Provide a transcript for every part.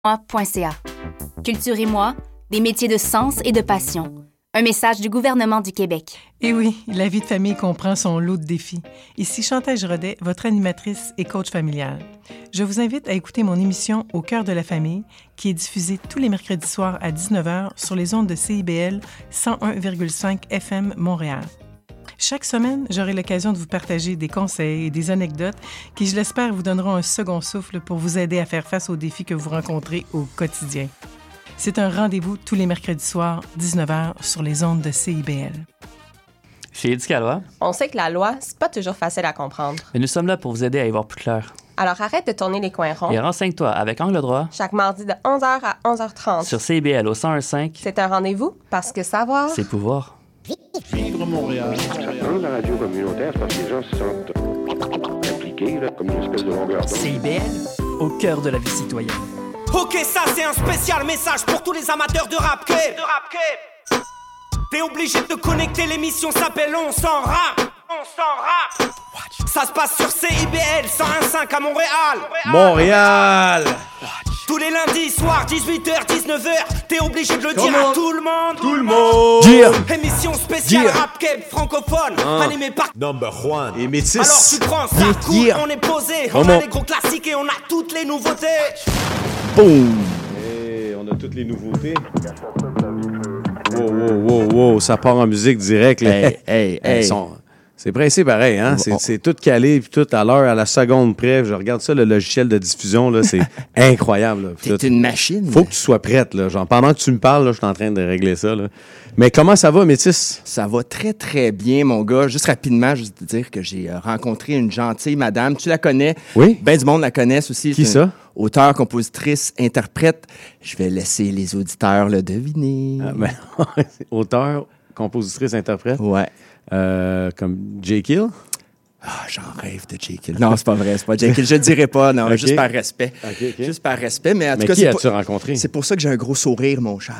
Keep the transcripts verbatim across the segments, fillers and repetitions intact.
point c a. Culture et moi, des métiers de sens et de passion. Un message du gouvernement du Québec. Et oui, la vie de famille comprend son lot de défis. Ici Chantal Giraudet, votre animatrice et coach familial. Je vous invite à écouter mon émission Au cœur de la famille, qui est diffusée tous les mercredis soirs à dix-neuf heures sur les ondes de C I B L cent un virgule cinq F M Montréal. Chaque semaine, j'aurai l'occasion de vous partager des conseils et des anecdotes qui, je l'espère, vous donneront un second souffle pour vous aider à faire face aux défis que vous rencontrez au quotidien. C'est un rendez-vous tous les mercredis soirs, dix-neuf heures, sur les ondes de C I B L. Chez Éducalois, on sait que la loi, c'est pas toujours facile à comprendre. Mais nous sommes là pour vous aider à y voir plus clair. Alors arrête de tourner les coins ronds. Et renseigne-toi avec Angle droit. Chaque mardi de onze heures à onze heures trente. Sur C I B L au cent un virgule cinq. C'est un rendez-vous parce que savoir... c'est pouvoir. Vivre Montréal. Dans la radio communautaire, parce que les gens se sentent impliqués, là, comme une espèce de longueur d'onde. C I B L, au cœur de la vie citoyenne. Ok, ça c'est un spécial message pour tous les amateurs de rap de rap T'es obligé de te connecter, l'émission s'appelle On s'en rap. On s'en rap. Ça se passe sur C I B L cent un virgule cinq à Montréal. Montréal! Tous les lundis soirs, dix-huit heures, dix-neuf heures, t'es obligé de le dire à tout le monde. Tout le monde! Dire. Émission spéciale Dire. rap keb francophone, Ah. animée par Number one. Et métis. Alors tu prends ça, Dire. cool, Dire. on est posé, on Comment? a les gros classiques et on a toutes les nouveautés. Boum! Hey, on a toutes les nouveautés. Wow, wow, wow, wow. Ça part en musique direct. Là. Hey, hey, hey. Sont... C'est pressé pareil, hein? C'est, c'est tout calé, puis tout à l'heure, à la seconde près. Je regarde ça, le logiciel de diffusion, là, c'est incroyable. Là. T'es Tout. une machine. Faut que tu sois prête, là. Genre, pendant que tu me parles, là, je suis en train de régler ça, là. Mais comment ça va, Métis? Ça va très, très bien, mon gars. Juste rapidement, juste te dire que j'ai euh, rencontré une gentille madame. Tu la connais. Oui. Ben du monde la connaissent aussi. Qui C'est ça? une auteure, compositrice, interprète. Je vais laisser les auditeurs le deviner. Ah, ben, auteur, compositrice, interprète. Ouais. Euh, comme J. Kill? Ah, j'en rêve de J. Kill. Non, c'est pas vrai, c'est pas J. Kill. Je le dirais pas, non, Okay. juste par respect. OK, OK. Juste par respect, mais en Mais tout cas, qui c'est as-tu pas- rencontré? c'est pour ça que j'ai un gros sourire, mon cher.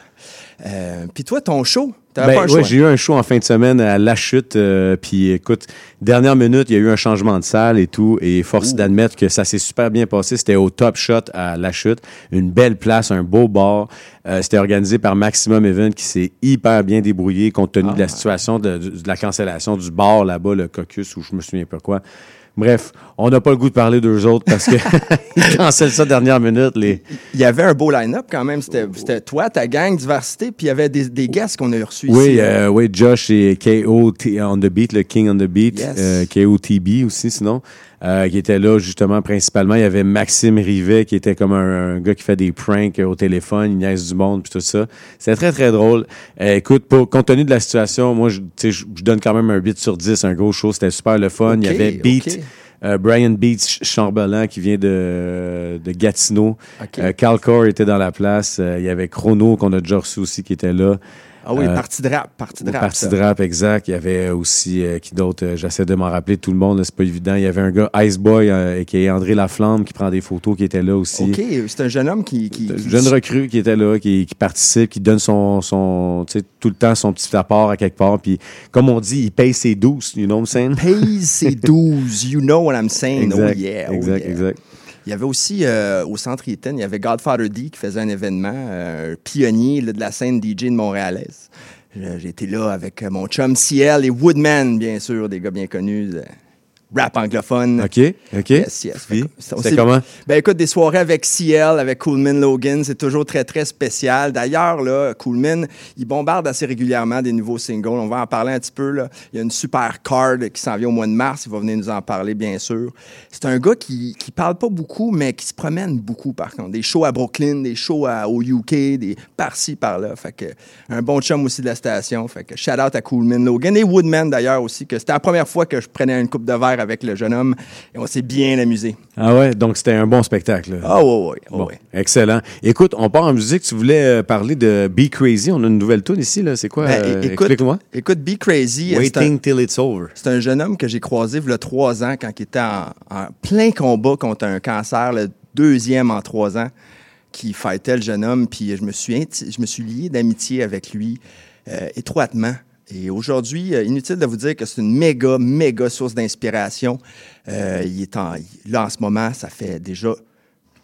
Euh, Puis toi, ton show, t'avais Ben, pas un ouais, show? j'ai eu un show en fin de semaine à La Chute. Euh, puis écoute, dernière minute, il y a eu un changement de salle et tout. Et force Ouh. d'admettre que ça s'est super bien passé. C'était au Top Shot à La Chute. Une belle place, un beau bar. Euh, c'était organisé par Maximum Event qui s'est hyper bien débrouillé compte tenu Ah. de la situation de, de- de la cancellation du bar là-bas, le Caucus, ou je me souviens pas quoi. Bref, on n'a pas le goût de parler d'eux autres parce qu'ils cancellent ça dernière minute. Les... Il y avait un beau line-up quand même. C'était, c'était toi, ta gang, diversité, puis il y avait des, des guests qu'on a reçus Oui, ici. euh, oui, Josh et K O T on the beat, le King on the beat, Yes. euh, K O T B aussi sinon, euh, qui était là justement principalement. Il y avait Maxime Rivet qui était comme un, un gars qui fait des pranks au téléphone, il niaise du monde puis tout ça. C'était très très drôle. Euh, écoute, pour, compte tenu de la situation, moi je, tu sais, je, je donne quand même un huit sur dix, un gros show, c'était super le fun. Ok, Il y avait Beat. ok. Euh, Brian Beats Chambellan qui vient de, de Gatineau. Ok. Euh, Calcor était dans la place. Euh, il y avait Chrono qu'on a déjà reçu aussi qui était là. Ah oui, Euh, partie de rap, partie de rap. Partie ça. de rap, exact. Il y avait aussi, euh, qui d'autre, euh, j'essaie de m'en rappeler tout le monde, là, c'est pas évident. Il y avait un gars, Iceboy, euh, qui est André Laflamme, qui prend des photos, qui était là aussi. OK, c'est un jeune homme qui... qui, Un qui- jeune recrue qui était là, qui, qui participe, qui donne son, son tu sais, tout le temps son petit apport à quelque part. Puis, comme on dit, il paye ses douces, you know what I'm saying? Pays ses douze, you know what I'm saying. Exact, Oh yeah, oh exact, yeah. exact. Il y avait aussi, euh, au Centre Eaton, il y avait Godfather D qui faisait un événement, euh, un pionnier là, de la scène D J de Montréalaise. Euh, J'ai été là avec euh, mon chum C L et Woodman, bien sûr, des gars bien connus, euh, rap anglophone. OK, OK. Yes, yes. Puis, Fait que- c'était comment? Ben écoute, des soirées avec C L, avec Coolman Logan, c'est toujours très, très spécial. D'ailleurs, là, Coolman, il bombarde assez régulièrement des nouveaux singles. On va en parler un petit peu, là. Il y a une super card qui s'en vient au mois de mars. Il va venir nous en parler, bien sûr. C'est un gars qui, qui parle pas beaucoup, mais qui se promène beaucoup, par contre. Des shows à Brooklyn, des shows à- au U K, des par-ci, par-là. Fait que, un bon chum aussi de la station. Fait que, shout-out à Coolman Logan et Woodman, d'ailleurs, aussi, que c'était la première fois que je prenais une coupe de verre avec le jeune homme et on s'est bien amusé. Ah ouais, donc c'était un bon spectacle. là. Ah ouais, ouais, Bon, ouais. excellent. Écoute, on part en musique. Tu voulais euh, parler de Be Crazy. On a une nouvelle tune ici, là. C'est quoi? Ben, Euh, écoute, explique-moi. Écoute, Be Crazy, euh, c'est un, Waiting till it's over. c'est un jeune homme que j'ai croisé il y a trois ans quand il était en, en plein combat contre un cancer, le deuxième en trois ans, qui fightait le jeune homme. Puis je me suis, inti- je me suis lié d'amitié avec lui euh, étroitement. Et aujourd'hui, euh, inutile de vous dire que c'est une méga, méga source d'inspiration. Euh, il est en, là, en ce moment, ça fait déjà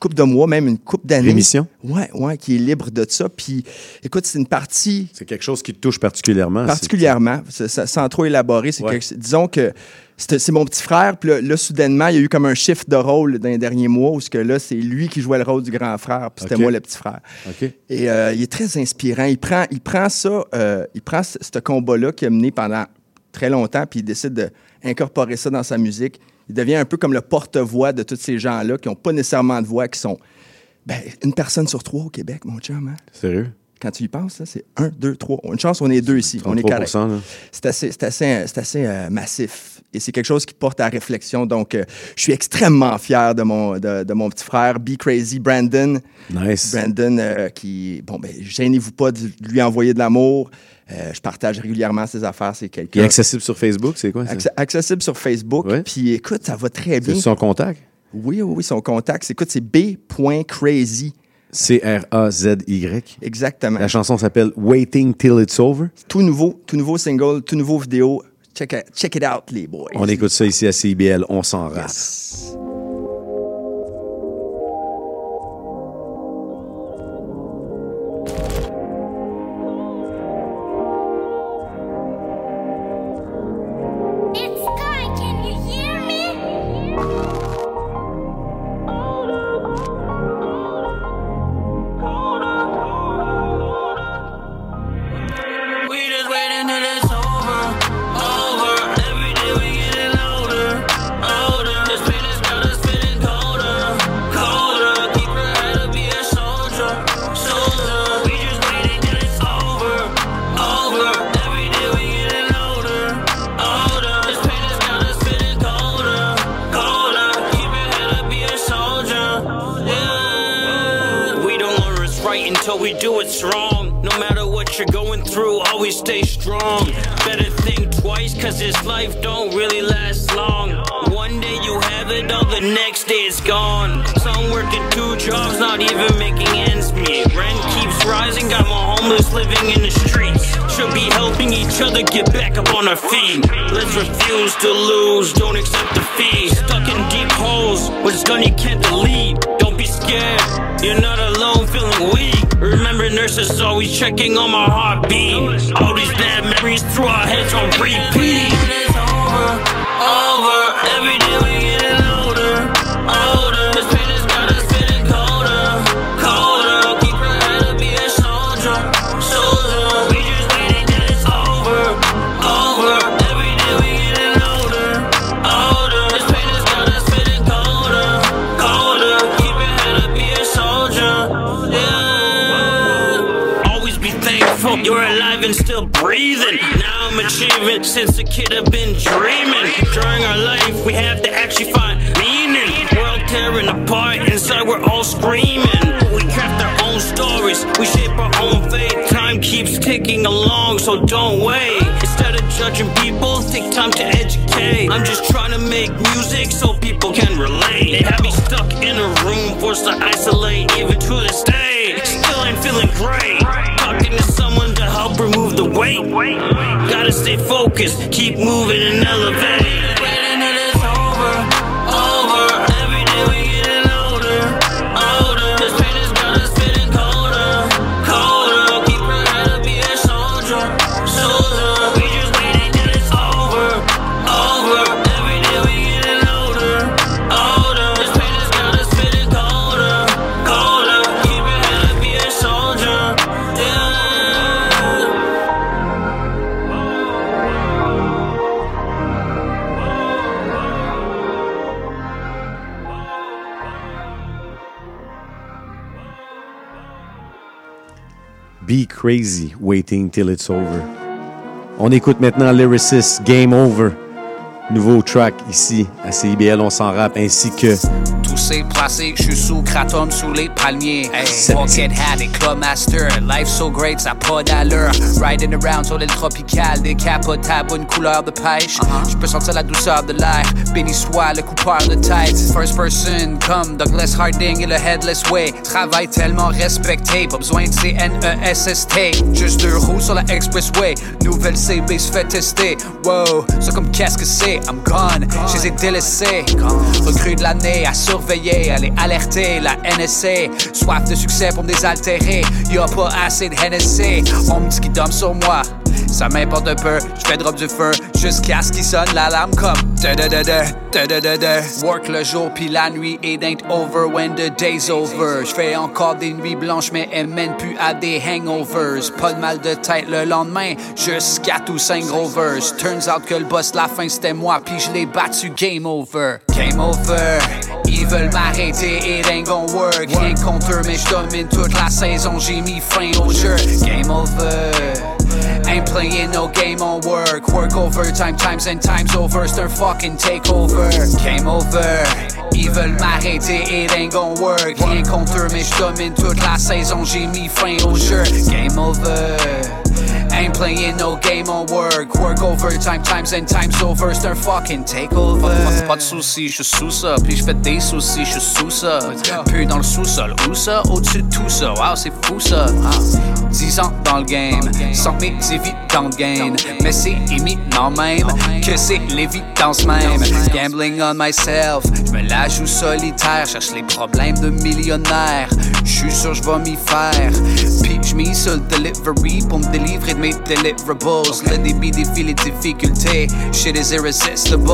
couple de mois, même une couple d'années. L'émission? Ouais, ouais, qui est libre de ça. Puis, écoute, c'est une partie... C'est quelque chose qui te touche particulièrement. Particulièrement, c'est... Ça, sans trop élaborer. C'est ouais. quelque... Disons que c'est, c'est mon petit frère, puis là, là, soudainement, il y a eu comme un shift de rôle dans les derniers mois, où ce que là, c'est lui qui jouait le rôle du grand frère, puis c'était okay. moi le petit frère. Okay. Et euh, il est très inspirant. Il prend, il prend ça, euh, il prend ce, ce combat-là qu'il a mené pendant très longtemps, puis il décide d'incorporer ça dans sa musique. Il devient un peu comme le porte-voix de tous ces gens-là qui n'ont pas nécessairement de voix, qui sont ben, une personne sur trois au Québec, mon chum. Hein? Sérieux? Quand tu y penses, là, c'est un, deux, trois. Une chance, on est deux ici. On est correct. Là. C'est assez, c'est assez, c'est assez euh, massif. Et c'est quelque chose qui porte à réflexion. Donc, euh, je suis extrêmement fier de mon, de, de mon petit frère, Be Crazy Brandon. Nice. Brandon, euh, qui, bon, ben, gênez-vous pas de lui envoyer de l'amour. Euh, je partage régulièrement ses affaires. C'est quelqu'un. Il est accessible sur Facebook, c'est quoi ça? Acc- accessible sur Facebook. Ouais. Puis, écoute, ça va très bien. C'est son contact? Oui, oui, oui, son contact. Écoute, c'est B Crazy. C R A Z Y. Exactement. La chanson s'appelle Waiting Till It's Over. Tout nouveau, tout nouveau single, tout nouveau vidéo. Check it, check it out, les boys. On écoute ça ici à C I B L, on s'en rate. Yes. Get back up on our feet. Let's refuse to lose. Don't accept defeat. Stuck in deep holes with gun you can't delete. Don't be scared. You're not alone, feeling weak. Remember, nurses always checking on my heartbeat. All these bad memories through our heads on repeat. It's over, over. Every day we getting older, older. This pain has got us feeling colder, colder. Keep your head up, be a soldier, soldier. We just waiting till it's over, over. Every day we getting older, older. This pain has got us feeling colder, colder. Keep your head up, be a soldier, yeah. Always be thankful you're alive and still breathing. Now I'm achieving since a kid I've been dreaming. During our life we have to actually find meaning. World tearing apart, inside we're all screaming. We craft our own stories, we shape our own fate. Time keeps ticking along, so don't wait. Instead of judging people, take time to educate. I'm just trying to make music so people can relate. They have me stuck in a room, forced to isolate. Even to this day, still ain't feeling great. Talking to someone to help remove the weight. Gotta stay focused, keep moving and elevate. Waiting till it's over, over. Every day we getting older, older. This pain has got us feeling colder, colder. Keep your head up, be a soldier, soldier. We just waiting till it's over, over. Every day we getting older, older. This pain has got us feeling colder, colder. Keep your head up, be a soldier, yeah. Be Crazy, Waiting Till It's Over. On écoute maintenant Lyricist, Game Over. Nouveau track ici à C I B L, on s'en rappe, ainsi que... Toussé, placé, je suis sous kratom, sous les palmiers. Hey, Bucket Hat et Club Master, life so great, ça pas d'allure. Riding around sur l'île tropicale, décapotable, une couleur de pêche. Uh-huh. Je peux sentir la douceur de l'air, béni soit le coupeur de tête. First person, comme Douglas Harding et le Headless Way. Travail tellement respecté, pas besoin de C N E S S T. Juste deux roues sur la Expressway, nouvelle C B se fait tester. Wow, c'est comme qu'est-ce que c'est, I'm gone, je les ai délaissés. Recrue de l'année à survivre. surveiller, elle est alertée, la N S A. Soif de succès pour me désaltérer, y'a pas assez de Hennessy. On me dit qu'il dorme sur moi, ça m'importe un peu, j'fais drop du feu jusqu'à ce qu'il sonne l'alarme comme da-da-da-da, da-da-da-da. Work le jour puis la nuit, it ain't over when the day's over. J'fais encore des nuits blanches mais elles mènent plus à des hangovers. Pas de mal de tête le lendemain, jusqu'à tous cinq rovers. Turns out que le boss la fin c'était moi puis je l'ai battu, game over. Game over, ils veulent m'arrêter, it ain't gon' work. Rien contre eux mais j'domine toute la saison, j'ai mis fin au jeu. Game over, ain't playing no game on work. Work overtime, times and times over. C'est un fucking takeover. Game over. Ils veulent m'arrêter, it ain't gon' work. Rien contre eux, mais j'domine toute la saison. J'ai mis fin au jeu. Game over. Ain't playing no game on work. Work overtime, times and times over. C'est un fucking takeover. Pas, pas de soucis, j'suis sous ça. Puis j'fais des soucis, j'suis sous ça. Puis dans le sous-sol, où ça? Au-dessus de tout ça. Wow, c'est fou ça. dix ans dans le game, sans mes évidents de gain. Mais c'est éminent même que c'est l'évidence même. Gambling on myself, j'me la joue solitaire. Cherche les problèmes de millionnaire. J'suis sûr j'vais m'y faire. Puis j'mise sur le delivery pour me délivrer de mes deliverables. Le débit défie les difficultés. Shit is irresistible.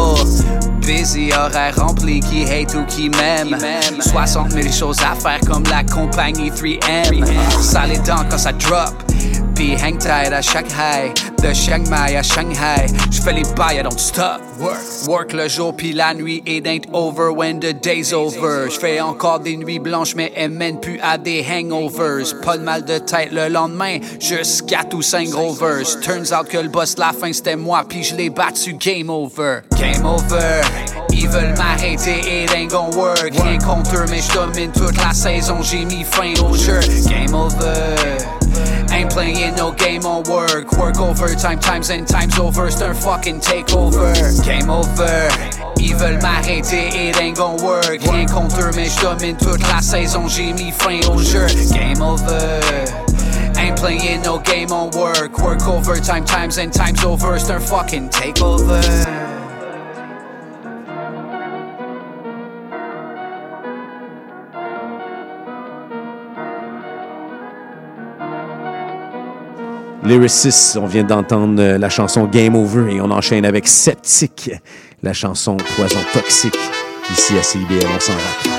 Busy, horaire rempli, qui hate ou qui m'aime. soixante mille choses à faire comme la compagnie trois M. Ça les dents quand ça drop. Puis hang tight à chaque high. De Chiang Mai à Shanghai. J'fais les bails, I don't stop. Work, work le jour puis la nuit. It ain't over when the day's over. J'fais encore des nuits blanches mais elles mènent plus à des hangovers. Pas de mal de tête le lendemain, jusqu'à tous cinq rovers. Turns out que le boss la fin c'était moi puis je l'ai battu, game over. Game over. Ils veulent m'arrêter, it ain't gon' work. Rien contre eux mais j'domine toute la saison. J'ai mis fin au jeu. Game over. Ain't playing no game on work. Work overtime, times and times over. C'est un fucking takeover. Game over. Ils veulent m'arrêter, it ain't gon' work. Rien contre eux mais j'domine toute la saison. J'ai mis fin au jeu. Game over. Ain't playing no game on work. Work overtime, times and times over. C'est un fucking takeover. Lyricist, on vient d'entendre la chanson Game Over et on enchaîne avec Sceptique, la chanson Poison Toxique, ici à C I B L, on s'en rappelle.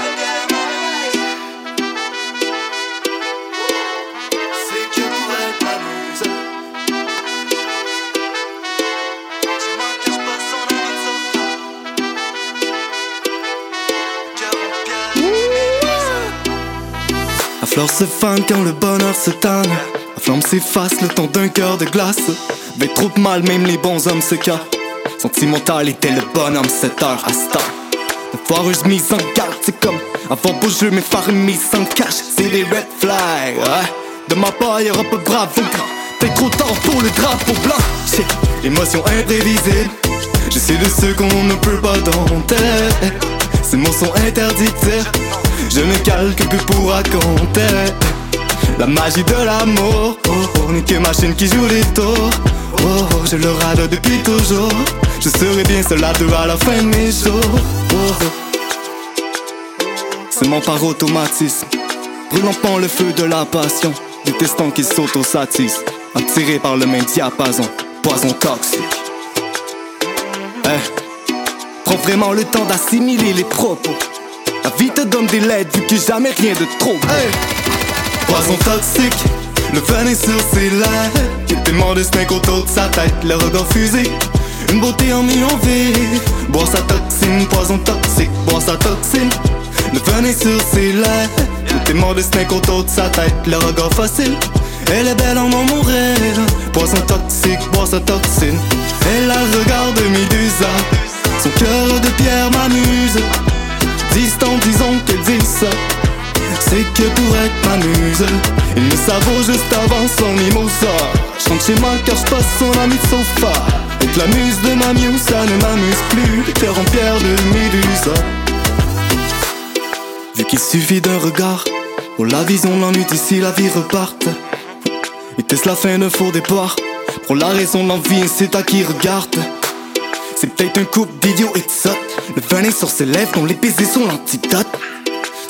La fleur se fane quand le bonheur se tanne. La flamme s'efface le temps d'un cœur de glace. Avec trop de mal, même les bons hommes se cassent. Sentimental était le bonhomme, sept heures à star. La foireuse mise en garde, c'est comme avant beau jeu, mais phare mise en cache. C'est des red flags, ouais. De ma part, y'aura pas de bravo grand. T'es trop tard pour le drapeau blanc. Shit, émotion imprévisible. Je suis de ceux qu'on ne peut pas dompter. Ces mots sont interdits de dire. Je ne calque plus pour raconter la magie de l'amour. Oh, oh, n'est que machine qui joue les tours. Oh, oh, je le râle depuis toujours. Je serai bien seul à deux à la fin de mes jours. Oh, oh. Seulement par automatisme, brûlant pas le feu de la passion, détestant qu'il s'auto-satise, attiré par le même diapason, poison toxique. Eh, prends vraiment le temps d'assimiler les propos. La vie te donne des lettres vu que jamais rien de trop. Hey. Poison toxique, le venin sur ses lèvres. Il paiement de snake autour de sa tête, le regard fusé. Une beauté en million V. Boire sa toxine, poison toxique, boire sa toxine. Le venin sur ses lèvres. Il paiement de snake autour de sa tête, le regard facile. Elle est belle en m'en mourir. Poison toxique, boire sa toxine. Elle a le regard de Médusa. Son cœur de pierre m'amuse. Distant, disons qu'elle dit ça. C'est que pour être ma muse, il me savoure juste avant son mimosa. Chante chez moi car je passe son ami de sofa. Avec la muse de ma muse, ça ne m'amuse plus. Cœur en pierre de Médusa. Vu qu'il suffit d'un regard pour la vision, l'ennui d'ici la vie reparte. Était-ce la fin d'un faux départ? Pour la raison, l'envie, c'est à qui regarde. C'est peut-être un couple d'idiots et de sottes. Le venin sur ses lèvres, dont les baisers sont l'antidote.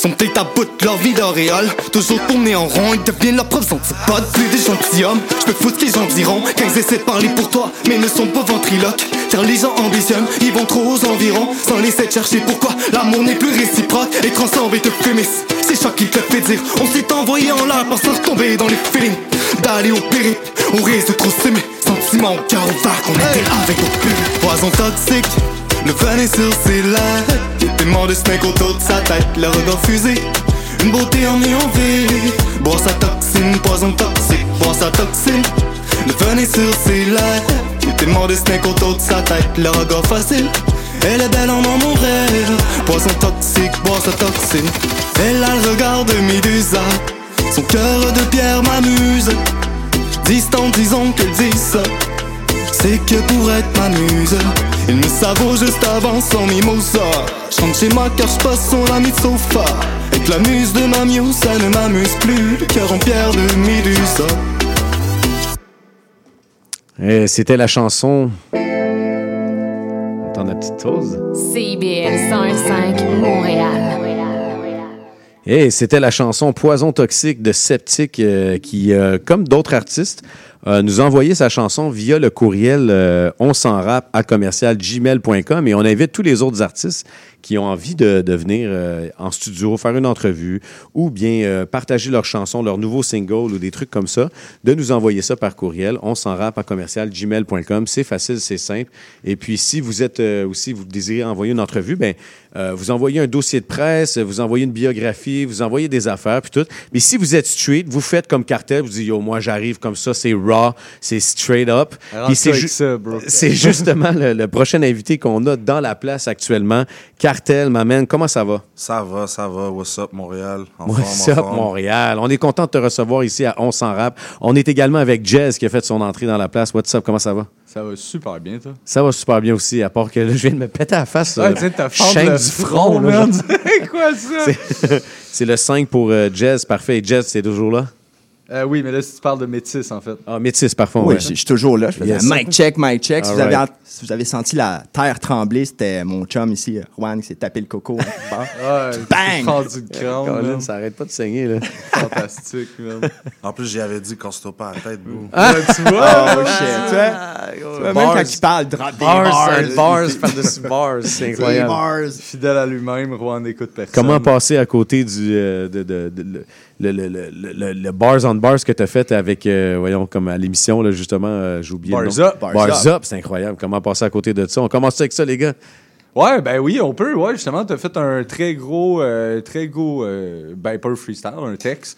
sont peut-être à bout de leur vie d'auréole. Toujours tourner en rond, ils deviennent leurs propres antipodes. Plus des gentilshommes, je me fous ce que les gens diront quand ils essaient de parler pour toi, mais ne sont pas ventriloques. Car les gens ambitionnent, ils vont trop aux environs, sans laisser de chercher pourquoi l'amour n'est plus réciproque. Et transforme et te fémisse, c'est choc qui te fait dire. On s'est envoyé en l'air, pensant retomber dans les feelings. D'aller au péril, on risque de trop s'aimer. Sentiments au cœur ouvert qu'on était avec au plus. Poison toxique, le venin sur ses lèvres. Tellement de snakes autour de sa tête, le regard fusé. Une beauté en V, boire sa toxine, poison toxique, boire sa toxine. Le venin sur ses lèvres, tellement de snakes autour de sa tête, le regard facile. Elle est belle en mon rêve, poison toxique, boire sa toxine. Elle a le regard de Médusa, son cœur de pierre m'amuse. Distant, disons que dit ça, c'est que pour être ma muse, il me savoure juste avant son mimosa. Je rentre chez moi car je passe son ami de sofa. Avec la muse de ma muse, ça ne m'amuse plus. Le cœur en pierre de Médusa. Et c'était la chanson. Attends la petite pause. C B L cent un virgule cinq Montréal. Et c'était la chanson Poison toxique de Sceptique euh, qui, euh, comme d'autres artistes, euh, nous a envoyé sa chanson via le courriel euh, on s'en rap à commercial gmail point com et on invite tous les autres artistes qui ont envie de, de venir euh, en studio, faire une entrevue ou bien euh, partager leur chanson, leur nouveau single ou des trucs comme ça, de nous envoyer ça par courriel on s'en rap à commercial gmail point com. C'est facile, c'est simple. Et puis, si vous êtes euh, aussi, vous désirez envoyer une entrevue, ben euh, vous envoyez un dossier de presse, vous envoyez une biographie, vous envoyez des affaires, puis tout. Mais si vous êtes street, vous faites comme Cartel, vous dites, yo, moi, j'arrive comme ça, c'est raw, c'est straight up. Puis c'est, ju- ça, c'est justement le, le prochain invité qu'on a dans la place actuellement. Cartel, ma man, comment ça va? Ça va, ça va. What's up, Montréal? En What's forme, up, en forme. Montréal? On est content de te recevoir ici à On s'en rap. On est également avec Jez qui a fait son entrée dans la place. What's up, comment ça va? Ça va super bien, toi? Ça va super bien aussi, à part que là, je viens de me péter à la face. Ouais, tu sais, t'as chaîne du front, là. C'est quoi ça? C'est, c'est le cinq pour euh, Jez, parfait. Et Jez, c'est toujours là? Euh, oui, mais là, si tu parles de métis, en fait. Ah, métis, parfait. Oui, ouais. je suis toujours là. Je faisais Yes. mic check, mic check. Si vous, avez, right. ent- si vous avez senti la terre trembler, c'était mon chum ici, Juan, qui s'est tapé le coco. Ouais, Bang! Fendu le crâne, Colin, man. ça arrête pas de saigner, là. Fantastique, man. En plus, j'y avais dit qu'on se tape pas à la tête, bro. Ah! Ouais, tu vois? Oh shit, tu vois? Tu vois, même quand il parle, drop des Bars, bars. bars, par-dessus bars, c'est Des incroyable. bars. Fidèle à lui-même, Juan n'écoute personne. Comment passer à côté du euh, de, de, de- le, le, le, le, le- le bars on bars que tu as fait avec, euh, voyons, comme à l'émission, là, justement, euh, j'ai oublié Bars le nom. Up. Bars, Bars Up, c'est incroyable. Comment passer à côté de ça? On commence avec ça, les gars? Ouais, ben oui, on peut. Ouais, justement, t'as fait un très gros, euh, très gros, euh, ben pas un freestyle, un texte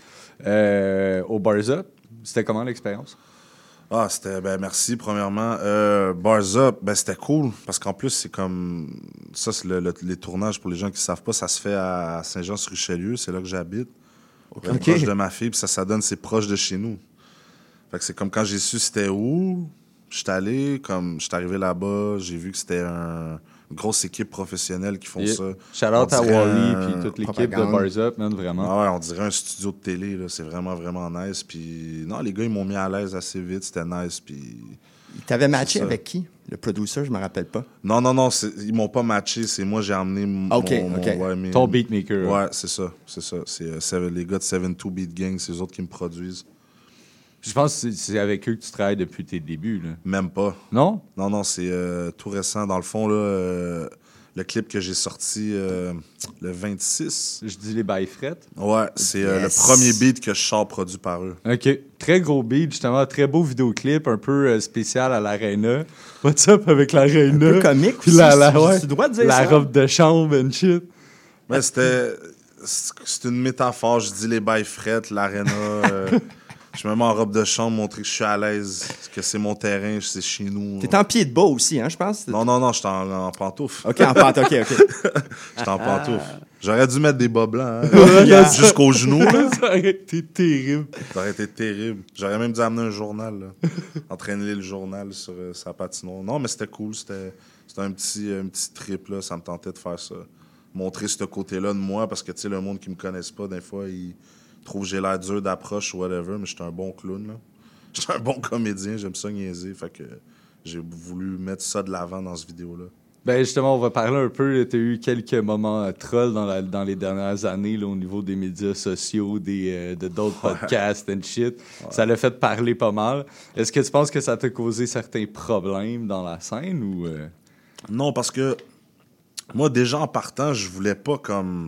euh, au Bars Up. C'était comment l'expérience? Ah, c'était, ben merci, premièrement. Euh, Bars Up, ben c'était cool, parce qu'en plus, c'est comme, ça, c'est le, le- les tournages, pour les gens qui savent pas, ça se fait à Saint-Jean-sur-Richelieu, c'est là que j'habite. Vraiment Ok. proche de ma fille, puis ça, ça donne, c'est proche de chez nous. Fait que c'est comme quand j'ai su c'était où, j'étais allé, comme, j'étais arrivé là-bas, j'ai vu que c'était un, une grosse équipe professionnelle qui font Yeah. ça. Shout out On à dirait Wally un- puis toute l'équipe de propagande. Bars Up, man, vraiment. Ah ouais, on dirait un studio de télé, là. C'est vraiment, vraiment nice. Puis, non, les gars, ils m'ont mis à l'aise assez vite. C'était nice. Puis, T'avais matché C'est ça. avec qui? Le producer, je me rappelle pas. non, non, non, c'est- ils m'ont pas matché. C'est moi, j'ai emmené mon. Ok, mon- ok. ouais, mes- Ton beatmaker. Ouais, c'est ça. C'est ça. C'est euh, seven- les gars de seven two Beat Gang, c'est eux autres qui me produisent. Je pense que c'est- c'est avec eux que tu travailles depuis tes débuts, là. Même pas. Non? Non, non, c'est euh, tout récent. Dans le fond, là, euh, le clip que j'ai sorti euh, le vingt-six. Je dis les bails frettes. Ouais, c'est euh, Yes. le premier beat que je sors produit par eux. OK. Très gros beat, justement. Très beau vidéoclip, un peu euh, spécial à l'Arena. What's up avec l'Arena? Un peu comique Puis aussi, la, la, tu- ouais, tu dois dire la ça. robe de chambre and shit. Mais c'était. C'est une métaphore. Je dis les bails frettes, l'aréna. euh, je me mets en robe de chambre, montrer que je suis à l'aise, que c'est mon terrain, c'est chez nous. T'es en pied de bas aussi, hein, je pense? Non, non, non, j'étais en, en pantoufle. OK, en pente, OK, OK. J'étais en pantoufle. J'aurais dû mettre des bas blancs, Ouais, hein, là, ça- jusqu'aux genoux. Là. Ça aurait été terrible. Ça aurait été terrible. J'aurais même dû amener un journal, là. Entraîner le journal sur euh, sa patinoire. Non, mais c'était cool. C'était c'était un petit, un petit trip, là. Ça me tentait de faire ça. Montrer ce côté-là de moi, parce que, tu sais, le monde qui me connaisse pas, des fois, il trouve que j'ai l'air dur d'approche ou whatever, mais j'étais un bon clown, là. J'étais un bon comédien, j'aime ça niaiser. Fait que j'ai voulu mettre ça de l'avant dans cette vidéo-là. Ben justement, on va parler un peu. Tu as eu quelques moments euh, trolls dans, la, dans les dernières années là, au niveau des médias sociaux, des, euh, de d'autres podcasts and shit. Ouais. Ça l'a fait parler pas mal. Est-ce que tu penses que ça t'a causé certains problèmes dans la scène ou euh... Non, parce que moi, déjà en partant, je voulais pas comme...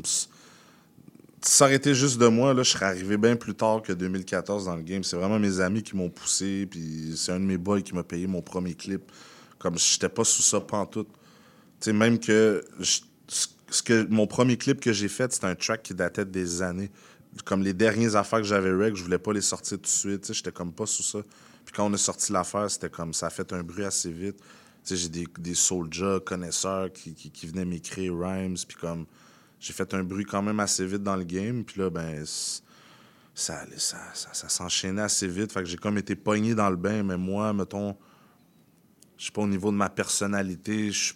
Ça aurait été juste de moi, là, je serais arrivé bien plus tard que deux mille quatorze dans le game. C'est vraiment mes amis qui m'ont poussé, puis c'est un de mes boys qui m'a payé mon premier clip. Comme j'étais pas sous ça pantoute. Tu sais, même que, je, ce que mon premier clip que j'ai fait, c'était un track qui datait des années. Comme les dernières affaires que j'avais rec, je voulais pas les sortir tout de suite. Tu sais, j'étais comme pas sous ça. Puis quand on a sorti l'affaire, c'était comme ça a fait un bruit assez vite. Tu sais, j'ai des, des soldiers, connaisseurs qui, qui, qui venaient m'écrire rhymes, puis comme... J'ai fait un bruit quand même assez vite dans le game, puis là, ben, ça, ça, ça, ça s'enchaînait assez vite. Fait que j'ai comme été pogné dans le bain, mais moi, mettons, je sais pas, au niveau de ma personnalité, je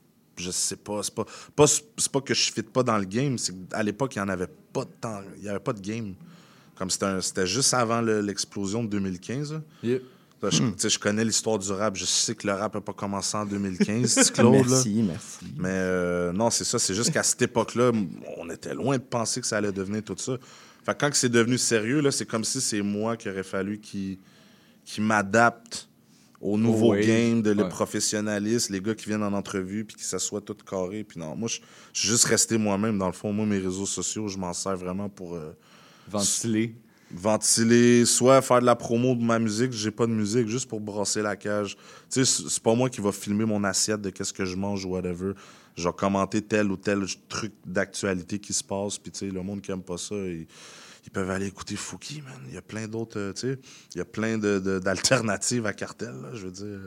je sais pas, c'est pas, pas, c'est pas que je fit pas dans le game, c'est qu'à l'époque, il y en avait pas de temps, il y avait pas de game. Comme c'était, un, c'était juste avant le, l'explosion de deux mille quinze, là. Yeah. Là, je, mm. je connais l'histoire du rap. Je sais que le rap n'a pas commencé en deux mille quinze, c'est Claude. Merci, là. merci. Mais euh, non, c'est ça. C'est juste qu'à cette époque-là, on était loin de penser que ça allait devenir tout ça. Fait que quand c'est devenu sérieux, là, c'est comme si c'est moi qu'il aurait fallu qu'il, qu'il m'adapte au nouveau oh, oui. game, de le ouais. professionnalisme, les gars qui viennent en entrevue puis qui s'assoient tout carré. Puis non, moi, je suis juste resté moi-même. Dans le fond, moi, mes réseaux sociaux, je m'en sers vraiment pour... Euh, ventiler. Ventiler, soit faire de la promo de ma musique, j'ai pas de musique, juste pour brasser la cage. Tu sais, c'est pas moi qui va filmer mon assiette de qu'est-ce que je mange ou whatever. Je vais commenter tel ou tel truc d'actualité qui se passe, puis tu sais, le monde qui aime pas ça, ils, ils peuvent aller écouter Fouki, man. Il y a plein d'autres, euh, tu sais, il y a plein de, de, d'alternatives à Cartel, là, je veux dire...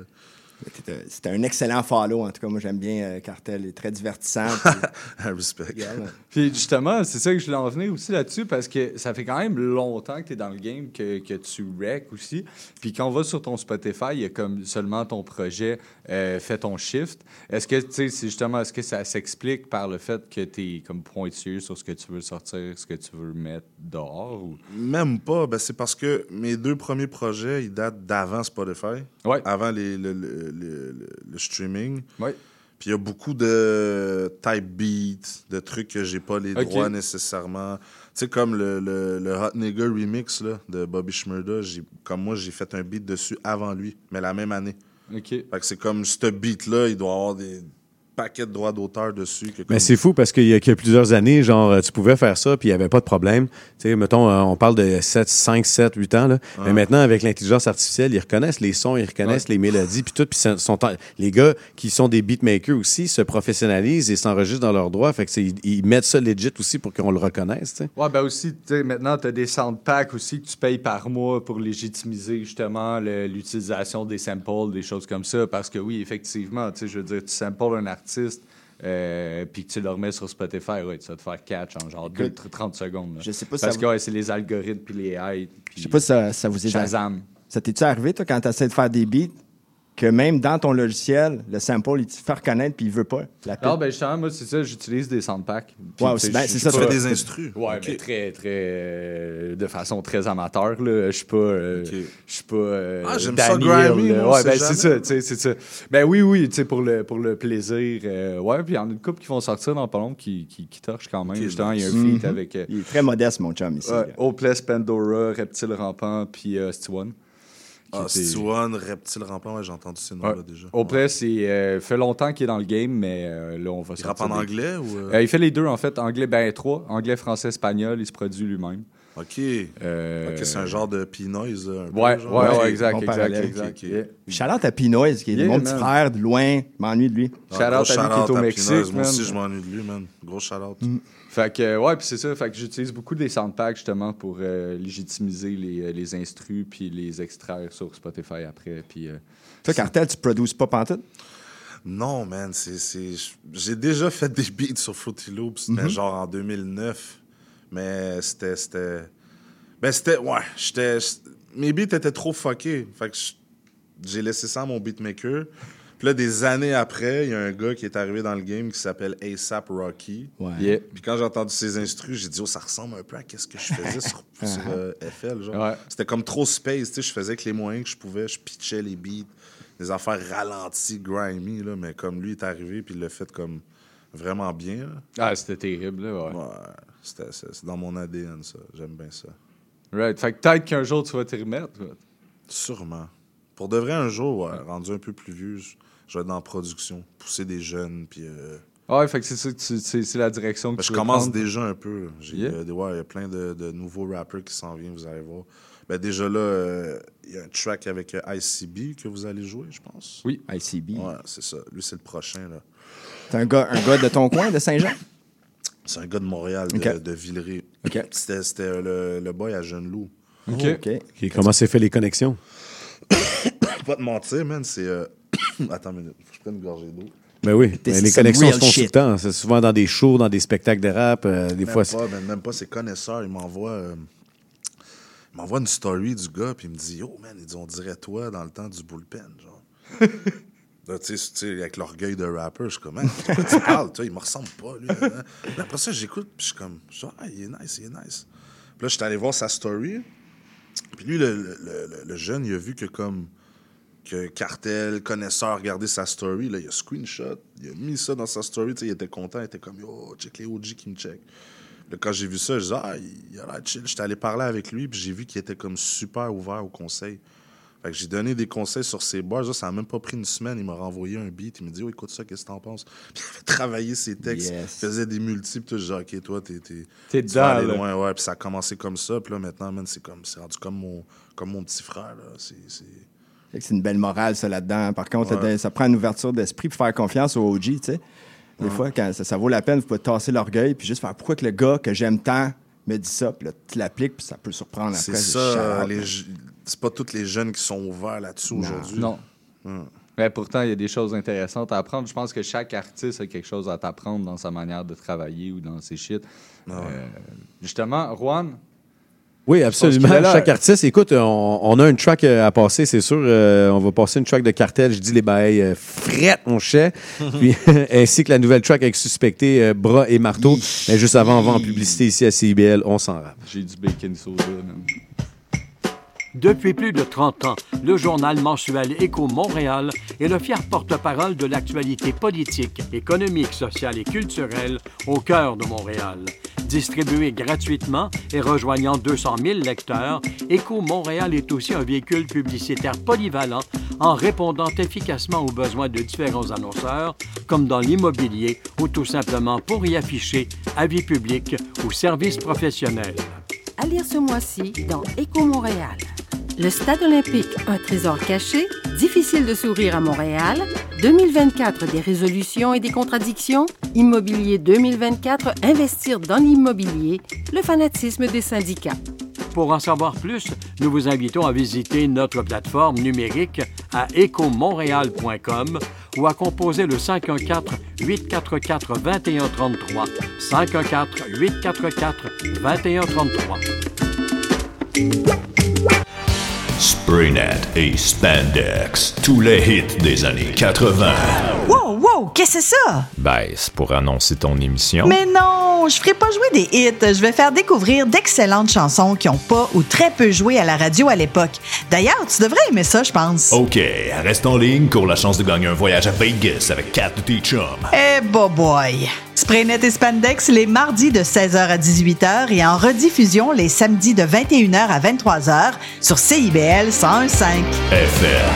C'était un excellent follow. En tout cas, moi, j'aime bien euh, Cartel. Il est très divertissant. Puis... Respect. Puis justement, c'est ça que je voulais en venir aussi là-dessus parce que ça fait quand même longtemps que tu es dans le game, que, que tu rec aussi. Puis quand on va sur ton Spotify, il y a comme seulement ton projet euh, fait ton shift. Est-ce que, tu sais, c'est justement, est-ce que ça s'explique par le fait que tu es comme pointueux sur ce que tu veux sortir, ce que tu veux mettre dehors? Ou... Même pas. Ben, c'est parce que mes deux premiers projets, ils datent d'avant Spotify. Ouais. Avant les... le, le, Le, le, le streaming. Oui. Puis il y a beaucoup de type beats, de trucs que j'ai pas les okay. droits nécessairement. Tu sais, comme le, le, le Hot Nigga remix là, de Bobby Shmurda, j'ai, comme moi, j'ai fait un beat dessus avant lui, mais la même année. OK. Fait que c'est comme ce beat-là, il doit avoir des paquets de droits d'auteur dessus. Que comme... Mais c'est fou parce qu'il y a, qu'il y a plusieurs années, genre, tu pouvais faire ça puis il n'y avait pas de problème. Tu sais, mettons, on parle de sept, cinq, sept, huit ans, là. Ah. Mais maintenant, avec l'intelligence artificielle, ils reconnaissent les sons, ils reconnaissent ouais. les mélodies puis tout. Puis sont, les gars qui sont des beatmakers aussi se professionnalisent et s'enregistrent dans leurs droits. Fait que c'est, ils, ils mettent ça legit aussi pour qu'on le reconnaisse, tu sais. Ouais, ben aussi, tu sais, maintenant, tu as des soundpacks aussi que tu payes par mois pour légitimiser justement le, l'utilisation des samples, des choses comme ça. Parce que oui, effectivement, tu sais, je veux dire, tu samples un artiste Euh, puis que tu le remets sur Spotify, ouais, ça va te faire catch en genre deux, trente secondes. Là. Je sais pas si Parce ça que ouais, c'est les algorithmes puis les A I. Je sais pas si ça, ça vous est Shazam. Ça t'es-tu arrivé, toi, quand tu essaies de faire des beats, que même dans ton logiciel, le sample, il te fait reconnaître puis il veut pas la Non, ben justement, moi, c'est ça, j'utilise des soundpacks. Ouais, c'est, ben, c'est ça. Tu fais des instrus. Ouais, okay. mais très, très... Euh, de façon très amateur, là. Je suis pas... Euh, okay. Je suis pas... Euh, ah, j'aime Daniel, ça grimy, moi, ouais, ben c'est c'est ça, tu sais, c'est ça. Ben oui, oui, tu sais, pour le, pour le plaisir. Euh, ouais, puis il y en a une couple qui vont sortir dans pas long qui, qui, qui torchent quand même. Okay, justement, il y a un feat mm-hmm. avec... Euh, il est très modeste, mon chum, ici. Ouais, Hopeless Pandora, Reptile Rampant, puis euh, Stiwan. Ah, Stiwan, Reptile Rampant, ouais, j'ai entendu ces noms-là ouais. déjà. Hopeless, il euh, fait longtemps qu'il est dans le game, mais euh, là, on va Il rappe en des... anglais ou... Euh... Euh, il fait les deux, en fait. Anglais, ben trois. Anglais, français, espagnol. Il se produit lui-même. OK. Euh... OK, c'est un genre de P-Noise. Un ouais, peu, ouais, ouais, ouais, exact, bon exact, exact. Okay, okay. Yeah. Shout-out à P-Noise, qui est yeah, mon man. petit frère de loin. Je m'ennuie de lui. Ah, shout-out à lui qui est au Mexique, man. Moi aussi, je m'ennuie de lui, man. Gros shout-out. Mm. Fait que, ouais, puis c'est ça. Fait que j'utilise beaucoup des soundpacks, justement, pour euh, légitimiser les, les instrus puis les extraire sur Spotify après. Puis... Euh, Toi, Cartel, tu produis pas pantoute? Non, man. C'est, c'est... J'ai déjà fait des beats sur Fruity Loops, mm-hmm. mais genre en deux mille neuf. Mais c'était... c'était... Ben, c'était... Ouais, j'étais... Mes beats étaient trop fuckés. Fait que j'ai laissé ça à mon beatmaker. Puis là, des années après, il y a un gars qui est arrivé dans le game qui s'appelle A$AP Rocky. Ouais. Yeah. Puis quand j'ai entendu ses instrus, j'ai dit « Oh, ça ressemble un peu à ce que je faisais sur, sur euh, F L. » genre. Ouais. C'était comme trop space. Tu sais, je faisais avec les moyens que je pouvais. Je pitchais les beats. des affaires ralenties, grimy, là, mais comme lui est arrivé, puis il l'a fait comme vraiment bien. Là. Ah, c'était terrible, là, ouais. Ouais, c'était, c'est, c'est dans mon A D N, ça. J'aime bien ça. Right. Fait que peut-être qu'un jour, tu vas t'y remettre. Ouais. Sûrement. Pour de vrai, un jour, ouais, rendu un peu plus vieux, je, je vais être dans la production, pousser des jeunes, puis... Euh... Ouais, fait que c'est, ça, c'est, c'est, c'est la direction que ben, tu je veux commence prendre. déjà un peu. J'ai, Yeah. euh, des, ouais, il y a plein de, de nouveaux rappers qui s'en viennent, vous allez voir. Ben, déjà là, euh, il y a un track avec euh, I C B que vous allez jouer, je pense. Oui, I C B. Ouais, c'est ça. Lui, c'est le prochain, là. T'es un gars, un gars de ton coin, de Saint-Jean? C'est un gars de Montréal, de, Okay. de Villeray. Okay. C'était, c'était le, le boy à Jeune-Loup. OK. OK. Okay, comment s'est fait les connexions? Pas te mentir, man, c'est... Euh... Attends une minute, faut que je prenne une gorgée d'eau. Ben oui, This ben, les is some connexions real se font tout shit. le temps. C'est souvent dans des shows, dans des spectacles de rap. euh, des Même fois, pas, c'est... man, même pas, c'est connaisseur. Il m'envoie, euh, il m'envoie une story du gars, puis il me dit « Yo, man, il dit, on dirait toi dans le temps du bullpen, genre. » Là, tu sais, tu sais, avec l'orgueil de rapper, je suis comme, man, de quoi tu parles? Toi, il me ressemble pas, lui. Hein. Puis après ça, j'écoute, puis je suis comme, genre, ah, il est nice, il est nice. Puis là, j'étais allé voir sa story. Puis lui, le, le, le, le jeune, il a vu que comme que Cartel, connaisseur, regardait sa story, là, il a screenshot, il a mis ça dans sa story, tu sais, il était content, il était comme, yo, check les O G qui me check. Là, quand j'ai vu ça, je disais, ah, il a l'air chill. J'étais allé parler avec lui, puis j'ai vu qu'il était comme super ouvert aux conseils. Fait que j'ai donné des conseils sur ses bars. Là, ça n'a même pas pris une semaine. Il m'a renvoyé un beat. Il m'a dit, oh, écoute ça, qu'est-ce que t'en penses? Puis il avait travaillé ses textes. Yes. Il faisait des multiples. Puis j'ai dit, OK, toi, t'es, t'es, T'es tu vas dedans, aller là. loin. Ouais. Puis ça a commencé comme ça. Puis là, maintenant, man, c'est, comme, c'est rendu comme mon, comme mon petit frère. Là. C'est, c'est... Fait que c'est une belle morale, ça, là-dedans. Par contre, Ouais. ça prend une ouverture d'esprit pour faire confiance au O G, tu sais. Des Ouais. fois, quand ça, ça vaut la peine, vous pouvez tasser l'orgueil puis juste faire pourquoi que le gars que j'aime tant me dit ça, puis là, tu l'appliques, puis ça peut surprendre après. C'est ça. Les, c'est pas tous les jeunes qui sont ouverts là-dessus Non. aujourd'hui. Non. Hum. Mais pourtant, il y a des choses intéressantes à apprendre. Je pense que chaque artiste a quelque chose à t'apprendre dans sa manière de travailler ou dans ses shit. Ouais. Euh, justement, Juan, Oui, Je absolument. pense qu'il est là. Chaque artiste, écoute, on, on a une track euh, à passer, c'est sûr. Euh, on va passer une track de Cartel, je dis les bails euh, frettes, mon chef. Puis, ainsi que la nouvelle track avec Suspecté, euh, Bras et Marteau. Mais juste avant, on va en publicité ici à C I B L, on s'en rappe. j'ai du bacon soda, man. Depuis plus de trente ans, le journal mensuel Écho Montréal est le fier porte-parole de l'actualité politique, économique, sociale et culturelle au cœur de Montréal. Distribué gratuitement et rejoignant deux cent mille lecteurs, Écho Montréal est aussi un véhicule publicitaire polyvalent en répondant efficacement aux besoins de différents annonceurs, comme dans l'immobilier ou tout simplement pour y afficher avis publics ou services professionnels. À lire ce mois-ci dans Écho Montréal. Le Stade olympique, un trésor caché, difficile de sourire à Montréal, deux mille vingt-quatre, des résolutions et des contradictions, Immobilier deux mille vingt-quatre, investir dans l'immobilier, le fanatisme des syndicats. Pour en savoir plus, nous vous invitons à visiter notre plateforme numérique à éco montréal point com ou à composer le cinq un quatre, huit quatre quatre, deux un trois trois, cinq un quatre, huit quatre quatre, deux un trois trois. Spraynet et Spandex, tous les hits des années quatre-vingts. Wow, wow, qu'est-ce que c'est ça? Ben, c'est pour annoncer ton émission. Mais non, je ferai pas jouer des hits. Je vais faire découvrir d'excellentes chansons qui ont pas ou très peu joué à la radio à l'époque. D'ailleurs, tu devrais aimer ça, je pense. OK, reste en ligne pour la chance de gagner un voyage à Vegas avec Kat de tes chums. Eh, bah boy! Spraynet et Spandex les mardis de seize heures à dix-huit heures et en rediffusion les samedis de vingt et une heures à vingt-trois heures sur C I B L cent un virgule cinq. F M.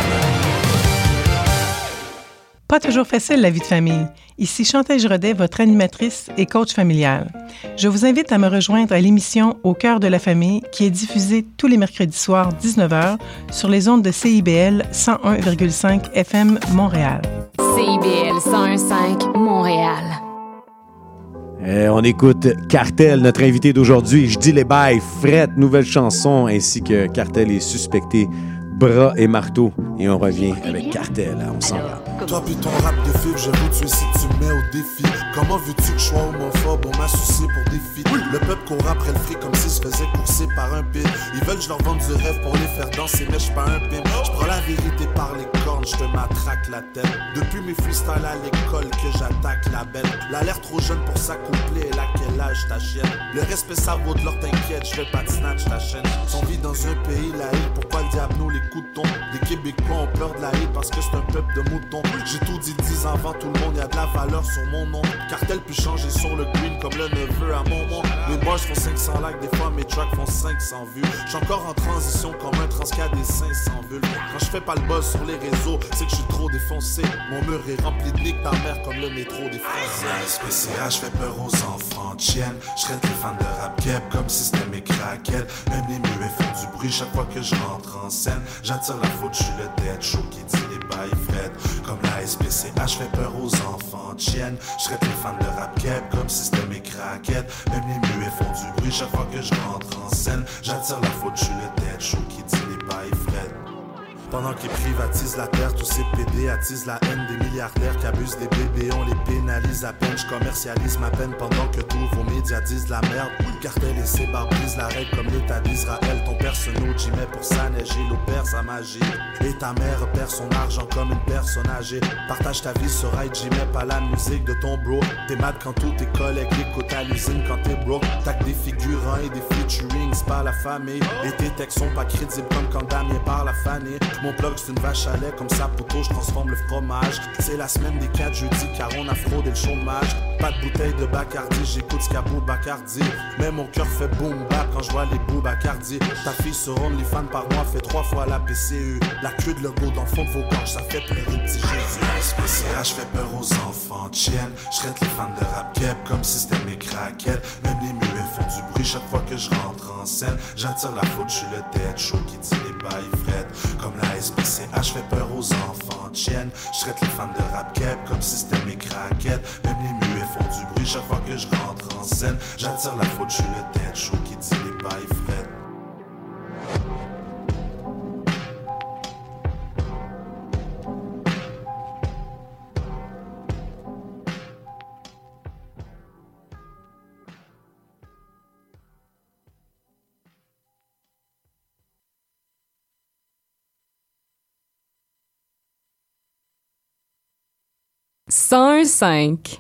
Pas toujours facile, la vie de famille. Ici Chantal Giraudet, votre animatrice et coach familial. Je vous invite à me rejoindre à l'émission Au cœur de la famille qui est diffusée tous les mercredis soirs dix-neuf heures sur les ondes de C I B L cent un virgule cinq F M Montréal. C I B L cent un virgule cinq Montréal. Euh, on écoute Cartel, notre invité d'aujourd'hui. Je dis les bails, frettes, nouvelle chanson, ainsi que Cartel est suspecté, Bras et Marteau. Et on revient avec Cartel, hein, on s'en va. Toi puis ton rap de fibre, je vous tuer si tu me mets au défi. Comment veux-tu que je sois homophobe, on m'a sucé pour des filles. Le peuple court après le fric comme s'il se faisait courser par un pin. Ils veulent que je leur vende du rêve pour les faire danser, mais je suis pas un pimp. Je prends la vérité par les cornes, je te matraque la tête. Depuis mes freestyles à l'école que j'attaque la belle. L'alerte trop jeune pour s'accoupler, elle a quel âge ta chienne? Le respect ça vaut de l'or, t'inquiète, je fais pas de snatch ta chaîne. On vit dans un pays laïque, pourquoi le diable nous les coups de ton? Des Québécois ont peur de la haine parce que c'est un peuple de moutons. J'ai tout dit dix ans avant tout le monde, y'a de la valeur sur mon nom. Cartel puis changer sur le green comme le neveu à mon nom. Mes boys font cinq cents likes, des fois mes tracks font cinq cents vues. J'suis encore en transition comme un transcat des cinq cents bulles. Quand je fais pas le buzz sur les réseaux, c'est que je suis trop défoncé. Mon mur est rempli de nique ta mère comme le métro des Français. La S P C H fait peur aux enfants de chiennes. J'traite les fans de rap keb comme si c'était mes craquettes. Même les muets font du bruit chaque fois que je rentre en scène. J'attire la faute, j'suis le dead show qui dit les bails fred. Comme la S P C H fait peur aux enfants de chiennes. J'traite les fans de rap keb comme si c'était mes craquettes. Même les muets font du bruit chaque fois que je rentre en scène. J'attire la faute, j'suis le dead show qui dit les bails fred. Pendant qu'ils privatisent la terre, tous ces P D attisent la haine des milliardaires qui abusent des bébés, on les pénalise à peine. Je commercialise ma peine pendant que tous vos médias disent la merde. Le cartel et ses barres brisent la règle comme l'État d'Israël. Ton père se note, j'y mets pour sa neige, il opère sa magie. Et ta mère perd son argent comme une personne âgée. Partage ta vie sur I G, mets pas la musique de ton bro. T'es mad quand tous tes collègues écoutent à l'usine quand t'es broke. T'as que des figurants et des featuring, c'est pas la famille. Et tes textes sont pas crédibles comme quand Damien parle à Fanny. Mon plug c'est une vache à lait, comme ça poteau je transforme le fromage. C'est la semaine des quatre jeudis car on a fraudé le chômage. Pas de bouteille de Bacardi, j'écoute Scabou Bacardi. Mais mon cœur fait boom bap quand je vois les bouts Bacardi. Ta fille sur OnlyFans par mois fait trois fois la P C U. La queue de logo dans le fond de vos gorges, ça fait pleurer le petit Jésus. La S P C H fait peur aux enfants de chiennes. J'traite les fans de rap keb comme si c'était mes craquettes. Même les muets font du bruit chaque fois que je rentre en scène. J'attire la faute, j'suis le dead show qui dit les bails fred. Comme la S P C H fait peur aux enfants de chiennes. J'traite les fans de rap keb comme si c'était mes craquettes. Même les muets font du bruit chaque fois que je rentre en scène. J'attire la faute, j'suis le dead show qui dit les bails fred. cent un cinq.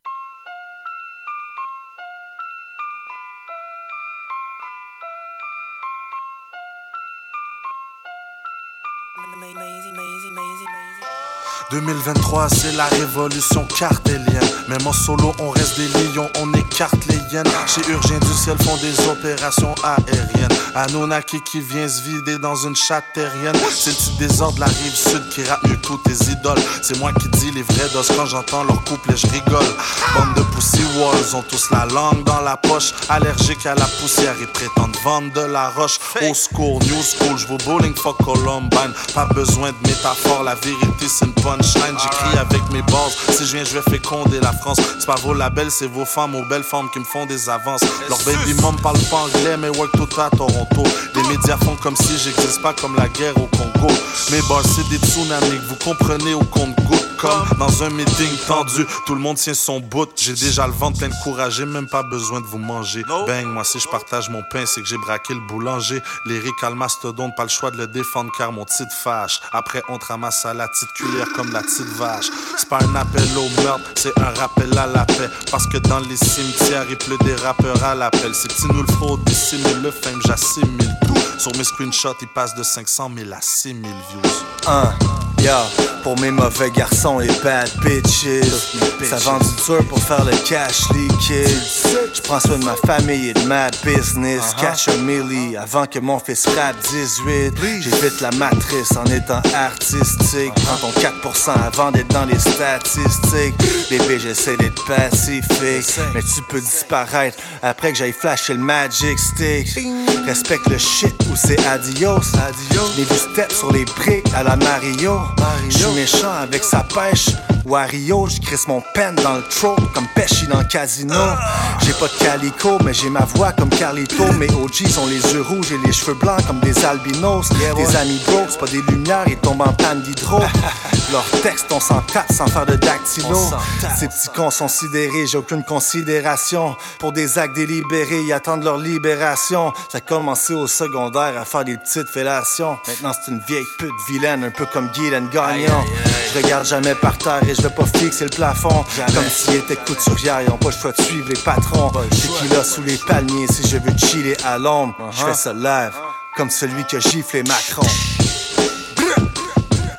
deux mille vingt-trois, c'est la révolution cartélienne. Même en solo, on reste des lions, on écarte les hyènes. Chez Urgent du ciel font des opérations aériennes. Anunnaki qui vient se vider dans une chatte terrienne. C'est le petit désordre de la rive sud qui rappe mieux que tous tes idoles. C'est moi qui dis les vrais doses quand j'entends leur couple et je rigole. Bande de pussy walls ont tous la langue dans la poche. Allergiques à la poussière et prétendent vendre de la roche. Old school, new school, j'vaux bowling, fuck Columbine. Pas besoin de métaphore, la vérité c'est une punchline. J'écris avec mes bases, si je viens je vais féconder la France. C'est pas vos labels, c'est vos femmes aux belles formes qui me font des avances. Leur baby mom parle pas anglais mais work tout à Toronto. Les médias font comme si j'existe pas, comme la guerre au Congo. Mes bars c'est des tsunamis, vous comprenez au compte-gouttes. Comme dans un meeting tendu, tout le monde tient son bout. J'ai déjà le ventre plein de courage, j'ai même pas besoin de vous manger. Bang, moi si je partage mon pain, c'est que j'ai braqué le boulanger. Lyrical mastodonte, pas le choix de le défendre car mon titre fâche. Après on te ramasse à la petite cuillère comme la petite vache. C'est pas un appel au meurtre, c'est un rappel à la paix. Parce que dans les cimetières, il pleut des rappeurs à l'appel. C'est petit nous le faut, dissimule le fame, j'assimile tout. Sur mes screenshots, ils passent de cinq cent mille à six mille views. Un, yo, pour mes mauvais garçons et bad bitches. Ça vend du dur pour faire le cash liquide. J'prends soin de ma famille et de ma business. Catch a milli avant que mon fils frappe dix-huit. J'évite la matrice en étant artistique. Prends ton quatre pour cent avant d'être dans les statistiques. Bébé, j'essaie d'être pacifique, mais tu peux disparaître après que j'aille flasher le magic stick. Respecte le shit ou c'est adios. Les vu step sur les briques à la Mario. J'suis méchant avec sa pêche. Wario, j'crisse mon pen dans le throat comme Pesci dans le casino. J'ai pas de calico, mais j'ai ma voix comme Carlito. Mes O Gs ont les yeux rouges et les cheveux blancs comme des albinos. Des amis bros, c'est pas des lumières, ils tombent en panne d'hydro. Leurs textes, on s'en tape sans faire de dactylo. Ces petits cons sont sidérés, j'ai aucune considération. Pour des actes délibérés, ils attendent leur libération. Ça a commencé au secondaire à faire des petites fellations. Maintenant c'est une vieille pute vilaine, un peu comme Guylaine Gagnon. Je regarde jamais par terre et je vais pas fixer le plafond. Jamais. Comme s'ils étaient couturières, ils ont pas le choix de suivre les patrons. J'ai qui là sous les palmiers si je veux chiller à l'ombre. Uh-huh. Je fais ça live, comme celui qui a giflé Macron.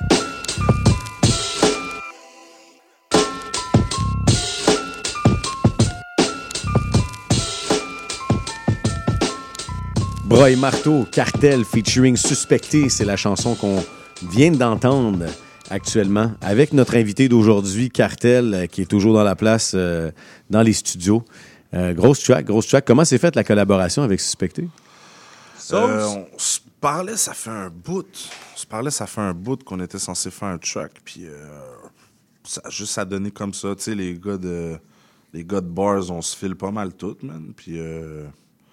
Broy Marteau, Cartel featuring Suspecté, c'est la chanson qu'on vient d'entendre actuellement avec notre invité d'aujourd'hui, Cartel, euh, qui est toujours dans la place euh, dans les studios. Euh, grosse track, grosse track. Comment s'est faite la collaboration avec Suspecté? Euh, on se parlait, ça fait un bout. On se parlait, ça fait un bout qu'on était censé faire un track, puis euh, ça a juste à donner comme ça. Tu sais, les gars de les gars de bars, on se file pas mal toutes, man. Puis euh,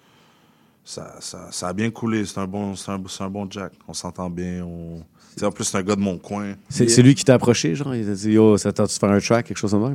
ça, ça, ça a bien coulé. C'est un bon, c'est un, c'est un bon Jack. On s'entend bien. On... En plus, c'est un gars de mon coin. C'est, c'est lui qui t'a approché, genre? Il t'a dit, yo, ça tente de faire un track, quelque chose comme ça?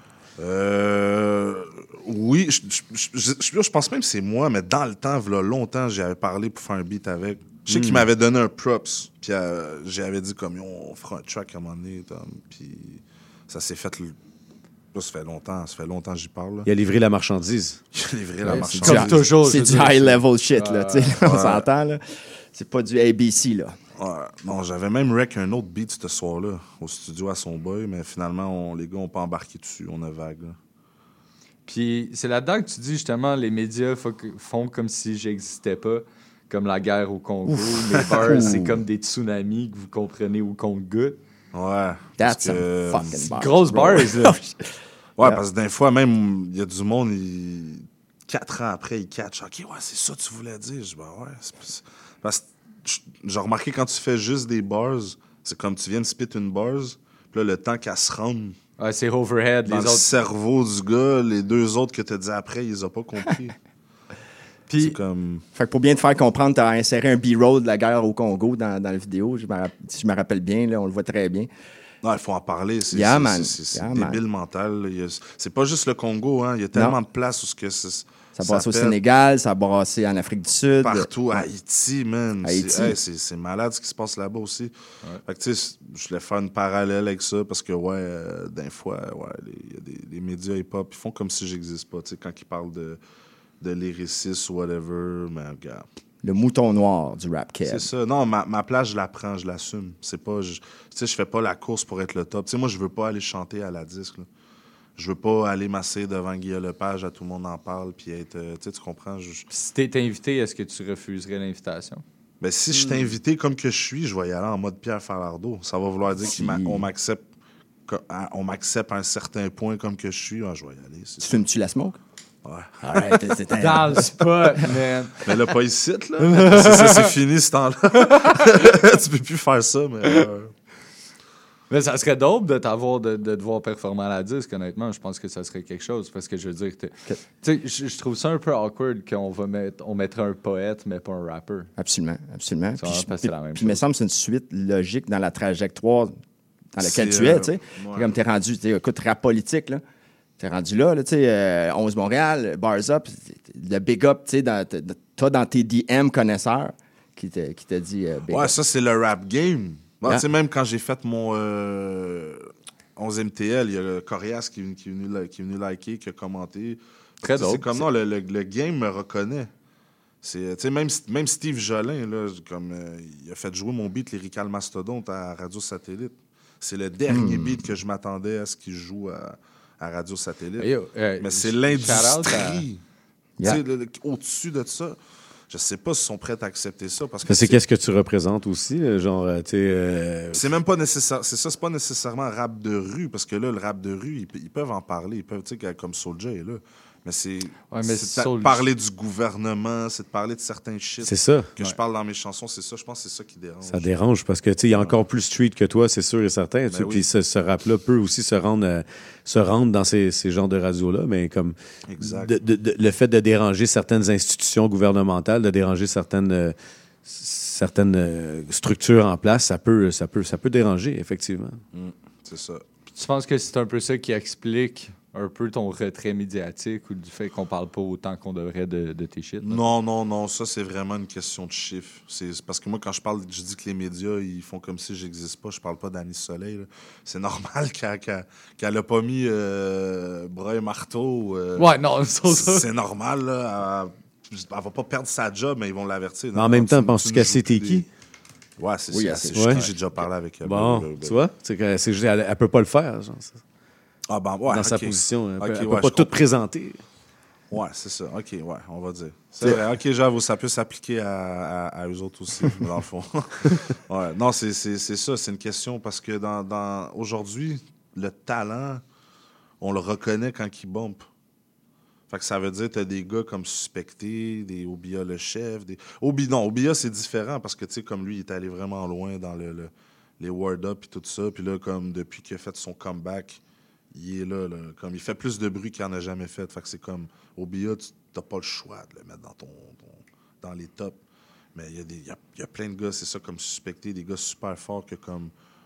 Euh, oui, je, je, je, je, je pense même que c'est moi, mais dans le temps, v'là longtemps, j'avais parlé pour faire un beat avec. Je sais mm. qu'il m'avait donné un props, puis euh, j'avais dit comme, on fera un track à un moment donné, puis ça s'est fait... Le... Là, ça fait longtemps, ça fait longtemps que j'y parle. Là. Il a livré la marchandise. Il a livré ouais, la marchandise. C'est comme toujours. C'est du high-level shit, là, tu sais, on ouais. s'entend, là. C'est pas du A B C, là. Ouais, non, j'avais même rec un autre beat ce soir-là, au studio à son boy, mais finalement, on, les gars n'ont pas embarqué dessus, on a vague. Là. Puis c'est là-dedans que tu dis justement, les médias font comme si j'existais pas, comme la guerre au Congo. Ouf. Les bars, c'est comme des tsunamis que vous comprenez où qu'on goûte. Ouais. That's que... some fucking bars. Grosses bars, là. Ouais, yeah. Parce que des fois, même, il y a du monde, il... quatre ans après, ils catchent. OK, ouais, c'est ça que tu voulais dire. Je dis, ben ouais. C'est... Parce que j'ai remarqué quand tu fais juste des bars, c'est comme tu viens de spit une bars, puis là, le temps qu'elle se rende. Ouais, c'est overhead. Dans les le autres... cerveau du gars, les deux autres que tu as dit après, ils les ont pas compris. Puis, c'est comme... Fait que pour bien te faire comprendre, tu as inséré un B-roll de la guerre au Congo dans, dans la vidéo. Je si je me rappelle bien, là, on le voit très bien. Non, il faut en parler. C'est, yeah, c'est, man. c'est, c'est, yeah, c'est débile man. mental. Il y a, c'est pas juste le Congo. Hein. Il y a tellement non. de places où ce que c'est... Ça brasse au Sénégal, ça brasse en Afrique du Sud. Partout, à Haïti, man. Haïti. C'est, hey, c'est, c'est malade ce qui se passe là-bas aussi. Ouais. Fait que, tu sais, je voulais faire une parallèle avec ça parce que, ouais, euh, d'un fois, ouais, les, y a des, les médias hip-hop, ils font comme si j'existe pas. Tu sais, quand ils parlent de, de lyricistes ou whatever, mais regarde. Le mouton noir du rap kid. C'est ça. Non, ma, ma place, je la prends, je l'assume. C'est pas... Tu sais, je fais pas la course pour être le top. Tu sais, moi, je veux pas aller chanter à la disque, là. Je veux pas aller masser devant Guillaume Lepage, à tout le monde en parle, puis être... Euh, tu sais, tu comprends? Je... Si t'es invité, est-ce que tu refuserais l'invitation? Ben, si mm. je t'ai invité comme que je suis, je vais y aller en mode Pierre Falardeau. Ça va vouloir dire si. qu'on m'accepte, on m'accepte à un certain point comme que je suis. Ah, je vais y aller. Tu fumes-tu la smoke? Ouais. Arrête, c'est un... Dans le spot, man. Mais là, pas ici, là. c'est, c'est, c'est fini, ce temps-là. Tu peux plus faire ça, mais... Euh... Mais ça serait dope de t'avoir, de, de te voir performer à la disque, honnêtement. Je pense que ça serait quelque chose. Parce que je veux dire, tu sais, je, je trouve ça un peu awkward qu'on va mettre, on mettrait un poète, mais pas un rapper. Absolument, absolument. Ça puis, puis, la même puis il me semble que c'est une suite logique dans la trajectoire dans laquelle c'est, tu es, tu sais. Euh, ouais. Comme t'es rendu, tu écoute, rap politique, là. T'es rendu là, là tu sais, euh, onze Montréal, Bars Up, le big up, tu sais, dans, toi dans tes D M connaisseurs qui t'a, qui t'a dit euh, big ouais, up. Ça, c'est le rap game. Bon, yeah. Tu sais, même quand j'ai fait mon euh, onze M T L, il y a le Corias qui, qui, est venu, qui est venu liker, qui a commenté. Très c'est, dope. C'est comme, non, le, le, le game me reconnaît. C'est, tu sais, même, même Steve Jolin, là, comme, euh, il a fait jouer mon beat Lyrical Mastodonte à Radio Satellite. C'est le dernier mm. beat que je m'attendais à ce qu'il joue à, à Radio Satellite. Yo, euh, Mais c'est l'industrie. À... Yeah. Le, le, au-dessus de ça. Je sais pas s'ils sont prêts à accepter ça. Parce que c'est, c'est qu'est-ce que tu représentes aussi, genre, tu sais... Euh... C'est même pas nécessaire... C'est ça, c'est pas nécessairement rap de rue, parce que là, le rap de rue, ils, ils peuvent en parler. Ils peuvent, tu sais, comme Soulja est là. Mais c'est, ouais, mais c'est Soul... de parler du gouvernement, c'est de parler de certains shit. C'est ça. Que ouais. je parle dans mes chansons, c'est ça. Je pense que c'est ça qui dérange. Ça dérange, parce que, tu sais, il y a encore plus street que toi, c'est sûr et certain. Ben oui. Puis ce, ce rap-là peut aussi se rendre, euh, se rendre dans ces, ces genres de radios-là, mais comme... Exact. De, de, de, le fait de déranger certaines institutions gouvernementales, de déranger certaines... Euh, certaines euh, structures en place, ça peut, ça peut, ça peut déranger, effectivement. Mmh, c'est ça. Puis tu penses que c'est un peu ça qui explique un peu ton retrait médiatique ou du fait qu'on parle pas autant qu'on devrait de, de tes shit? Là? Non, non, non. Ça, c'est vraiment une question de chiffres. C'est, c'est parce que moi, quand je parle, je dis que les médias, ils font comme si j'existe pas. Je parle pas d'Annie Soleil. Là. C'est normal qu'elle, qu'elle, qu'elle a pas mis euh, bras et marteau. Euh, ouais, non, c'est ça. C'est normal, là. Elle, elle va pas perdre sa job, mais ils vont l'avertir. Mais en même temps, penses-tu qu'elle sait t'es qui? Ouais, c'est oui, ça. c'est c'est ouais. Qui j'ai déjà parlé avec elle. Bon, ben, ben, tu vois? C'est que, c'est juste, elle, elle peut pas le faire, genre. Ah ben, ouais, dans okay. sa position. Elle okay, peut, elle ouais, peut pas tout comprends. présenter. Ouais, c'est ça. OK, ouais, on va dire. C'est vrai. OK, j'avoue, ça peut s'appliquer à, à, à eux autres aussi, dans le fond. Ouais. Non, c'est, c'est, c'est ça, c'est une question parce que dans, dans aujourd'hui, le talent, on le reconnaît quand il bump. Fait que ça veut dire que t'as des gars comme Suspecté, des Obia le chef, des... Obi, non, Obia, c'est différent parce que, tu sais, comme lui, il est allé vraiment loin dans le, le, les Word Up et tout ça. Puis là, comme depuis qu'il a fait son comeback, il est là, là. Comme il fait plus de bruit qu'il en a jamais fait. Fait que c'est comme, Obia, tu n'as pas le choix de le mettre dans, ton, ton, dans les tops. Mais il y, a des, il y, a, il y a plein de gars, c'est ça, comme Suspecté, des gars super forts que comme...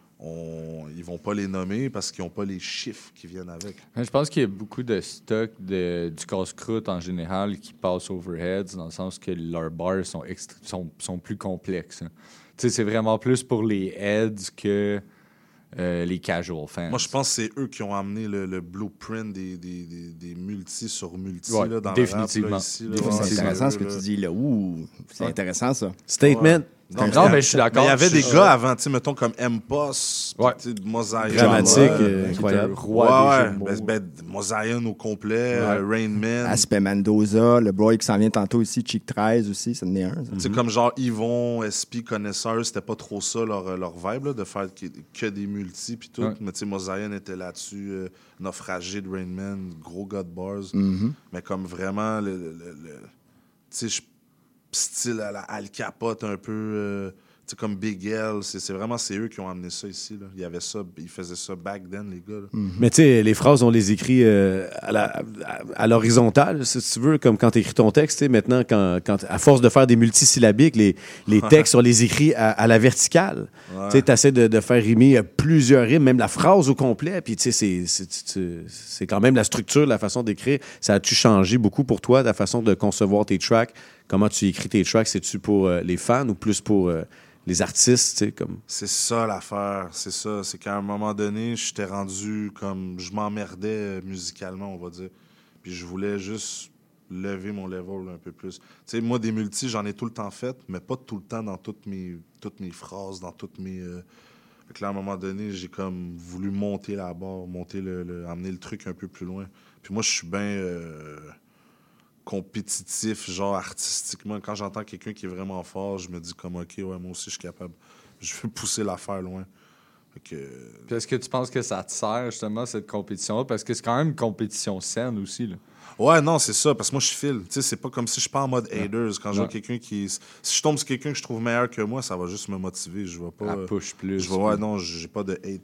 On... Ils vont pas les nommer parce qu'ils n'ont pas les chiffres qui viennent avec. Je pense qu'il y a beaucoup de stock de, du casse-croûte en général qui passent overheads, dans le sens que leurs bars sont, extra... sont, sont plus complexes. Tu sais, c'est vraiment plus pour les heads que euh, les casual fans. Moi, je pense que c'est eux qui ont amené le, le blueprint des, des, des, des multi sur multi ouais, là, dans définitivement. le rap. Là, ici, là. C'est intéressant ouais, ce que là. tu dis là. Ouh, c'est ouais. intéressant ça. Statement. Ouais. Non, non, mais je suis d'accord. Il y avait des je... gars avant, tu sais, mettons comme M-Post, ouais. Mosaïen. Dramatique, ouais, euh, incroyable. Roi ouais, des jeux de mots. ben, ben, Mosaïen au complet, Ouais. euh, Rain Man. Aspect Mendoza, le boy qui s'en vient tantôt ici, Chic treize aussi, ça en est un. Tu sais, comme genre Yvon, S P, Connaisseur, c'était pas trop ça leur, leur vibe, là, de faire que, que des multis puis tout. Ouais. Mais tu sais, Mosaïen était là-dessus, euh, Naufragé de Rain Man, gros gars de bars. Mm-hmm. Mais comme vraiment, le, le, le, le tu sais, style à la Al Capote un peu, euh, tu sais, comme Big L, c'est, c'est vraiment, c'est eux qui ont amené ça ici, là. Il y avait ça, ils faisaient ça back then, les gars, là. Mm-hmm. Mais tu sais, les phrases, on les écrit euh, à, la, à, à l'horizontale, si tu veux, comme quand tu écris ton texte. Tu sais, maintenant, quand, quand, à force de faire des multisyllabiques, les, les textes, on les écrit à, à la verticale. Ouais. Tu sais, essaies de, de faire rimer plusieurs rimes, même la phrase au complet. Puis, tu sais, c'est, c'est, c'est, c'est quand même la structure, la façon d'écrire. Ça a-tu changé beaucoup pour toi, la façon de concevoir tes tracks? Comment tu écris tes tracks? C'est-tu pour euh, les fans ou plus pour euh, les artistes? Tu sais, comme... C'est ça l'affaire, c'est ça. C'est qu'à un moment donné, j'étais rendu comme... Je m'emmerdais euh, musicalement, on va dire. Puis je voulais juste lever mon level un peu plus. Tu sais, moi, des multis, j'en ai tout le temps fait, mais pas tout le temps dans toutes mes, toutes mes phrases, dans toutes mes... Euh... Fait que là, à un moment donné, j'ai comme voulu monter la barre, monter le, le... amener le truc un peu plus loin. Puis moi, je suis bien... Euh... compétitif, genre artistiquement. Quand j'entends quelqu'un qui est vraiment fort, je me dis comme, OK, ouais, moi aussi, je suis capable. Je veux pousser l'affaire loin. Fait que... Puis est-ce que tu penses que ça te sert, justement, cette compétition-là? Parce que c'est quand même une compétition saine aussi, là. Ouais, non, c'est ça, parce que moi, je file. Tu sais, c'est pas comme si je suis pas en mode haters. Quand je vois Ouais. quelqu'un qui... Si je tombe sur quelqu'un que je trouve meilleur que moi, ça va juste me motiver. Je vais pas... Elle push plus. Je vais, ouais, non, j'ai pas de hate.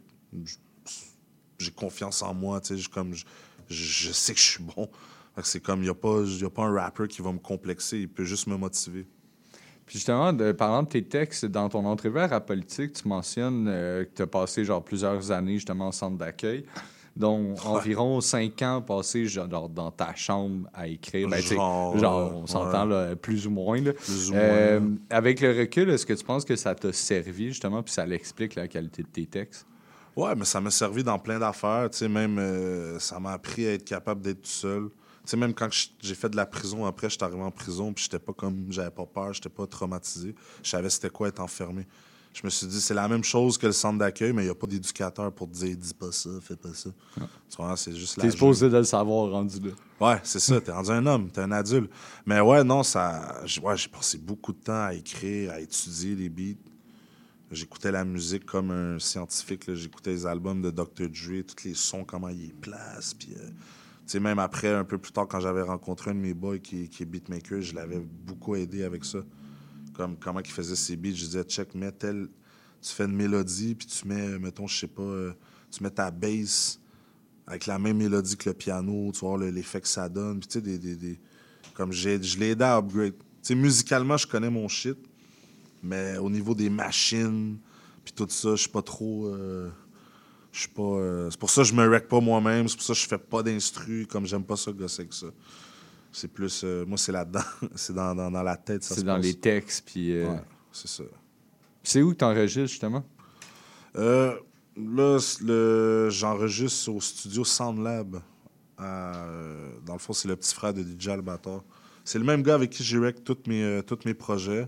J'ai confiance en moi, tu sais. Comme... Je, je sais que je suis bon. Fait que c'est comme, il n'y a, a pas un rapper qui va me complexer, il peut juste me motiver. Puis justement, de, parlant de tes textes, dans ton entrevue à Rap Politique, tu mentionnes euh, que tu as passé genre plusieurs années justement en centre d'accueil, dont ouais. environ cinq ans passés genre, dans ta chambre à écrire. Ben, genre, genre, on s'entend ouais. là, plus ou moins. Là. Plus ou euh, moins. Avec le recul, est-ce que tu penses que ça t'a servi justement, puis ça l'explique la qualité de tes textes? Ouais, mais ça m'a servi dans plein d'affaires. Tu sais, même, euh, ça m'a appris à être capable d'être tout seul. Tu sais, même quand j'ai fait de la prison, après, j'étais arrivé en prison, puis j'étais pas comme... J'avais pas peur, j'étais pas traumatisé. Je savais c'était quoi être enfermé. Je me suis dit, c'est la même chose que le centre d'accueil, mais il n'y a pas d'éducateur pour te dire, dis pas ça, fais pas ça. Ah. Tu vois, c'est juste la... T'es supposé de le savoir rendu là. Ouais, c'est ça, t'es rendu un homme, t'es un adulte. Mais ouais, non, ça... Ouais, j'ai passé beaucoup de temps à écrire, à étudier les beats. J'écoutais la musique comme un scientifique, là. J'écoutais les albums de docteur Dre, tous les sons, comment il les place, puis... Euh... Tu sais, même après, un peu plus tard, quand j'avais rencontré un de mes boys qui, qui est beatmaker, je l'avais beaucoup aidé avec ça. Comme comment il faisait ses beats. Je disais, check, mets tel... Tu fais une mélodie, puis tu mets, mettons, je sais pas, euh, tu mets ta bass avec la même mélodie que le piano, tu vois l'effet que ça donne. Puis tu sais, des, des, des... comme j'ai, je l'ai aidé à upgrade. Tu sais, musicalement, je connais mon shit, mais au niveau des machines, puis tout ça, je suis pas trop... Euh... Je suis pas. Euh, c'est pour ça que je me wreck pas moi-même. C'est pour ça que je fais pas d'instru. Comme j'aime pas ça gosser que ça. C'est plus. Euh, moi, c'est là-dedans. C'est dans, dans, dans la tête. Ça c'est se dans passe. les textes. Puis. Euh... Ouais, c'est ça. C'est où que t'enregistres, justement? Euh, là, le, j'enregistre au studio Soundlab. À, euh, dans le fond, c'est le petit frère de D J Albator. C'est le même gars avec qui j'ai wreck tous mes, euh, tous mes projets.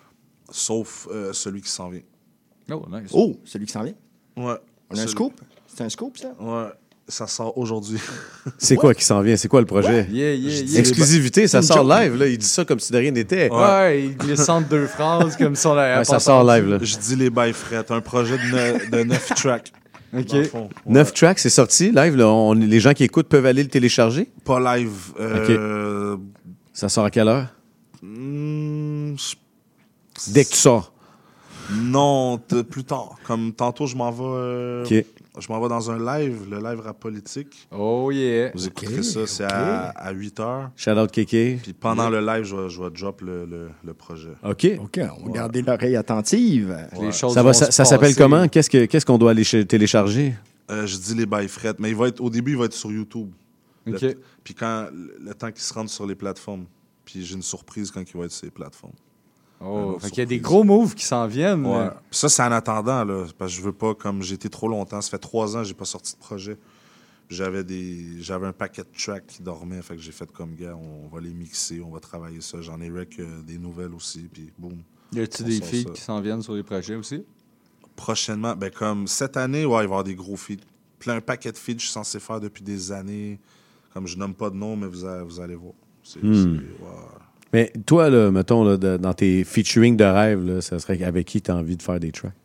Sauf euh, celui qui s'en vient. Oh, nice. Oh, celui qui s'en vient? Ouais. On a un scoop? C'est un scoop, ça? Ouais. Ça sort aujourd'hui. C'est quoi qui s'en vient? C'est quoi le projet? Yeah, yeah, yeah. Exclusivité, ça C'est sort une joke. live. Là. Il dit ça comme si de rien n'était. Ouais, ouais il glisse entre deux phrases comme si on l'avait Ouais, ça pas sort entendu. live. Là. Je dis les bails frettes. Un projet de, ne- de neuf tracks. OK. Dans le fond. Ouais. Neuf tracks, c'est sorti live. Là. On- les gens qui écoutent peuvent aller le télécharger? Pas live. Euh, OK. Ça sort à quelle heure? hmm, je- Dès que tu sors. Non, t- plus tard. Comme tantôt, je m'en vais. euh, OK. Je m'en vais dans un live, le live rap politique. Oh yeah. Vous écouterez OK, ça, c'est OK. à, à huit heures. Shout out Kéké. Puis pendant le live, je vais, je vais drop le, le, le projet. OK. OK, on va garder l'oreille attentive. Les choses Ça, va, vont ça, se ça s'appelle passer. comment? Qu'est-ce que- qu'est-ce qu'on doit aller ch- télécharger? Euh, je dis les bails frettes, mais il va être, au début, il va être sur YouTube. Le- OK. puis quand le temps qu'il se rende sur les plateformes. Puis j'ai une surprise quand il va être sur les plateformes. Oh, Une fait qu'il y a des surprise. gros moves qui s'en viennent. Ouais. là. Puis ça, c'est en attendant, là. Parce que je veux pas, comme j'ai été trop longtemps. Ça fait trois ans que j'ai pas sorti de projet. J'avais des j'avais un paquet de tracks qui dormaient. Fait que j'ai fait comme gars, on va les mixer, on va travailler ça. J'en ai rec euh, des nouvelles aussi. Puis boum. Y a-tu on des sort filles ça. qui s'en viennent sur les projets aussi? Prochainement, ben comme cette année, ouais, il va y avoir des gros feats. Plein un paquet de feats que je suis censé faire depuis des années. Comme je nomme pas de nom, mais vous, a- vous allez voir. C'est, Hmm. c'est- ouais. Mais toi, là, mettons, là, de- dans tes featuring de rêve, là, ça serait avec qui tu as envie de faire des tracks?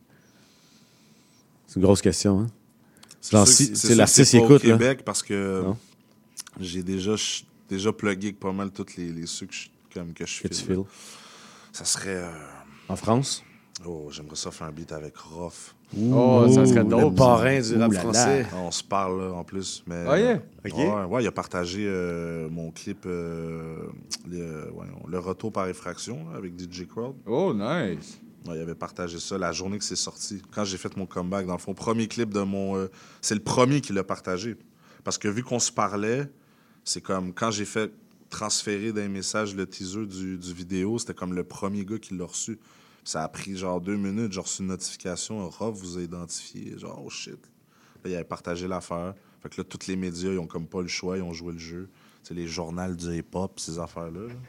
C'est une grosse question, hein? C'est Genre, sûr si- que- si c'est sûr l'artiste que c'est pas écoute, au là. Québec parce que Non? j'ai déjà, je suis déjà plugué avec pas mal tous les, les ceux que je, comme que je Que tu file, files. là. Ça serait... euh, En France? Oh, j'aimerais ça faire un beat avec Rof. Oh, ça serait le dope. parrain du rap Ouh là là. français. On se parle là, en plus. Mais, Ah, yeah? OK. Ouais, ouais, il a partagé euh, mon clip euh, le, voyons, le retour par effraction là, avec D J Crowd. Oh, nice. Ouais, il avait partagé ça la journée que c'est sorti. Quand j'ai fait mon comeback, dans le fond, premier clip de mon... euh, c'est le premier qui l'a partagé. Parce que vu qu'on se parlait, c'est comme quand j'ai fait transférer d'un message le teaser du, du vidéo, c'était comme le premier gars qui l'a reçu. Ça a pris genre deux minutes, j'ai reçu une notification, Rof vous a identifié, genre oh shit. Là, il avait partagé l'affaire. Fait que là, tous les médias, ils ont comme pas le choix, ils ont joué le jeu. C'est les journaux du hip-hop, ces affaires-là. là.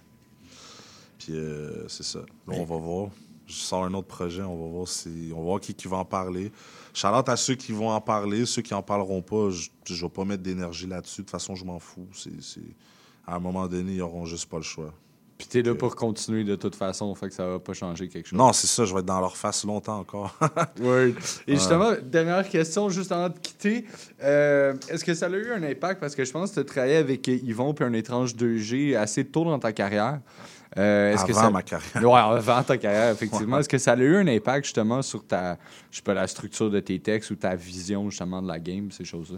Puis euh, c'est ça. Là, on va voir. Je sors un autre projet, on va voir si. On va voir qui, qui va en parler. Shout-out à ceux qui vont en parler, ceux qui en parleront pas, je, je vais pas mettre d'énergie là-dessus. De toute façon, je m'en fous. C'est, c'est... À un moment donné, ils auront juste pas le choix. Puis t'es là pour continuer de toute façon, fait que ça va pas changer quelque chose. Non, c'est ça, je vais être dans leur face longtemps encore. Oui. Et justement, dernière question, juste avant de quitter. Euh, est-ce que ça a eu un impact? Parce que je pense que tu as travaillé avec Yvon puis un étrange deux G assez tôt dans ta carrière. Euh, est-ce Avant que ça... ma carrière. Oui, avant ta carrière, effectivement. Ouais. Est-ce que ça a eu un impact justement sur ta, je sais pas, la structure de tes textes ou ta vision justement de la game, ces choses-là?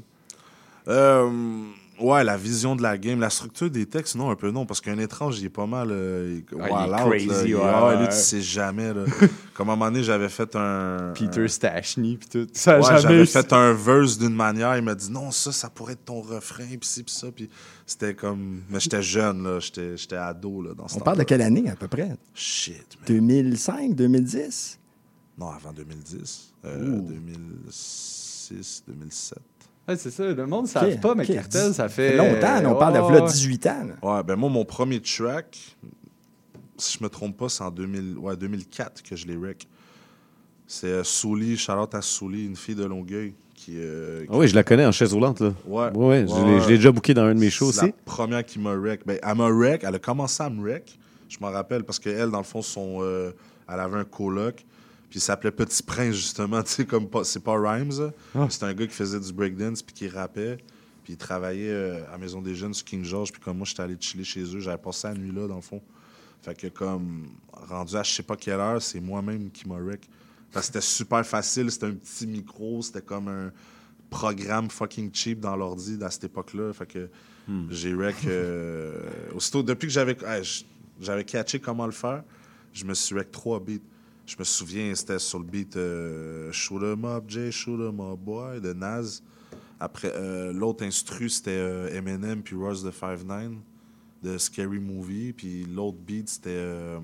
Euh, ouais, la vision de la game, la structure des textes, non, un peu non, parce qu'un étrange, il est pas mal. Euh, il, Ah, il est wild out, crazy, là. Il- ouais, ah, ouais. lui, tu sais jamais. Là. Comme à un moment donné, j'avais fait un. Peter un... Stachny, puis tout. Ça a Ouais, jamais j'avais eu- fait un verse d'une manière. Il m'a dit non, ça, ça pourrait être ton refrain, pis ci, pis ça. Puis c'était comme. Mais j'étais jeune, là. J'étais, j'étais ado, là, dans ce On parle de quelle année, à peu près? Shit, man. deux mille cinq, deux mille dix? Non, avant deux mille dix. Euh, deux mille six, deux mille sept. Ouais, c'est ça, le monde ne Ok, savent pas, mais ok. Cartel, ça fait... Ça fait longtemps, là, on parle de Ouais, v'là ouais. dix-huit ans. là. Ouais, ben moi, mon premier track, si je me trompe pas, c'est en deux mille, ouais, deux mille quatre que je l'ai rec. C'est euh, Souli, Charlotte à Souli, une fille de Longueuil qui. euh, qui- Ah oui, je la connais en chaise roulante. Là. Ouais. Ouais, ouais, je Ouais, l'ai- je l'ai déjà booké dans un de mes shows C'est aussi. la première qui m'a rec. Ben, elle m'a rec, elle a commencé à me rec. Je m'en rappelle parce qu'elle, dans le fond, son, euh, elle avait un coloc. Puis il s'appelait Petit Prince, justement. Tu sais, comme pas, c'est pas Rhymes. Ah. C'est un gars qui faisait du breakdance puis qui rappait. Puis il travaillait euh, à Maison des Jeunes sur King George. Puis comme moi, j'étais allé chiller chez eux. J'avais passé la nuit là, dans le fond. Fait que comme rendu à je sais pas quelle heure, c'est moi-même qui m'a rec. Parce que c'était super facile. C'était un petit micro. C'était comme un programme fucking cheap dans l'ordi à cette époque-là. Fait que Hmm. j'ai rec... euh, aussitôt, depuis que j'avais hey, j- j'avais catché comment le faire, je me suis rec trois beats. Je me souviens, c'était sur le beat euh, Shoot 'em up, Jay, Shoot 'em up, boy, de Nas. Après, euh, l'autre instru, c'était euh, Eminem puis Ross the five nine de Scary Movie. Puis l'autre beat, c'était euh,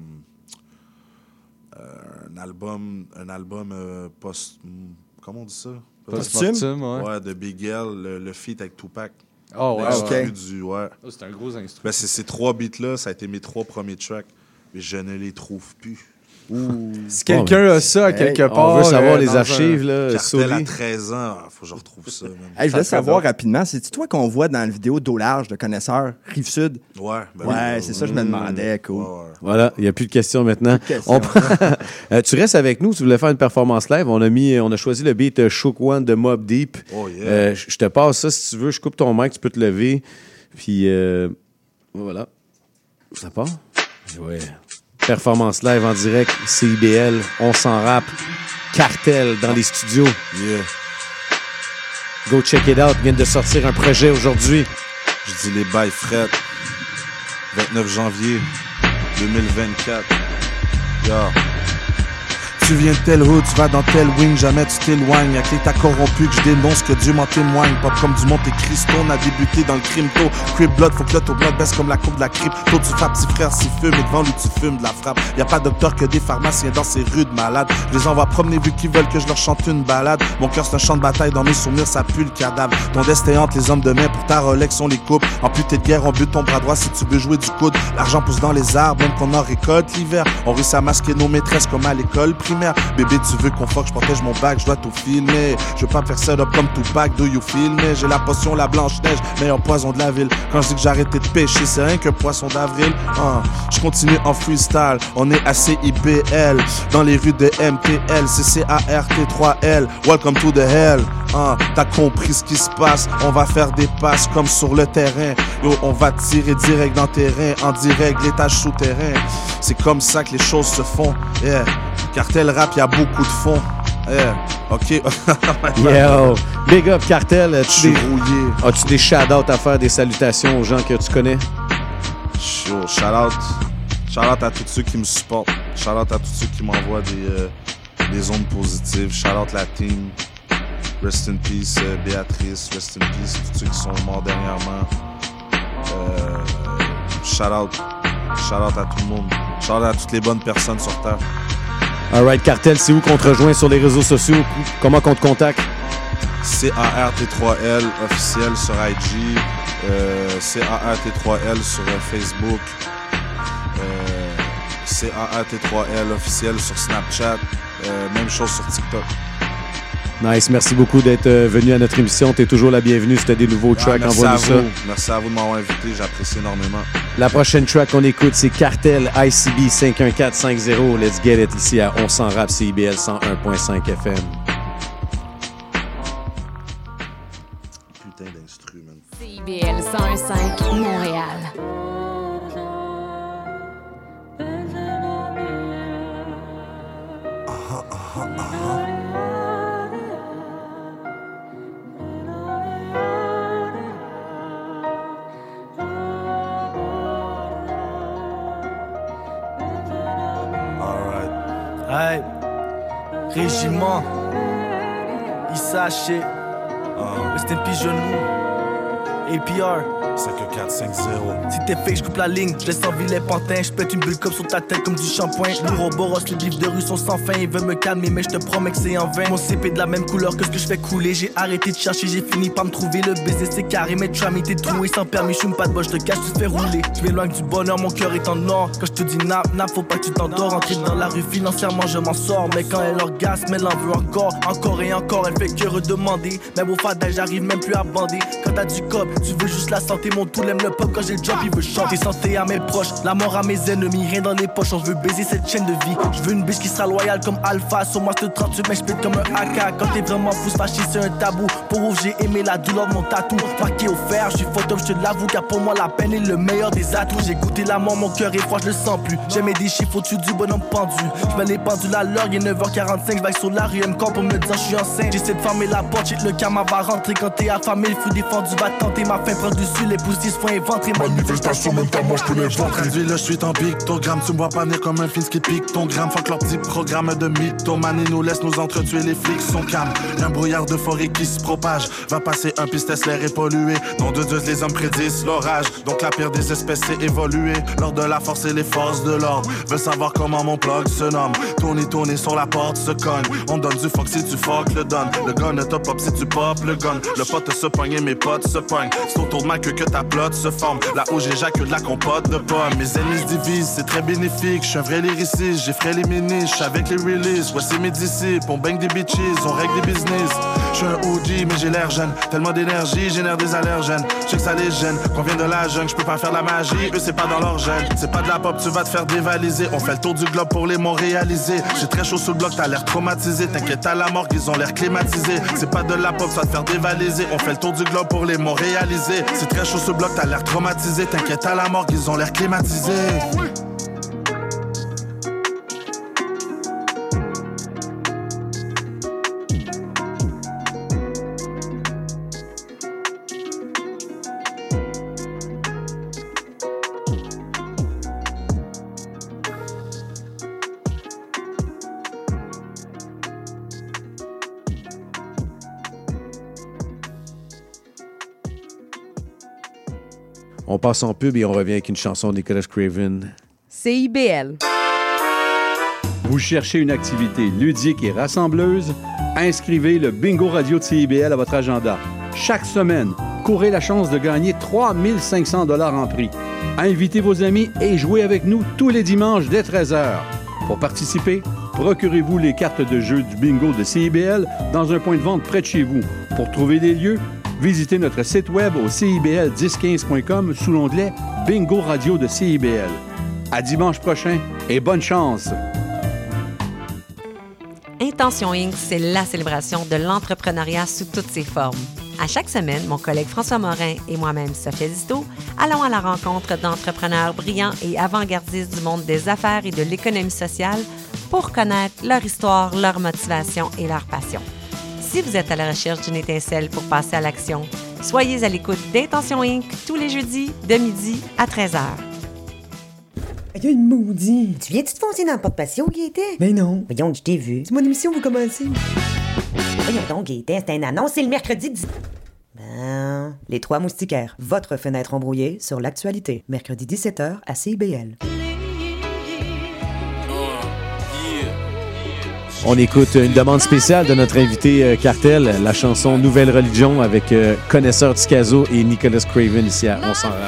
euh, un album, un album euh, post... Comment on dit ça? Postmortem, ouais. Ouais, de Big L, le, le feat avec Tupac. Oh, ouais, L'instru ouais. du... Ouais. Oh, c'est un gros instrument. Ben, c'est ces trois beats-là, ça a été mes trois premiers tracks. Mais je ne les trouve plus. Si quelqu'un a ça quelque part. On veut savoir euh, les dans archives, un... là. Cartel à treize ans, il faut que je retrouve ça. Hey, je voulais savoir rapidement, c'est-tu toi qu'on voit dans la vidéo d'Au large de connaisseurs, Rive-Sud? Ouais. Ben ouais, oui, c'est oui. ça, je me demandais. Cool. Ouais, ouais. Voilà, il n'y a plus de questions maintenant. Plus de questions. On prend- Euh, tu restes avec nous, tu voulais faire une performance live. On a, mis, on a choisi le beat euh, Shook One de Mobb Deep. Oh, yeah. Euh, je je te passe ça si tu veux. Je coupe ton mic, tu peux te lever. Puis euh, voilà. Ça part? Ouais. Performance live en direct, C I B L, on s'en rappe. Cartel dans les studios. Yeah. Go check it out. Vient de sortir un projet aujourd'hui. Je dis les bails frettes. vingt-neuf janvier deux mille vingt-quatre. Yo. Tu viens de tel hood, tu vas dans tel wing, jamais tu t'éloignes. Y'a que l'état corrompu que je dénonce, que Dieu m'en témoigne. Pop comme du Monte Cristo, on a débuté dans le crypto. Crip blood, faut que l'autoblood baisse comme la courbe de la crypto. Tu frappes petit frère s'il fume et devant lui tu fumes de la frappe. Y'a pas docteur que des pharmaciens dans ces rues de malades. Je les envoie promener vu qu'ils veulent que je leur chante une balade. Mon cœur c'est un champ de bataille, dans mes souvenirs ça pue le cadavre. Ton destin hante les hommes de main, pour ta Rolex on les coupe. Amputé de guerre, on bute ton bras droit si tu veux jouer du coude. L'argent pousse dans les arbres, même qu'on en récolte l'hiver. On réussit à masquer nos maîtresses comme à l'école primaire. Bébé, tu veux qu'on fuck, je protège mon bac, je dois tout filmer. Je veux pas me faire set up comme Tupac, do you feel me? J'ai la potion, la blanche-neige, meilleur poison de la ville. Quand je dis que j'ai arrêté de pêcher, c'est rien qu'un poisson d'avril. Uh, je continue en freestyle, on est à C I B L. Dans les rues de M T L, C C A R T trois L. Welcome to the hell. Uh, T'as compris ce qui se passe, on va faire des passes comme sur le terrain. Yo, on va tirer direct dans le terrain, en direct, l'étage souterrain. C'est comme ça que les choses se font, yeah. Cartel rap, y'a beaucoup de fonds. Yeah. OK. Yo, big up Cartel. Je suis rouillé. As-tu des shout-outs à faire, des salutations aux gens que tu connais? Sure. Shout-out. Shout-out à tous ceux qui me supportent. Shout-out à tous ceux qui m'envoient des, euh, des ondes positives. Shout-out la team. Rest in peace, euh, Béatrice. Rest in peace, tous ceux qui sont morts dernièrement. Euh, shout-out. Shout-out à tout le monde. Shout-out à toutes les bonnes personnes sur Terre. Alright, Cartel, c'est où qu'on te rejoint sur les réseaux sociaux? Comment qu'on te contacte? C A R T trois L officiel sur I G, euh, C A R T trois L sur euh, Facebook, euh, C A R T trois L officiel sur Snapchat, euh, même chose sur TikTok. Nice, merci beaucoup d'être euh, venu à notre émission. T'es toujours la bienvenue. Si t'as des nouveaux Ah, tracks, merci envoie-nous à ça. vous. Merci à vous de m'avoir invité, j'apprécie énormément. La prochaine track qu'on écoute, c'est Cartel I C B cinq un quatre cinq zéro. Let's get it ici à On s'en rappe C I B L cent un point cinq F M. Putain d'instrument. C I B L cent un point cinq Montréal. Hey, régiment, il s'achète. Rest in peace, jeune loup. A P R. cinq un quatre cinq zéro. Si t'es fake, je coupe la ligne, je laisse envie les pantins. Je pète une bulle comme sur ta tête comme du shampoing. L'ouroboros, les bifs de rue sont sans fin. Ils veulent me calmer, mais je te promets que c'est en vain. Mon C P de la même couleur que ce que je fais couler. J'ai arrêté de chercher, j'ai fini par me trouver. Le baiser c'est carré, mais tramé t'es troué. Sans permis, je pas de bois, je te cache, tu te fais rouler. Je m'éloigne du bonheur, mon cœur est en or. Quand je te dis nap, nap, faut pas que tu t'endors. Entrer dans la rue financièrement, je m'en sors. Mais quand elle orgasme, elle en veut encore. Encore et encore, elle fait que redemander. Même au fadage, j'arrive même plus à bander. Quand t'as du cop, tu veux juste la santé, mon tout l'aime le pop. Quand j'ai le job, il veut chanter santé à mes proches. La mort à mes ennemis, rien dans les poches. On veut baiser cette chaîne de vie. Je veux une bitch qui sera loyale comme Alpha. Sur moi, je te trente-huit, mais je pète comme un A K. Quand t'es vraiment fou, fâché, c'est un tabou. Pour ouf, j'ai aimé la douleur de mon tatou. Marqué au fer, je suis photo, je te l'avoue. Car pour moi, la peine est le meilleur des atouts. J'ai goûté la mort, mon cœur est froid, je le sens plus. J'ai mis des chiffres au-dessus du bonhomme pendu. Je mets les pendules à l'heure, il est neuf heures quarante-cinq. Je vais sur la rue, elle me campe pour me dire je suis enceinte. J'essaie de fermer la porte, j'ai le karma va rentrer. Quand t'es affamé, le flou défendu va tenter. Ma faim prend dessus, les poussies se font éventrer. Manifestation, même pas moi, je peux les vendre. Traduit là, je suis en pictogramme. Tu me vois pas venir comme un fils qui pique ton gramme. Fuck leur petit programme de mythomanie. Nous laisse nous entretuer, les flics sont calmes. Un brouillard de forêt qui se propage. Va passer un piste, l'air est pollué. Nom de Dieu, les hommes prédisent l'orage. Donc la pire des espèces, c'est évoluer. Lors de la force et les forces de l'ordre veulent savoir comment mon plug se nomme. Tourner, tourner sur la porte, se cogne. On donne du fuck si tu fuck le donne. Le gun ne top up si tu pop le gun. Le pote se pogne et mes potes se pognent. C'est autour de ma queue que que ta plotte se forme. Là où j'éjacule de la compote de pommes. Mes ennemis se divisent, c'est très bénéfique. J'suis un vrai lyriciste, j'effraie les méniches avec les releases. Ouais, c'est mes disciples, on bang des bitches, on règle des business. J'suis un O G, mais j'ai l'air jeune. Tellement d'énergie, génère des allergènes. J'sais que ça les gêne, qu'on vient de la jungle, j'peux pas faire la magie. Eux, c'est pas dans leur gène. C'est pas de la pop, tu vas te faire dévaliser. On fait le tour du globe pour les Montréalisés. J'ai très chaud sous le bloc, t'as l'air traumatisé. T'inquiète à la mort, ils ont l'air climatisés. C'est pas de la pop, ça va te faire dévaliser. On fait le tour du globe pour les Montréalisés. C'est très chaud sous le bloc, t'as l'air traumatisé. T'inquiète à la mort, ils ont l'air climatisés. On passe en pub et on revient avec une chanson de Nicholas Craven. C I B L. Vous cherchez une activité ludique et rassembleuse? Inscrivez le Bingo Radio de C I B L à votre agenda. Chaque semaine, courez la chance de gagner trois mille cinq cents dollars en prix. Invitez vos amis et jouez avec nous tous les dimanches dès treize heures. Pour participer, procurez-vous les cartes de jeu du Bingo de C I B L dans un point de vente près de chez vous. Pour trouver des lieux, visitez notre site web au C I B L dix quinze point com sous l'onglet Bingo Radio de C I B L. À dimanche prochain et bonne chance! Intention Incorporée, c'est la célébration de l'entrepreneuriat sous toutes ses formes. À chaque semaine, mon collègue François Morin et moi-même, Sophia Zito, allons à la rencontre d'entrepreneurs brillants et avant-gardistes du monde des affaires et de l'économie sociale pour connaître leur histoire, leur motivation et leur passion. Si vous êtes à la recherche d'une étincelle pour passer à l'action, soyez à l'écoute d'Intention Incorporée tous les jeudis de midi à treize heures. Il y a une maudite. Tu viens-tu te foncer dans le porte-patio, Gaëtan? Ben non. Voyons, je t'ai vu. C'est mon émission, vous commencez. Voyons donc, Gaëtan, c'est une annonce, c'est le mercredi dix... Ben... Les Trois Moustiquaires, votre fenêtre embrouillée sur l'actualité. Mercredi dix-sept heures à C I B L. On écoute une demande spéciale de notre invité euh, Cartel, la chanson Nouvelle Religion avec euh, Connaisseur Ticazo et Nicholas Craven ici à On s'en rap.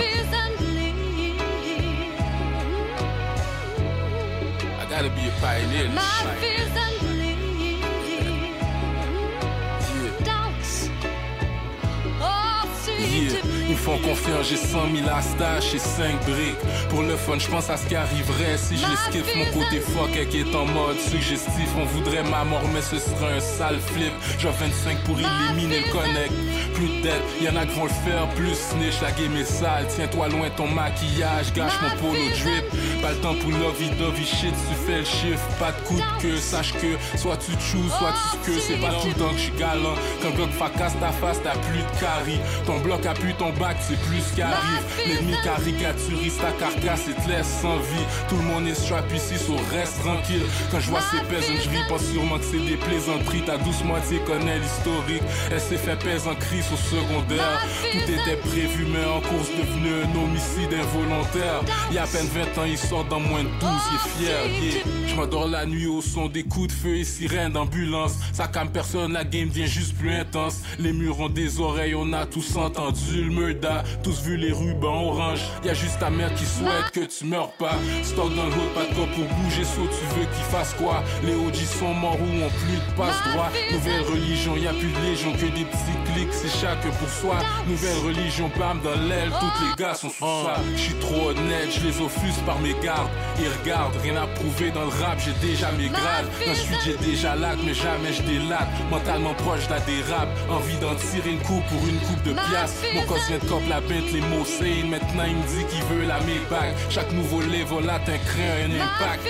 Ils font confiance, j'ai cent mille à stage et cinq briques. Pour le fun, je pense à ce qui arriverait si je les skip. Mon côté fuck qui est en mode suggestif. On voudrait ma mort, mais ce serait un sale flip. J'ai vingt-cinq pour éliminer le connect. Plus de dettes, y'en a qui vont le faire. Plus snitch, la game est sale. Tiens-toi loin ton maquillage, gâche mon polo drip. Pas le temps pour lovey-dovey shit, tu fais le chiffre. Pas de coup de queue, sache que soit tu te chooses, soit tu te queues. C'est pas tout le temps que je suis galant. Quand le bloc fracasse ta face, t'as plus de carie. Ton bloc a pu ton bac, c'est plus qu'arrive. L'ennemi caricaturise ta carcasse et te laisse sans vie. Tout le monde est strap ici, so reste tranquille. Quand je vois ces peasants, je ris pas sûrement que c'est des plaisanteries. Ta douce moitié connaît l'historique. Elle s'est fait pèse en crise au secondaire. Tout était prévu, mais en course devenu un homicide involontaire. Il y a à peine vingt ans, il sort dans moins de douze, il est fier. Yeah. Je m'endors la nuit au son des coups de feu et sirènes d'ambulance. Ça calme personne, la game devient juste plus intense. Les murs ont des oreilles, on a tous entendu le murda. Tous vu les rubans orange. Y'a juste ta mère qui souhaite que tu meurs pas. Stock dans le hood, pas de corps pour bouger, saut tu veux qu'il fasse quoi? Les O G sont morts ou ont plus de passe droit. Nouvelle religion, y'a plus de légion que des petits clics, c'est chacun pour soi. Nouvelle religion, bam dans l'aile, tous les gars sont sous ça. J'suis trop honnête, j'les offuse par mes gardes. Ils regardent, rien à prouver dans le rap, j'ai déjà mes grades. Dans le suite j'ai déjà l'acte, mais jamais j'délate. Mentalement proche de la dérape, envie d'en tirer une coupe pour une coupe de piastres. Mon cos vient de cop la bête, les mots c'est maintenant il me dit qu'il veut la Maybach. Chaque nouveau level atteint crée un impact.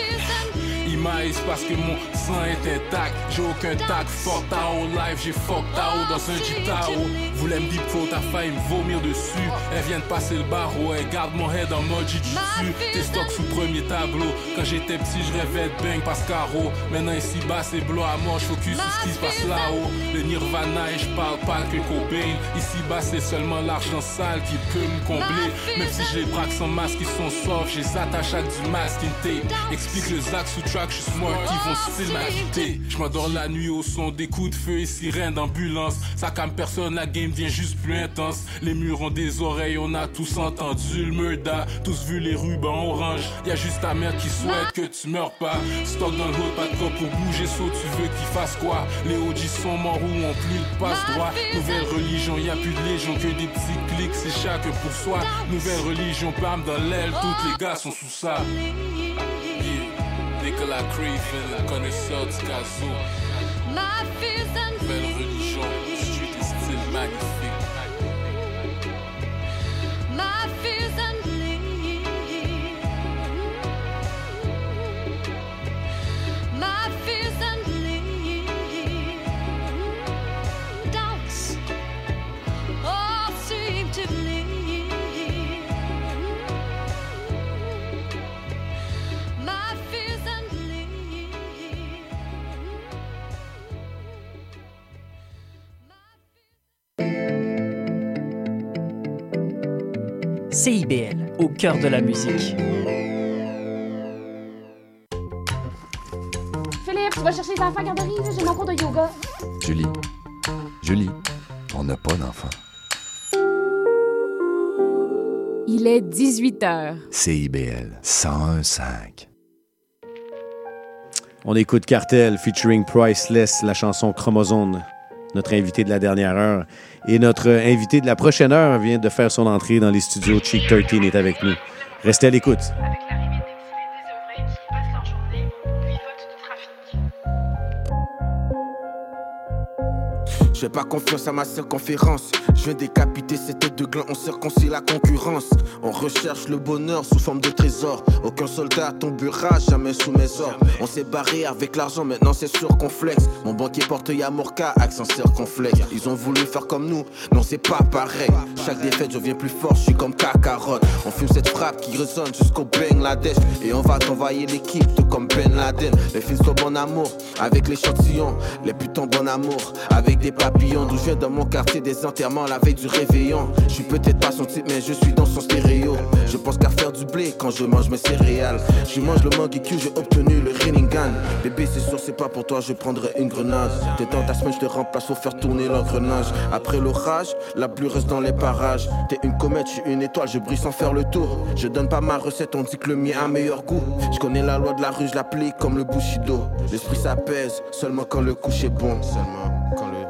Il maïs parce que mon sang est intact. J'ai aucun tact, fuck Tao live, j'ai fuck Tao dans un Jeep Tao. Voulait me dire faut ta faille me vomir dessus. Elle vient de passer le barreau, elle garde mon head en mode jujutsu. Tes stocks sous premier tableau. Quand j'étais petit, je rêvais de bang Pascaro. Maintenant ici bas c'est blanc à mort, focus sur ce qui se passe là-haut. Le Nirvana et je parle pas que Cobain. Ici bas c'est seulement l'argent sale qui peut me combler. Même si je les braque sans masque, ils sont soft, j'ai attaché avec du masking tape. Explique le Zach sous track, je suis smart, ils vont style m'agiter. Je m'endors la nuit au son des coups de feu et sirènes d'ambulance. Ça calme personne, la game devient juste plus intense. Les murs ont des oreilles, on a tous entendu le murda, tous vu les rubans orange. Y'a juste ta mère qui souhaite que tu meurs pas. Stock dans le hood, pas de corps pour bouger, saut, tu veux qu'ils fassent quoi? Les O G sont morts ou ont plus de passe droit. Nouvelle religion, y'a plus de légion que des petits clics, c'est chacun pour soi. Nouvelle religion, bam dans l'aile, tous les gars sont sous ça. Yeah. Nicolas Craven, la connaisseur du caso. Nouvelle religion, street et style magnifique. My fears and bleed. My fears and bleed. Doubts all seem to bleed. My fears and bleed. C I B L, au cœur de la musique. Philippe, tu vas chercher les enfants à garderie, là, j'ai mon cours de yoga. Julie, Julie, on n'a pas d'enfant. Il est dix-huit heures. C I B L cent un virgule cinq. On écoute Cartel featuring Priceless, la chanson Chromosome. Notre invité de la dernière heure. Et notre invité de la prochaine heure vient de faire son entrée dans les studios. Cheek treize est avec nous. Restez à l'écoute. Je fais pas confiance à ma circonférence. Je viens décapiter ces têtes de gland, on circoncit la concurrence. On recherche le bonheur sous forme de trésor. Aucun soldat tombera jamais sous mes ordres. On s'est barré avec l'argent, maintenant c'est circonflexe. Mon banquier porte Yamurka, accent circonflexe. Ils ont voulu faire comme nous, non c'est pas pareil. Chaque défaite je viens plus fort, je suis comme Kakarot. On fume cette frappe qui résonne jusqu'au Bangladesh. Et on va t'envoyer l'équipe, tout comme Ben Laden. Les filles sont bon amour, avec l'échantillon. Les putains bon amour, avec des papillons. D'où je viens dans mon quartier, des enterrements la veille du réveillon. Je suis peut-être pas son type mais je suis dans son stéréo. Je pense qu'à faire du blé quand je mange mes céréales. Je mange le mangue Q, j'ai obtenu le Rinningan. Bébé c'est sûr c'est pas pour toi, je prendrai une grenade. T'es dans ta semaine, je te remplace pour faire tourner l'engrenage. Après l'orage, la pluie reste dans les parages. T'es une comète, je suis une étoile, je brille sans faire le tour. Je donne pas ma recette, on dit que le mien a un meilleur goût. Je connais la loi de la rue, je l'applique comme le Bushido. L'esprit s'apaise seulement quand le couche est bon. Seulement quand le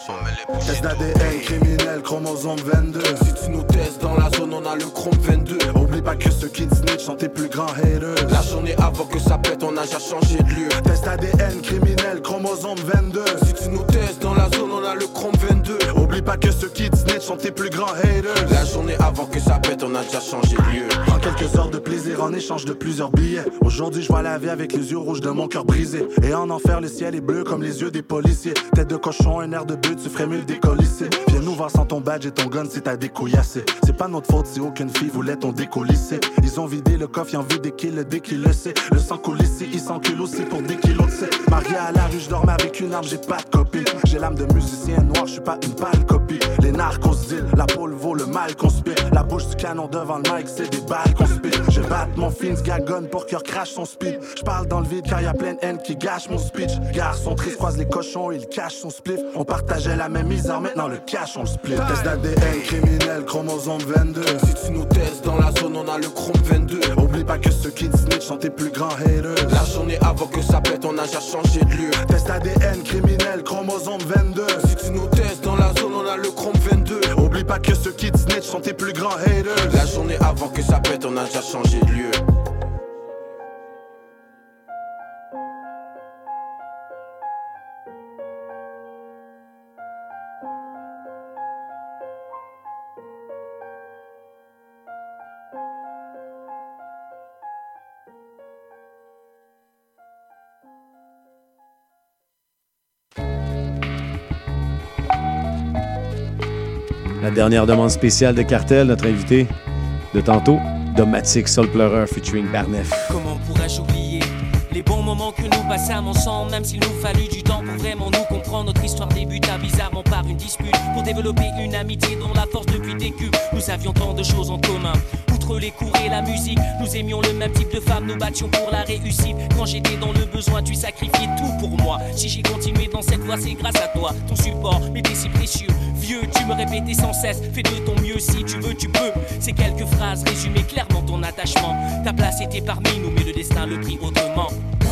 Test d'A D N, criminel, chromosome vingt-deux. Si tu nous testes dans la zone, on a le chrome vingt-deux. Oublie pas que ce qui snitch sont tes plus grands haters. La journée avant que ça pète, on a déjà changé de lieu. Test A D N, criminel, chromosome vingt-deux. Si tu nous testes dans la zone, on a le chrome vingt-deux. Oublie pas que ce qui snitch sont tes plus grands haters. La journée avant que ça pète, on a déjà changé de lieu. Prends quelques heures de plaisir en échange de plusieurs billets. Aujourd'hui, je vois la vie avec les yeux rouges de mon cœur brisé. Et en enfer, le ciel est bleu comme les yeux des policiers. Tête de cochon, un air de but, tu ferais mieux le décollisser. Viens nous voir sans ton badge et ton gun si t'as découillassé. C'est pas notre faute si aucune fille voulait ton décollisser. Ils ont vidé le coffre, ils ont vu des kills dès qu'ils le sait. Le sang coule ici, ils s'enculent aussi pour des kilos de sait. Marié à la rue, je dormais avec une arme, j'ai pas de copine. J'ai l'âme de musicien noir, je suis pas une pâle copie. Les narcos deal, la pôle vaut le mal qu'on spit. La bouche du canon devant le mic, c'est des balles qu'on spit. Je batte mon Fins gagonne pour qu'il crache son speed. Je parle dans le vide car y a plein de haine qui gâche mon speech. Garçon triste, croise les cochons, il cache son spliff. On partageait la même misère, maintenant le cash on le split. Test d'A D N, criminel, chromosome vingt-deux. Si tu nous testes dans la zone, on a le chrome vingt-deux. Oublie pas que ceux qui te snitch sont tes plus grands haters. La journée avant que ça pète, on a déjà changé de lieu. Test A D N, criminel, chromosome vingt-deux. Si tu nous testes dans la zone, on a le chrome vingt-deux. Oublie pas que ceux qui te snitch sont tes plus grands haters. La journée avant que ça pète, on a déjà changé de lieu. La dernière demande spéciale de Cartel, notre invité de tantôt, Domatic Soul Pleureur featuring Barnef. Comment pourrais-je oublier les bons moments que nous passâmes ensemble, même s'il nous fallut du temps pour vraiment nous comprendre. Notre histoire débuta bizarrement par une dispute pour développer une amitié dont la force depuis décuple. Nous avions tant de choses en commun. entre les cours et la musique. Nous aimions le même type de femme, nous battions pour la réussite. Quand j'étais dans le besoin, tu sacrifiais tout pour moi. Si j'ai continué dans cette voie, c'est grâce à toi. Ton support m'était si précieux. Vieux, tu me répétais sans cesse, fais de ton mieux si tu veux, tu peux. Ces quelques phrases résumaient clairement ton attachement. Ta place était parmi nous, mais le destin le prit autrement.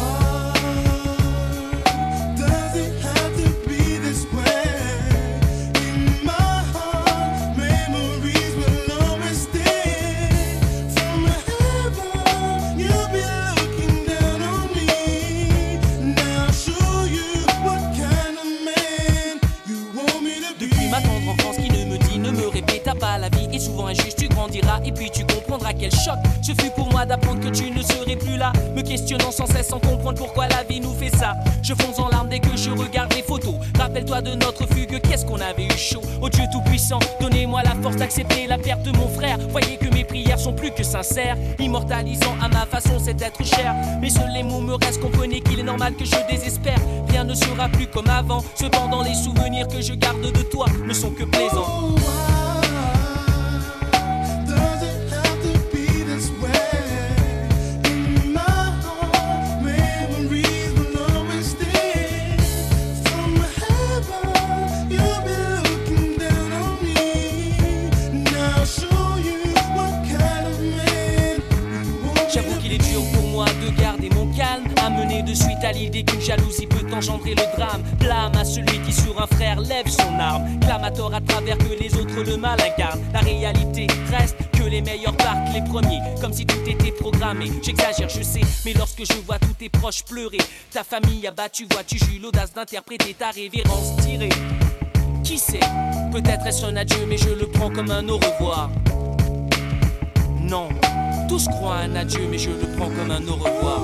Souvent injuste, tu grandiras et puis tu comprendras quel choc ce fut pour moi d'apprendre que tu ne serais plus là, me questionnant sans cesse sans comprendre pourquoi la vie nous fait ça. Je fonce en larmes dès que je regarde les photos. Rappelle-toi de notre fugue, qu'est-ce qu'on avait eu chaud. Oh Dieu tout-puissant, donnez-moi la force d'accepter la perte de mon frère. Voyez que mes prières sont plus que sincères, immortalisant à ma façon cet être cher. Mais seuls les mots me restent, comprenez qu'il est normal que je désespère. Rien ne sera plus comme avant, cependant les souvenirs que je garde de toi ne sont que plaisants. De suite à l'idée qu'une jalousie peut engendrer le drame. Blâme à celui qui sur un frère lève son arme. Clame à tort à travers que les autres le mal incarnent. La réalité reste que les meilleurs partent les premiers, comme si tout était programmé. J'exagère je sais, mais lorsque je vois tous tes proches pleurer, ta famille abattue, vois-tu, j'eus l'audace d'interpréter ta révérence tirée. Qui sait, peut-être est-ce un adieu, mais je le prends comme un au revoir. Non, tous croient un adieu, mais je le prends comme un au revoir.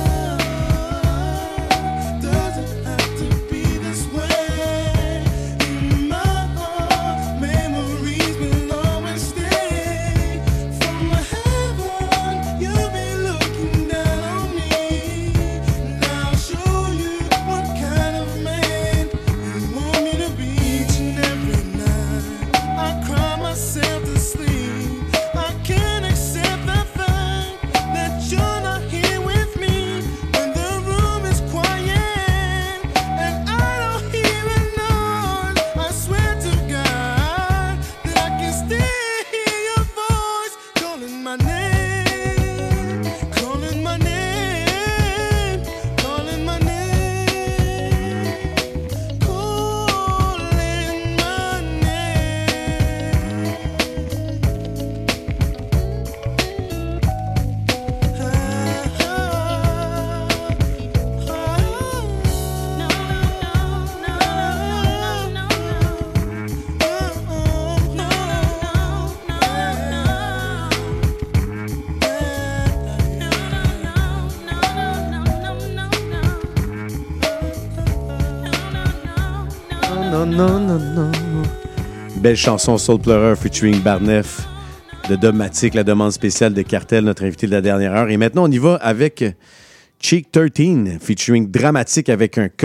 Non, non, non, non. Belle chanson Soul Pleurer featuring Barneff de Dogmatic, la demande spéciale de Cartel, notre invité de la dernière heure. Et maintenant, on y va avec Cheek treize featuring Dramatique avec un K.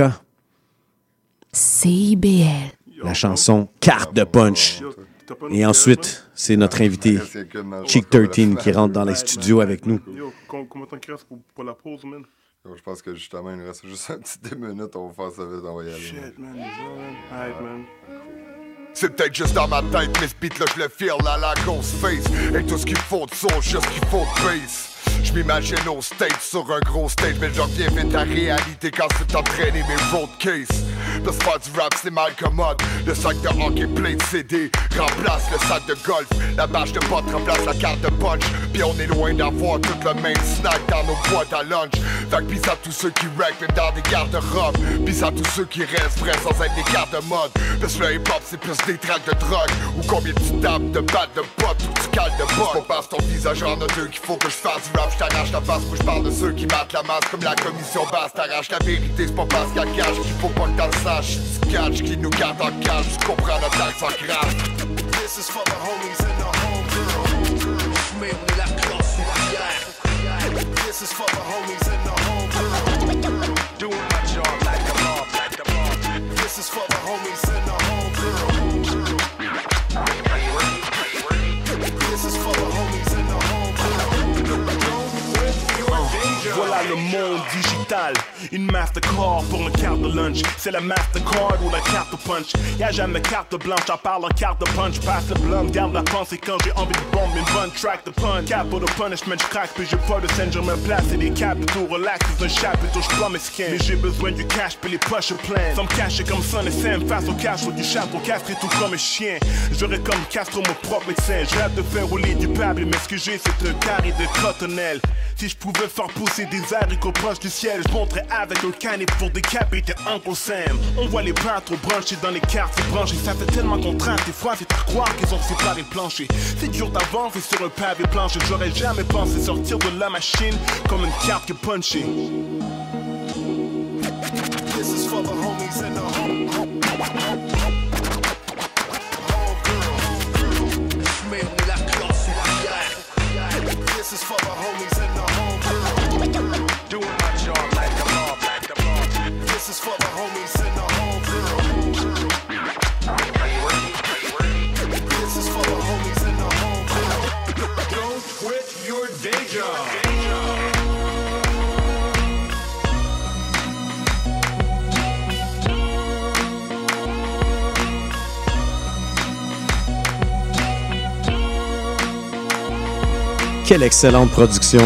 C I B L. La chanson Carte de Punch. Et ensuite, c'est notre invité Cheek treize qui rentre dans les studios avec nous. Yo, combien de temps il reste pour, pour la pause, man? Je pense que justement, il nous reste juste un petit deux minutes. On va faire ça vite, on va y aller. Shit, man. Alright, man. C'est peut-être juste dans ma tête, mais ce beat-là, je le feel à la ghost face. Et tout ce qu'il faut de son, juste ce qu'il faut de bass. Je m'imagine au stage sur un gros stage, mais je reviens vite à réalité quand c'est entraîné mes road cases. De se faire du rap, c'est mal commode. Le sac de hockey plein de C D remplace le sac de golf. La bâche de pote remplace la carte de punch. Puis on est loin d'avoir tout le même snack dans nos boîtes à lunch. Fait que pis à tous ceux qui rap même dans des garde-robes. Pis à tous ceux qui restent vrais sans être des cartes de mode. Parce que le hip-hop c'est plus des tracks de drogue. Ou combien tu tapes de battes de potes ou tu cales de bottes. On passe ton visage en a deux qu'il faut que je fasse du rap. J't'arrache la face, moi j'parle de ceux qui battent la masse. Comme la commission basse, t'arraches la vérité. C'est pas parce qu'elle cache qu'il faut pas que t'en saches. Tu catch qui nous garde en cage. Tu comprends notre accent crash. This is for the homies and the homegirl. Mais on est la classe, c'est la guerre. This is for the homies and the homegirl. Doing my job like a mob, like a mob. This is for the homies and the homegirl. This is for the homies and the homegirl. total. Une Mastercard pour une carte de lunch. C'est la Mastercard ou la carte punch. Y'a jamais carte blanche, à part la carte de punch. Passe le blunt, garde la pensée quand j'ai envie de bomber une bonne track de punch. Cap pour le punishment, j'craque, puis j'ai pas de scène, je me place et des capitaux. Relax, c'est un chapiteau, j'prends mes skins. Mais j'ai besoin du cash, puis les poches pleines. Sans me cacher comme Son et Sam, face au cash ou du chapeau, castré tout comme un chien. J'aurais comme Castro mon propre médecin. Je rêve de faire rouler du papier, mais ce que j'ai, c'est un carré de cotonnelle. Si je pouvais faire pousser des haricots proches du ciel, je monterais avec un canet pour décapiter Uncle Sam. On voit les pâtres branchés dans les quartiers branchés. Ça fait tellement contraste, des fois c'est à croire qu'ils ont séparé le plancher. C'est dur d'avancer sur un pavé plancher. J'aurais jamais pensé sortir de la machine comme une carte que punchée. This is for the homies in the home, home, home, home. Mais on est la classe, this is for the homies in the home girl. Doing my job like a mob, like the mob. This is for the homies in the home girl. This is for the homies in the home girl. Don't quit your day job. Quelle excellente production.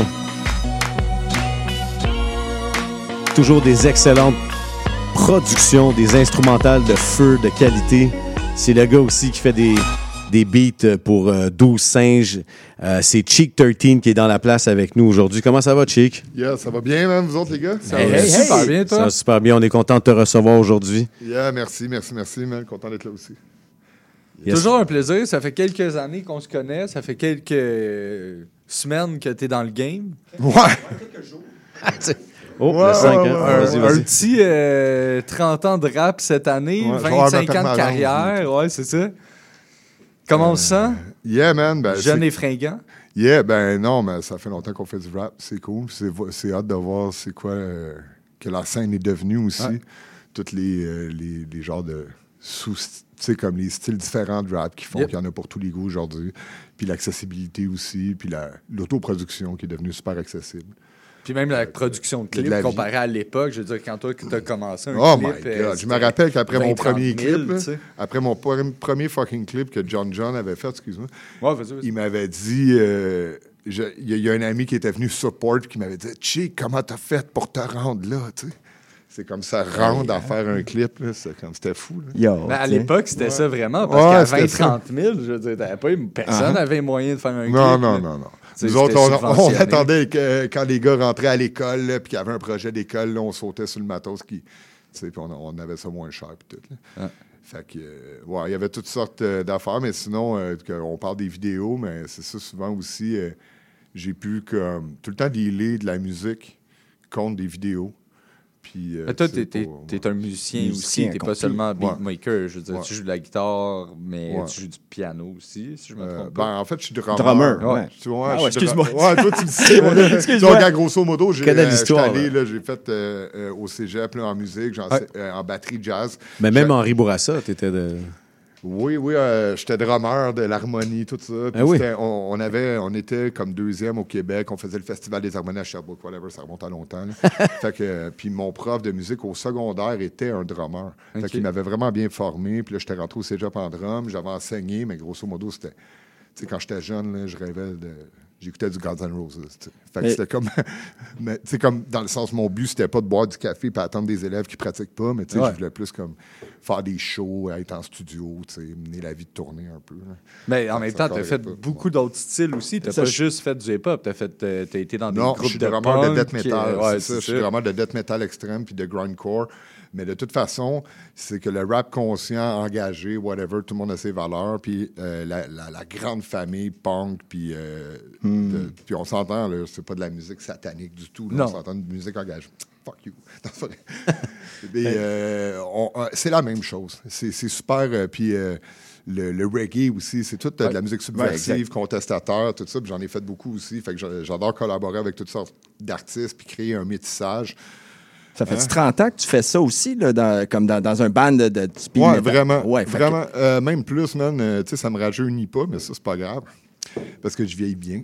Toujours des excellentes productions, des instrumentales de feu, de qualité. C'est le gars aussi qui fait des, des beats pour euh, douze singes. Euh, c'est Cheek treize qui est dans la place avec nous aujourd'hui. Comment ça va, Cheek? Yeah, ça va bien, man, vous autres, les gars? Ça hey, va hey, super hey. bien, toi? Ça va super bien. On est content de te recevoir aujourd'hui. Yeah, merci, merci, merci, man. Content d'être là aussi. Yes. Toujours un plaisir. Ça fait quelques années qu'on se connaît. Ça fait quelques semaines que tu es dans le game. Ouais. Quelques jours. Oh, ouais, le cinq ouais, ans. Ouais, vas-y, un, vas-y. un petit euh, trente ans de rap cette année, ouais, vingt-cinq ans de carrière. Ouais, c'est ça. Comment euh, on se sent? Yeah, man. Ben, jeune et fringant? Yeah, ben non, mais ça fait longtemps qu'on fait du rap. C'est cool. C'est, c'est hâte de voir c'est quoi euh, que la scène est devenue aussi. Ouais. Tous les, euh, les, les genres de sous tu sais, comme les styles différents de rap qui font yep. qu'il y en a pour tous les goûts aujourd'hui. Puis l'accessibilité aussi, puis la, l'autoproduction qui est devenue super accessible. Puis même la production de clips comparée à l'époque, je veux dire, quand toi, tu as commencé un oh clip... Oh my God! Euh, je me rappelle qu'après mon premier clip, là, après mon premier fucking clip que John John avait fait, excuse-moi, ouais, vas-y, vas-y. il m'avait dit... Euh, il y, y a un ami qui était venu support qui m'avait dit « Chick, comment t'as fait pour te rendre là? » tu sais. C'est comme ça, rendre à faire un clip, là, c'est comme, c'était fou. Là. Yo, mais à l'époque, c'était ouais. ça vraiment, parce ouais, qu'à vingt trente mille, je veux dire, t'avais pas, personne n'avait uh-huh. moyen de faire un clip. Non, non, non, non. Nous autres, on, on attendait que quand les gars rentraient à l'école, puis qu'il y avait un projet d'école, là, on sautait sur le matos, qui, puis on, on avait ça moins cher, puis tout. Là. Ah. Fait que, euh, ouais, il y avait toutes sortes euh, d'affaires, mais sinon, euh, on parle des vidéos, mais c'est ça, souvent aussi, euh, j'ai pu comme, tout le temps dealer de la musique contre des vidéos. Puis, euh, mais toi, t'es, t'es, t'es un musicien, musicien aussi, t'es pas seulement beatmaker. Ouais. Je veux dire, ouais. tu joues de la guitare, mais ouais. tu joues du piano aussi, si je me trompe euh, pas. Ben, en fait, je suis drummer. Drummer, ouais. Tu vois, ah ouais, excuse-moi. Dra- ouais, toi, tu le sais. Excuse-moi. Donc, à grosso modo, j'ai euh, allé, là, j'ai fait euh, euh, au cégep là, en musique, genre, ouais. euh, en batterie jazz. Mais même Henri Bourassa, t'étais de... Oui, oui, euh, j'étais drummer de l'harmonie, tout ça. Ah oui. on, on, avait, on était comme deuxième au Québec. On faisait le Festival des harmonies à Sherbrooke, whatever, ça remonte à longtemps. Fait que, euh, puis mon prof de musique au secondaire était un drummer. Okay. Fait qu'il m'avait vraiment bien formé. Puis là, j'étais rentré au cégep en drum. J'avais enseigné, mais grosso modo, c'était... Tu sais, quand j'étais jeune, là, je rêvais de... J'écoutais du Guns N' Roses. T'sais. Fait que mais... c'était comme... mais, tu sais, comme dans le sens, mon but, c'était pas de boire du café et attendre des élèves qui pratiquent pas, mais tu sais, ouais. je voulais plus comme faire des shows, être en studio, tu sais, mener la vie de tournée un peu. Là. Mais en même temps, t'as fait beaucoup d'autres styles aussi. T'as pas je... juste fait du hip-hop. T'as, fait, t'as été dans des non, groupes je suis de vraiment punk. de death metal. Et... Ouais, c'est ça. Je suis vraiment de death metal extrême puis de grindcore. Mais de toute façon, c'est que le rap conscient, engagé, whatever, tout le monde a ses valeurs. Puis euh, la, la, la grande famille punk, puis euh, mm. de, puis on s'entend, là, c'est pas de la musique satanique du tout. Là, on s'entend de musique engagée. Fuck you. Mais, euh, on, c'est la même chose. C'est, c'est super. Euh, puis euh, le, le reggae aussi, c'est toute ouais. de la musique subversive, ouais, contestataire, tout ça. Puis j'en ai fait beaucoup aussi. Fait que j'adore collaborer avec toutes sortes d'artistes puis créer un métissage. Ça fait hein? trente ans que tu fais ça aussi, là, dans, comme dans, dans un band de, de speed ouais, metal. Vraiment, ouais, vraiment. Que... Euh, même plus, man, euh, tu sais, ça me rajeunit pas, mais ça, c'est pas grave. Parce que je vieillis bien.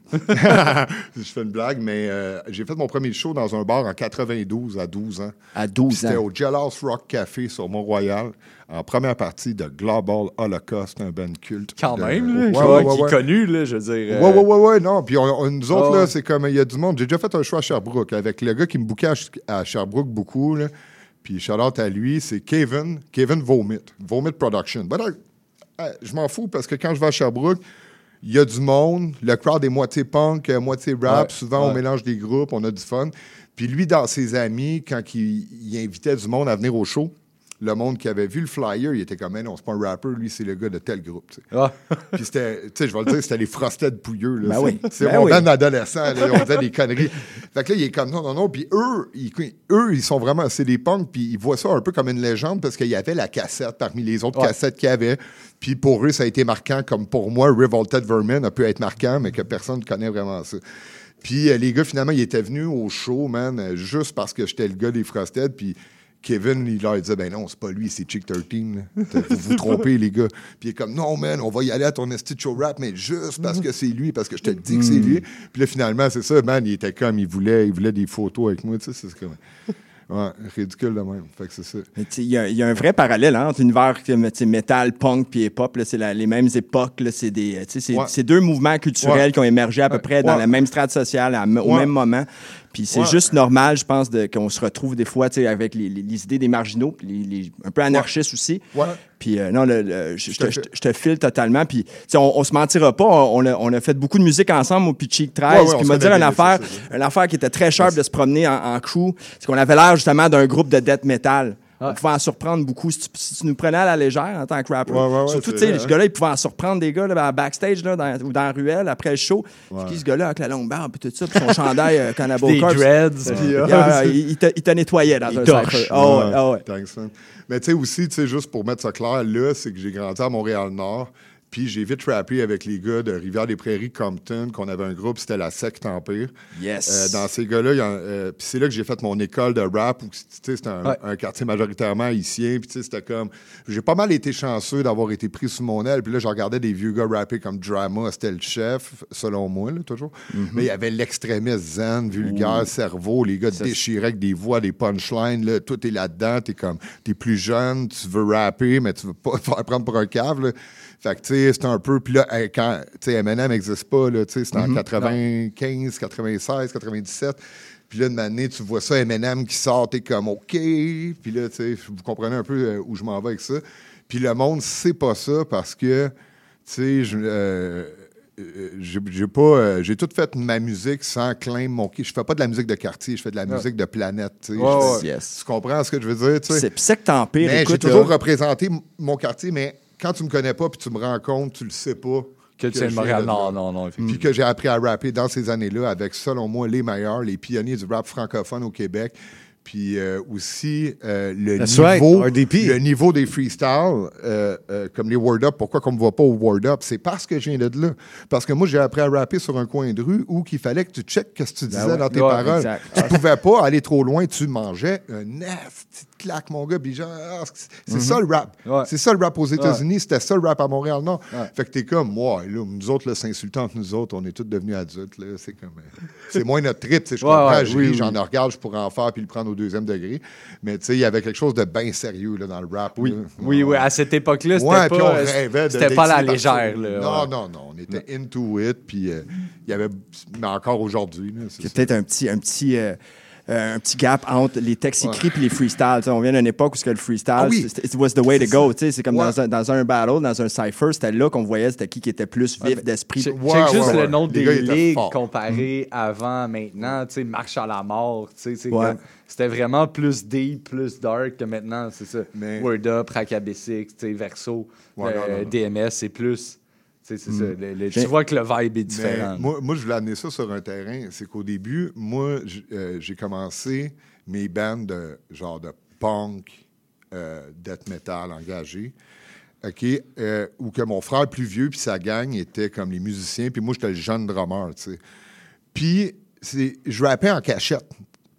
Je fais une blague, mais euh, j'ai fait mon premier show dans un bar en quatre-vingt-douze à douze ans. À douze C'était ans. au Jailhouse Rock Café sur Mont-Royal, en première partie de Global Holocaust, un band culte. Quand de... même, là, ouais, qui, ouais, ouais, ouais, qui est ouais. connu, là, je veux dire. Ouais, euh, ouais, ouais, ouais, non. Puis on, on- nous autres, Ah, là, ouais. c'est comme, il y a du monde. J'ai déjà fait un show à Sherbrooke avec le gars qui me bouquait à, à Sherbrooke beaucoup, là. Puis shout-out à lui, c'est Kevin, Kevin Vomit, Vomit Production. Ben là, euh, je m'en fous parce que quand je vais à Sherbrooke, il y a du monde, le crowd est moitié punk, euh, moitié rap. Ouais, Souvent, on ouais. mélange des groupes, on a du fun. Puis lui, dans ses amis, quand il, il invitait du monde à venir au show, le monde qui avait vu le flyer, il était comme, hey, non, c'est pas un rapper, lui, c'est le gars de tel groupe. Tu sais. Ah. Puis c'était, tu sais, je vais le dire, c'était les Frosted pouilleux. Là. Ben c'est oui. c'est Ben mon oui. band d'adolescents, là, on disait des conneries. Fait que là, il est comme, non, non, non. Puis eux, ils, eux, ils sont vraiment, c'est des punks, puis ils voient ça un peu comme une légende parce qu'il y avait la cassette parmi les autres Ouais. cassettes qu'il y avait. Puis pour eux, ça a été marquant, comme pour moi, Revolted Vermin a pu être marquant, mais que personne ne connaît vraiment ça. Puis euh, les gars, finalement, ils étaient venus au show, man, euh, juste parce que j'étais le gars des Frosted, puis Kevin, il leur disait, ben non, c'est pas lui, c'est Chick treize. Là. Vous vous trompez, les gars. Puis il est comme, non, man, on va y aller à ton esti de show rap, mais juste parce que c'est lui, parce que je te dis que c'est lui. Puis là, finalement, c'est ça, man, il était comme, il voulait, il voulait des photos avec moi, tu sais, c'est comme... Ouais, ridicule de même. Fait que c'est ça. Mais tu sais, Il y, a- il y a un vrai parallèle hein, entre l'univers tu sais, métal, punk puis hip-hop. là, C'est la- les mêmes époques. là, C'est des, tu sais, c'est- Ouais. c'est deux mouvements culturels Ouais. qui ont émergé à peu près dans Ouais. la même strate sociale, à m- au Ouais. même moment. Puis c'est Ouais. juste normal, je pense, de- qu'on se retrouve des fois tu sais, avec les, les- les idées des marginaux, puis les, les- un peu anarchistes aussi. Ouais. Puis euh, non, le- le- je je Tout à te, fait. je te- je te file totalement. Puis tu sais, on, on se mentira pas, on a, on a fait beaucoup de musique ensemble, moi puis Cheek treize. Ouais, ouais, on puis se m'a dit connaît une bien, affaire, ça, c'est une affaire qui était très sharp de se promener en, en crew, c'est qu'on avait l'air justement d'un groupe de death metal. On pouvait en surprendre beaucoup. Si tu, si tu nous prenais à la légère en tant que rapper. Ouais, ouais, ouais, Surtout, c'est tu sais, vrai, ce hein. gars-là, il pouvait en surprendre des gars là, backstage là, dans- ou dans la ruelle après le show. Ouais. C'est qui ce gars-là avec la longue barbe et tout ça, puis son chandail euh, Cannibal Des Corpse. dreads, Puis, puis, euh, euh, il, il te, il te nettoyait dans Il un torche. cypher. Ah ouais, ah ouais. Thanks, man. Mais tu sais aussi, tu sais, juste pour mettre ça clair, là, c'est que j'ai grandi à Montréal-Nord. Puis j'ai vite rappé avec les gars de Rivière-des-Prairies, Compton, qu'on avait un groupe, c'était la Secte Empire. Yes. Euh, dans ces gars-là, il y en- euh, puis c'est là que j'ai fait mon école de rap, où tu sais, c'était un, Ouais. un quartier majoritairement haïtien. Puis tu sais, c'était comme... J'ai pas mal été chanceux d'avoir été pris sous mon aile. Puis là, je regardais des vieux gars rapper comme Drama, c'était le chef, selon moi, là, toujours. Mais il y avait l'extrémiste zen, vulgaire, cerveau, les gars déchirés avec des voix, des punchlines, là, tout est là-dedans. T'es comme... T'es plus jeune, tu veux rapper, mais tu veux pas te faire prendre pour un cave, là. Fait que, tu sais, c'est un peu... Puis là, hey, quand... Tu sais, Eminem n'existe pas, là, tu sais, c'est en Mhm. quatre-vingt-quinze, quatre-vingt-seize, quatre-vingt-dix-sept. Puis là, de année, tu vois ça, Eminem qui sort, t'es comme OK. Puis là, tu sais, vous comprenez un peu euh, où je m'en vais avec ça. Puis le monde sait pas ça parce que, tu sais, je... euh, euh, j'ai j'ai pas euh, j'ai tout fait ma musique sans claim mon qui je fais pas de la musique de quartier, je fais de la Ouais. musique de planète, tu sais. Ouais, Je- ouais. Yes. Tu comprends ce que je veux dire, tu sais? C'est puis Secte Empire, Mais j'ai écoute, toujours là, représenté m- mon quartier, mais quand tu me connais pas puis tu me rends compte, tu le sais pas. Que tu es de je Montréal. viens de là. Non, non, non, effectivement. Puis que j'ai appris à rapper dans ces années-là avec, selon moi, les meilleurs, les pionniers du rap francophone au Québec. Puis euh, aussi, euh, le, That's right, niveau, R D P. le niveau des freestyles, euh, euh, comme les Word Up, pourquoi qu'on me voit pas au Word Up? C'est parce que je viens de là. Parce que moi, j'ai appris à rapper sur un coin de rue où qu'il fallait que tu checkes ce que tu disais ouais. dans tes Ouais, paroles. exact. Tu pouvais pas aller trop loin, tu mangeais un nasty claque, mon gars. Puis genre, ah, c'est c'est Mhm. ça le rap. Ouais. C'est ça le rap aux États-Unis, c'était ça le rap à Montréal, non? Ouais. Fait que t'es comme, moi, là, nous autres, là, s'insultant entre nous autres, on est tous devenus adultes, là. C'est comme, euh, c'est moins notre trip, tu sais, je Ouais, comprends, ouais, je oui, ris, oui. j'en regarde, je pourrais en faire puis le prendre au deuxième degré. Mais tu sais, il y avait quelque chose de bien sérieux, là, dans le rap. Oui, là. oui, oui. À cette époque-là, c'était Ouais, puis on pas, rêvait de c'était pas la d'être légère. partout. Là, Non, ouais. non, non. On était into it, puis euh, il y avait... Mais encore aujourd'hui, là, c'est il y a ça. peut-être un petit, un petit, euh, euh, un petit gap entre les textes écrits et les freestyles. Tu sais, on vient d'une époque où ce que le freestyle, Ah oui. c'était- it was the way to C'est go. ça. Tu sais, c'est comme Ouais. dans, un, dans un battle, dans un cypher, c'était là qu'on voyait c'était qui qui était plus vif d'esprit. Check, Ouais, check ouais, juste ouais. le nom Les des gars, ils étaient ligues forts. comparé avant, maintenant. Tu sais, Marche à la mort. Tu sais, c'est Ouais. comme- c'était vraiment plus deep, plus dark que maintenant. C'est ça. Mais- Word Up, Rakabessic, tu sais, Verso, Ouais, euh, non, non, non. D M S, c'est plus. Tu sais, c'est ça. Le- le- tu J'ai- vois que le vibe est Mais différent. moi, moi, je voulais amener ça sur un terrain. C'est qu'au début, moi, j- euh, j'ai commencé mes bandes de genre de punk, euh, death metal engagé. OK? Euh, où que mon frère plus vieux puis sa gang étaient comme les musiciens, puis moi, j'étais le jeune drummer, tu sais. Puis, c'est- je rappais en cachette.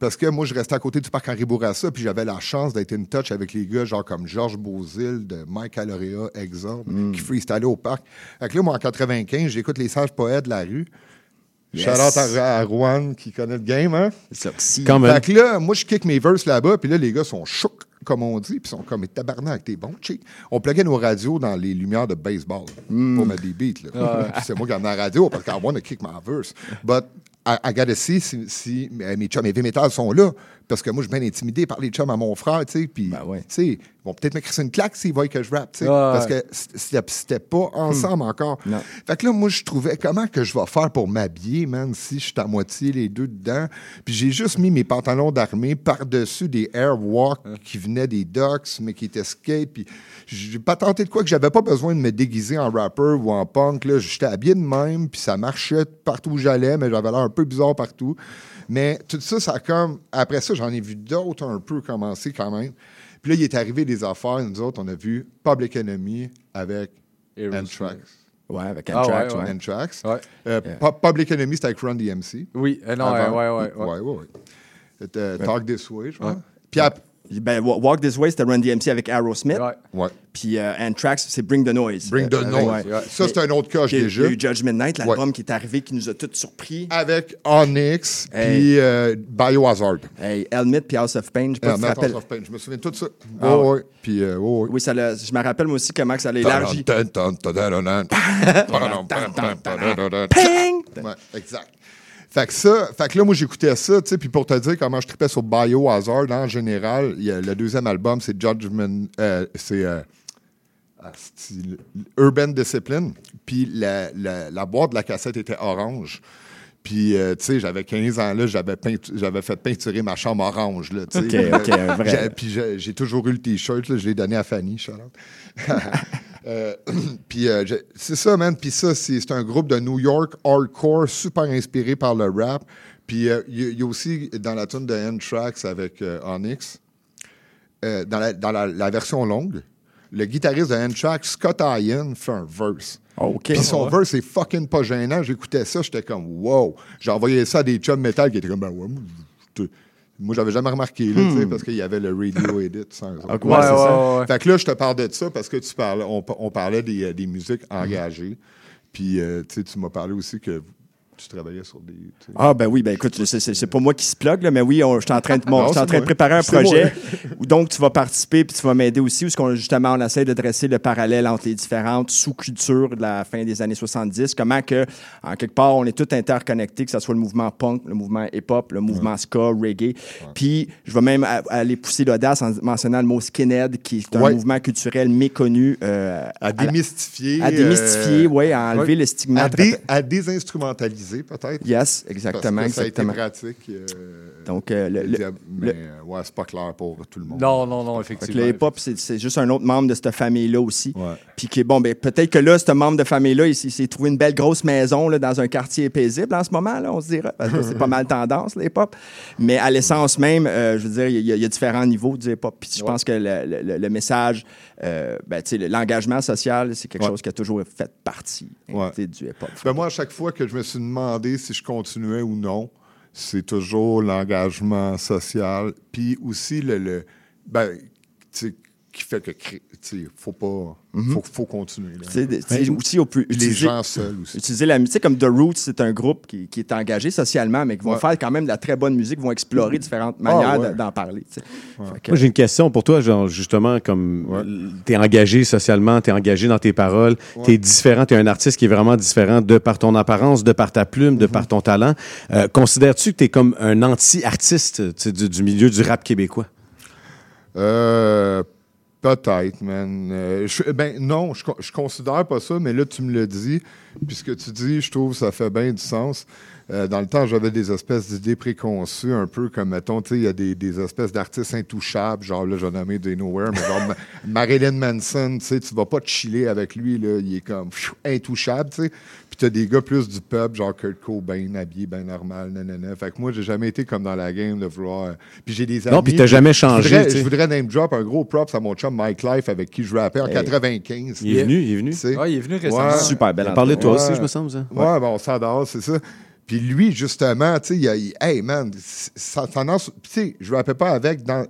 parce que moi, je restais à côté du parc Henri Bourassa, puis j'avais la chance d'être in touch avec les gars, genre comme Georges Beauzile, de Mike Alorea, Exorb, Mm. qui freestylaient au parc. Fait que là, moi, en quatre-vingt-quinze, j'écoute les sages poètes de la rue. Yes. Shout-out à, à Rouen, qui connaît le game, hein? C'est ça. Si. Quand même. Fait que là, moi, je kick mes verses là-bas, puis là, les gars sont chocs, comme on dit, puis sont comme tabarnak, t'es bon, chic. On pluguait nos radios dans les lumières de baseball Mm. pour mettre des beats, là. Ouais. Puis c'est moi qui ai amené la radio parce qu'I want to kick my verse. But I, I gotta see si, si mes chums, mes V-Metal sont là, parce que moi, je suis bien intimidé par les chums à mon frère, tu sais, puis, Ben ouais. tu sais, ils vont peut-être me crisser une claque s'ils voient que je rappe, tu sais, Ouais. parce que c'était c'était pas ensemble encore. Non. Fait que là, moi, je trouvais comment que je vais faire pour m'habiller, man, si je suis à moitié les deux dedans. Puis j'ai juste mis mes pantalons d'armée par-dessus des Airwalk qui venaient des Ducks, mais qui étaient skate. Puis j'ai pas tenté de quoi que j'avais pas besoin de me déguiser en rapper ou en punk. Là, j'étais habillé de même, puis ça marchait partout où j'allais, mais j'avais l'air un peu bizarre partout. Mais tout ça, ça a comme... Après ça, j'en ai vu d'autres un peu commencer quand même. Puis là, il est arrivé des affaires. Nous autres, on a vu Public Enemy avec Anthrax. Ouais, avec Ah, Anthrax, ouais, ouais. Anthrax. Ouais. Euh, Yeah. Pu- Public Enemy, c'était avec Run D M C. Oui, euh, non, ouais, Avant. ouais, ouais, ouais. ouais, ouais, ouais. C'était Talk This Way, je crois. Ouais. Puis ap- Ben, Wa- Walk This Way, c'était Run D M C avec Aerosmith. Ouais. ouais. Puis euh, Anthrax, c'est Bring the Noise. Bring the Euh, Noise. ouais. Ouais. Ça, c'est un autre cas, Puis, déjà. Il y a eu Judge Midnight, l'album Ouais. qui est arrivé, qui nous a tous surpris. Avec Onyx, Hey. puis euh, Biohazard. Hey, Helmet puis House of Pain, je sais pas Euh, si tu te Metal rappelles. of Pain. Je me souviens de tout ça. Ah, ouais, ouais. ouais. Puis, euh, ouais, ouais. Oui, ça l'a- je me rappelle moi aussi comment que ça l'a élargi. Ping! Ouais, exact. Fait que ça, fait que là, moi, j'écoutais ça, tu sais, puis pour te dire comment je tripais sur Biohazard, en général, il y a le deuxième album, c'est Judgment, euh, c'est euh, ah, c'est Urban Discipline, puis la, la, la boîte de la cassette était orange. Puis, euh, tu sais, j'avais quinze ans, là, j'avais, peintu- j'avais fait peinturer ma chambre orange, là, tu sais. OK, OK, un vrai. J'ai- Puis j'ai, j'ai toujours eu le T-shirt, là, je l'ai donné à Fanny, Charlotte. Euh, puis euh, je- c'est ça, man. Puis ça, c'est, c'est un groupe de New York hardcore super inspiré par le rap. Puis euh, il y, a- il y a aussi dans la tune de Anthrax avec euh, Onyx, euh, dans, la, dans la, la version longue, le guitariste de Anthrax, Scott Ian, fait un verse. OK. Puis son Ouais. verse est fucking pas gênant. J'écoutais ça, j'étais comme wow. J'ai envoyé ça à des chums metal qui étaient comme ben ouais, moi, je- moi j'avais jamais remarqué là, tu sais, Hmm. parce qu'il y avait le radio edit sans eux autres. Ok, ouais, c'est ça. Fait que là, je te parle de ça parce que tu parlais, on, on parlait des, euh, des musiques engagées. Puis euh, tu sais, tu m'as parlé aussi que tu travaillais sur des. tu sais. Ah, ben oui, ben écoute, c'est, c'est, c'est pas moi qui se plug, là, mais oui, on- je suis en train de, mon- Non, je suis en c'est train de moi. préparer un C'est projet moi. où donc tu vas participer puis tu vas m'aider aussi, où ce qu'on, justement on essaie de dresser le parallèle entre les différentes sous-cultures de la fin des années soixante-dix, comment que, en quelque part, on est tous interconnectés, que ce soit le mouvement punk, le mouvement hip-hop, le mouvement ska, reggae. Puis je vais même a- aller pousser l'audace en mentionnant le mot skinhead, qui est un Ouais. mouvement culturel méconnu. euh, À la- démystifier. À démystifier, euh, oui, à enlever ouais. le stigmate. À, dé- à désinstrumentaliser, peut-être. Yes, exactement, Parce que exactement. Ça a été pratique. euh, Donc, euh, le- le- mais le- euh, ouais, c'est pas clair pour tout le monde. Non, non, non, Fait que effectivement. le hip-hop, c'est, c'est juste un autre membre de cette famille-là aussi. Ouais. Puis qui est bon, ben, peut-être que là, ce membre de famille-là, il, s- il s'est trouvé une belle grosse maison là, dans un quartier paisible en ce moment, là, on se dirait. Parce que c'est pas mal tendance, le hip-hop. Mais à l'essence même, euh, je veux dire, il y, a- il y a différents niveaux du hip-hop. Puis je Ouais. pense que le, le- le message, euh, ben, tu sais, le- l'engagement social, c'est quelque Ouais. chose qui a toujours fait partie hein, Ouais. tu sais, du hip-hop. Ben moi, à chaque fois que je me suis demandé si je continuais ou non, c'est toujours l'engagement social. Puis aussi, le, le ben, tu sais, qui fait que cré- tu sais, faut pas. Faut, faut continuer. là. Tu sais, de- tu sais, aussi, on peut Les utiliser, gens seuls aussi. utiliser la musique comme The Roots, c'est un groupe qui, qui est engagé socialement, mais qui vont Ouais. faire quand même de la très bonne musique, vont explorer différentes manières Ah, ouais. de- d'en parler. tu sais. Fait que- Moi, j'ai une question pour toi, genre, justement, comme tu es engagé socialement, tu es engagé dans tes paroles, tu es différent, tu es un artiste qui est vraiment différent de par ton apparence, de par ta plume, de par ton talent. Euh, considères-tu que tu es comme un anti-artiste tu sais, du, du milieu du rap québécois? Euh, peut-être, man. Euh, je- ben non, je, co- je considère pas ça, mais là, tu me le dis. Puis ce que tu dis, je trouve ça fait bien du sens. Euh, dans le temps, j'avais des espèces d'idées préconçues, un peu comme, mettons, tu sais, il y a des, des espèces d'artistes intouchables, genre, là, j'ai nommé des Nowhere, mais genre Ma- Marilyn Manson, tu sais, tu vas pas te chiller avec lui, là, il est comme pfiou, intouchable, tu sais. Puis t'as des gars plus du pub, genre Kurt Cobain, habillé bien normal, nanana. Fait que moi, j'ai jamais été comme dans la game de vouloir... euh, Puis j'ai des amis... Non, puis t'as jamais je changé, voudrais- tu sais. Je voudrais name drop un gros props à mon chum Mike Life, avec qui je rappais en Hey. quatre-vingt-quinze. Il est venu, il est venu. Tu sais. Ah, il est venu récemment. Ouais. Super belle Il a parlé de toi Ouais. aussi, je me semble, ça. Ouais, bon, on s'adore, c'est ça. Puis lui, justement, tu sais, il a... il- Hey, man, ça tendance... Tu sais, je ne rappelle pas avec dans...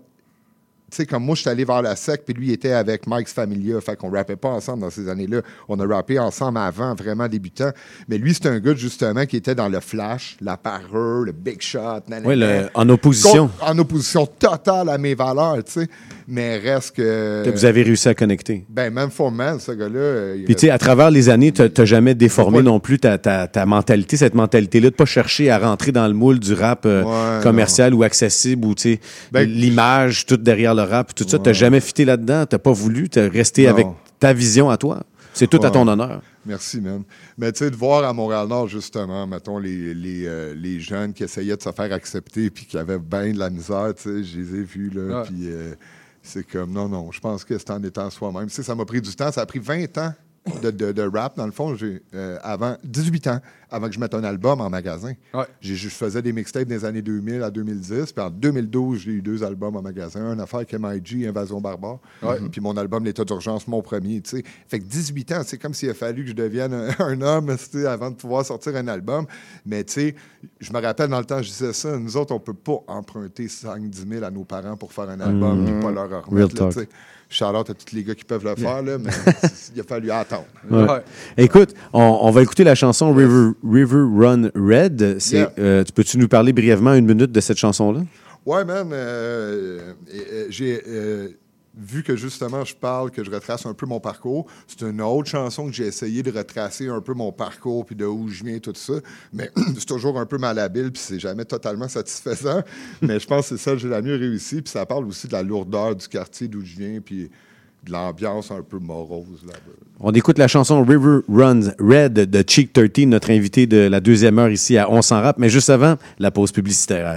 Tu sais, comme moi, je suis allé vers la sec, puis lui, il était avec Mike's Familia. Fait qu'on rappait pas ensemble dans ces années-là. On a rappé ensemble avant, vraiment débutant. Mais lui, c'est un gars, justement, qui était dans le flash, la parure, le big shot. Nanana. Oui, le- en opposition. Contre- en opposition totale à mes valeurs, tu sais. Mais reste que... Que vous avez réussi à connecter. Ben, même for man, ce gars-là... il Puis, tu sais, à travers les années, tu n'as jamais déformé non plus ta, ta, ta mentalité, cette mentalité-là, de pas chercher à rentrer dans le moule du rap euh, Ouais, commercial ou accessible, ou, tu sais, Ben, l'image, tout derrière le rap, tout ça. Tu n'as jamais fité là-dedans, tu n'as pas voulu, tu es resté Non. avec ta vision à toi. C'est tout à Ouais. ton honneur. Merci, man. Mais tu sais, de voir à Montréal-Nord, justement, mettons, les, les, euh, les jeunes qui essayaient de se faire accepter puis qui avaient bien de la misère, tu sais, je les ai vus, là, Ouais. puis euh, c'est comme, non, non, je pense que c'est en étant soi-même. Tu sais, ça m'a pris du temps, ça a pris vingt ans de, de, de rap, dans le fond, j'ai, euh, avant, dix-huit ans, avant que je mette un album en magasin. Ouais. J'ai, je faisais des mixtapes des années deux mille à deux mille dix, puis en deux mille douze, j'ai eu deux albums en magasin, une affaire avec M I G, Invasion Barbare, Ouais. puis mon album L'État d'urgence, mon premier, tu sais. Fait que dix-huit ans, c'est comme s'il a fallu que je devienne un, un homme, tu sais, avant de pouvoir sortir un album. Mais tu sais, je me rappelle dans le temps, je disais ça, nous autres, on peut pas emprunter cinq à dix mille à nos parents pour faire un album, Mm. puis pas leur remettre, Real là, talk. tu sais. Shout-out à tous les gars qui peuvent le faire, là, mais il a fallu attendre. Ouais. Ouais. Écoute, on, on va écouter la chanson River, River Run Red. C'est, Yeah. euh, tu peux-tu nous parler brièvement une minute de cette chanson-là? Ouais, man, euh, euh, euh, j'ai euh, vu que justement je parle, que je retrace un peu mon parcours. C'est une autre chanson que j'ai essayé de retracer un peu mon parcours, puis de où je viens, tout ça. Mais c'est toujours un peu malhabile, puis c'est jamais totalement satisfaisant. Mais je pense que c'est ça que j'ai la mieux réussi. Puis ça parle aussi de la lourdeur du quartier d'où je viens, puis de l'ambiance un peu morose là-bas. On écoute la chanson River Runs Red de Cheek treize, notre invité de la deuxième heure ici à On s'en rappe. Mais juste avant, la pause publicitaire.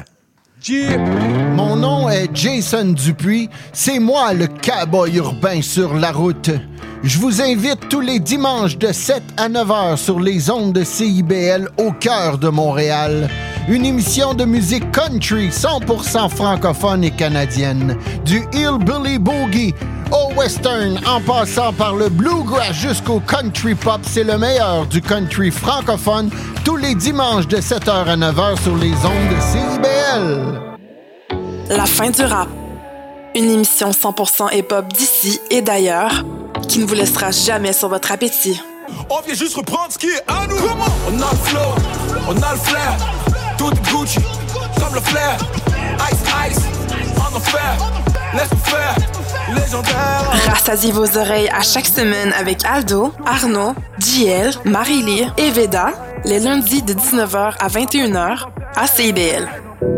Mon nom est Jason Dupuis. C'est moi le cowboy urbain sur la route. Je vous invite tous les dimanches de sept à neuf heures sur les ondes de C I B L au cœur de Montréal. Une émission de musique country cent pour cent francophone et canadienne. Du hillbilly boogie au western en passant par le bluegrass jusqu'au country pop. C'est le meilleur du country francophone tous les dimanches de sept heures à neuf heures sur les ondes de C I B L. La fin du rap. Une émission cent pour cent hip-hop d'ici et d'ailleurs qui ne vous laissera jamais sur votre appétit. On vient juste reprendre ce qui est à nous. On a le flow, on a le flair. Tout est Gucci, comme le flair. Ice, ice, en enfer. Laisse-nous faire, légendaire. Rassasiez vos oreilles à chaque semaine avec Aldo, Arnaud, J L, Marie-Lee et Veda, les lundis de dix-neuf heures à vingt et une heures à C I B L.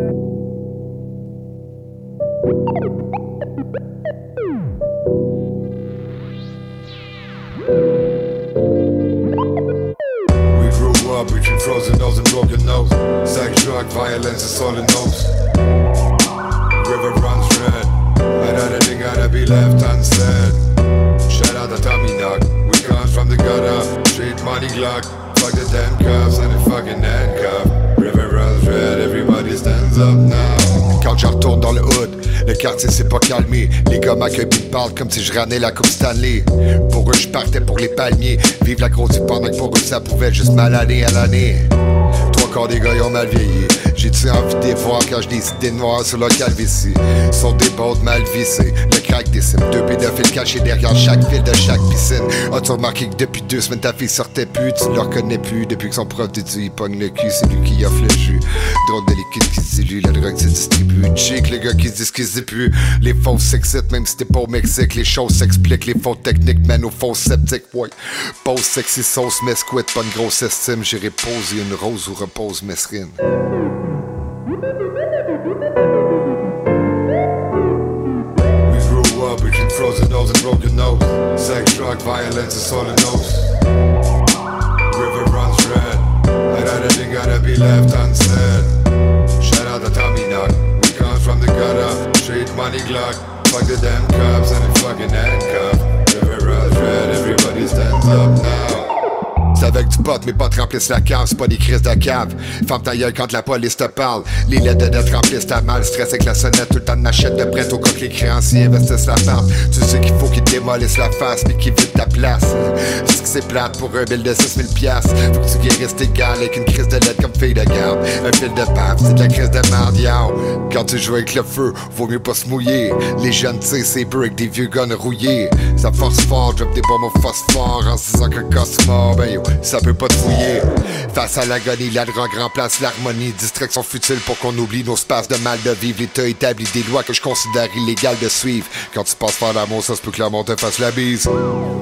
We grew up between frozen nose and broken nose. Sex, drug, violence, it's all in nose. River runs red. Another thing gotta be left unsaid. Shout out to Tommy Knock. We come from the gutter. Street money Glock. Fuck the damn cuffs and the fucking handcuff. River runs red. Everybody stands up now. Quand je retourne dans le hood, le quartier s'est pas calmé. Les gars m'accueillent pis me parlent comme si je ramenais la coupe Stanley. Pour eux, je partais pour les palmiers. Vive la grosse pendant que pour eux, ça pouvait juste mal aller à l'année. Trois quarts des gars, ils ont mal vieilli. J'ai-tu envie de les voir quand je des idées noires sur leur calvitie? Sont des bottes mal vissées, le crack des cimes. Deux pédophiles cachés derrière chaque fil de chaque piscine. As-tu remarqué que depuis deux semaines ta fille sortait plus? Tu ne le reconnais plus depuis que son prof d'études il pogne le cul. C'est lui qui offre le jus. Drogue de liquide qui se dilue, la drogue se distribue. Chic, les gars qui disent qu'ils disent plus. Les fausses s'excitent même si t'es pas au Mexique. Les choses s'expliquent, les fautes techniques mènent aux fausses sceptiques. Ouais. Pose sexy sauce, mesquite, pas une grosse estime. J'irai poser une rose ou repose mesrine. We grew up between frozen nose and broken nose. Sex, drug, violence, it's all in nose. River runs red. Another thing gotta be left unsaid. Shout out to Tommy Knock. We come from the gutter. Street money Glock. Fuck the damn cops and the fucking handcuff. River runs red. Everybody stands up now. C'est avec du potes, mes potes remplissent la cave, c'est pas des crises de cave. Ferme ta gueule quand la police te parle. Les lettres de dette remplissent ta malle, stress avec la sonnette, tout le temps de machette de prête au cas que les créanciers investissent la part. Tu sais qu'il faut qu'ils te démolissent la face, mais qu'ils vident ta place. C'est que c'est plate pour un bill de six mille piastres. Faut que tu guérisses tes gars avec une crise de lettre comme fille de garde. Un fil de pape, c'est de la crise de merde, yo. Quand tu joues avec le feu, vaut mieux pas se mouiller. Les jeunes, tu sais, c'est peu avec des vieux guns rouillés. Ça force fort, drop des bombes au phosphore en se disant qu'un gosse mort, ben yo, ça peut pas te fouiller. Face à l'agonie, la drogue remplace l'harmonie. Distraction futile pour qu'on oublie nos spaces de mal de vivre. L'État établit des lois que je considère illégales de suivre. Quand tu passes par l'amour, ça se peut que l'amour te fasse la bise.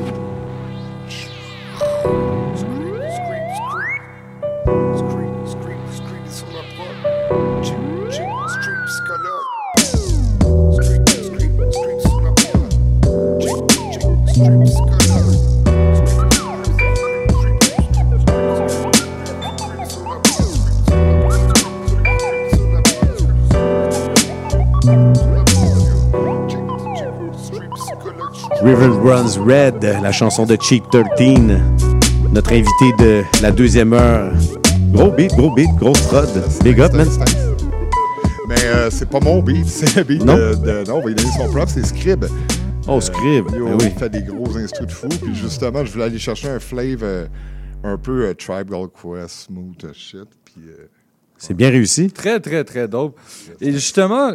River Runs Red, la chanson de Cheek treize, notre invité de la deuxième heure. Gros beat, gros beat, grosse prod. Big up, man. Mais euh, c'est pas mon beat, c'est le beat non. de, de... Non, on va lui donner son prof, c'est Scrib. Oh, Scrib, euh, ben oui. Il fait des gros instrus de fou. Puis justement, je voulais aller chercher un flavor euh, un peu euh, Tribal Quest, smooth as shit. Puis... Euh, c'est bien réussi. Très, très, très dope. Et justement...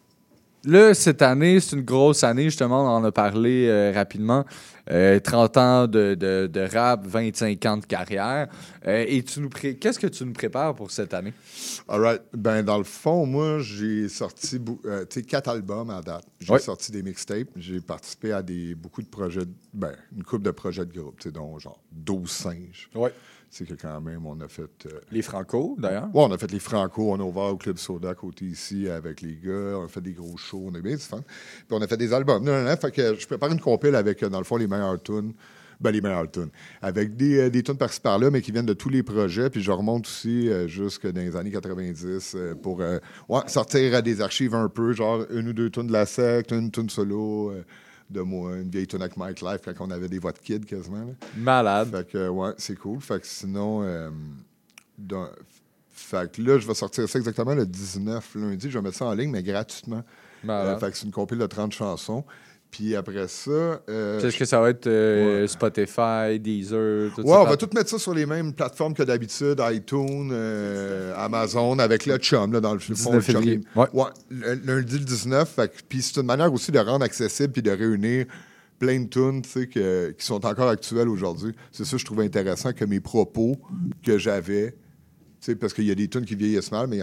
Là, cette année, c'est une grosse année, justement, on en a parlé euh, rapidement. Euh, trente ans de, de, de rap, vingt-cinq ans de carrière. Euh, et tu nous pré... qu'est-ce que tu nous prépares pour cette année? All right. Ben, dans le fond, moi, j'ai sorti euh, quatre albums à date. J'ai ouais. sorti des mixtapes. J'ai participé à des, beaucoup de projets, ben, une couple de projets de groupe, dont genre douze singes. Ouais. C'est que quand même, on a fait... Euh... Les Franco, d'ailleurs. Oui, on a fait les Franco. On a ouvert au Club Soda à côté ici avec les gars. On a fait des gros shows. On a bien du fun. Puis on a fait des albums. Non, non, non. Fait que je prépare une compile avec, dans le fond, les meilleurs tunes. Ben, les meilleurs tunes. Avec des, euh, des tunes par-ci par-là, mais qui viennent de tous les projets. Puis je remonte aussi euh, jusque dans les années quatre-vingt-dix euh, pour euh, ouais, sortir à des archives un peu, genre une ou deux tunes de la secte, une tune solo... Euh, de moi, une vieille tune avec Mike Life quand on avait des voix de kids quasiment. Là. Malade. Fait que, ouais, c'est cool. Fait que sinon, euh, dans, fait que là, je vais sortir ça exactement le dix-neuf lundi. Je vais mettre ça en ligne, mais gratuitement. Malade. Euh, fait que c'est une compile de trente chansons. Puis après ça... Euh, Est-ce que ça va être euh, ouais. Spotify, Deezer, tout ouais, ça? Ouais, on va tout mettre ça sur les mêmes plateformes que d'habitude, iTunes, euh, Amazon, avec le chum, là, dans le fond. dix-neuf février. Ouais. Ouais, lundi le dix-neuf. Puis c'est une manière aussi de rendre accessible puis de réunir plein de tunes, tu sais, que, qui sont encore actuelles aujourd'hui. C'est ça que je trouve intéressant, que mes propos que j'avais, tu sais, parce qu'il y a des tunes qui vieillissent mal, mais...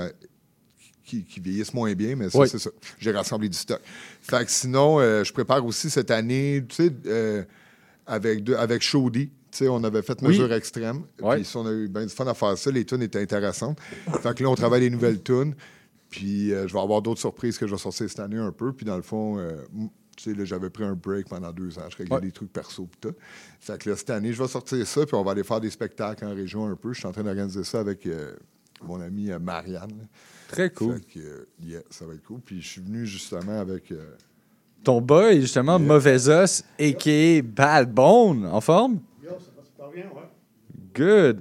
Qui, qui vieillissent moins bien, mais ça, oui. c'est ça. J'ai rassemblé du stock. Fait que sinon, euh, je prépare aussi cette année, tu sais, euh, avec, de, avec Shoddy. Tu sais, on avait fait Mesure oui. Extrême. Oui. Puis on a eu bien du fun à faire ça. Les tunes étaient intéressantes. Fait que là, on travaille les nouvelles tunes. Puis euh, je vais avoir d'autres surprises que je vais sortir cette année un peu. Puis dans le fond, euh, tu sais, là, j'avais pris un break pendant deux ans. Je réglais oui. des trucs perso pis tout. Fait que là, cette année, je vais sortir ça. Puis on va aller faire des spectacles en région un peu. Je suis en train d'organiser ça avec euh, mon amie euh, Marianne. Là. Très cool. Fait que, euh, yeah, ça va être cool. Puis je suis venu justement avec... Euh... Ton boy, justement, yeah. Mauvais Os, a k a. Bad Bone, en forme? Yo, ça va super bien, ouais. Good.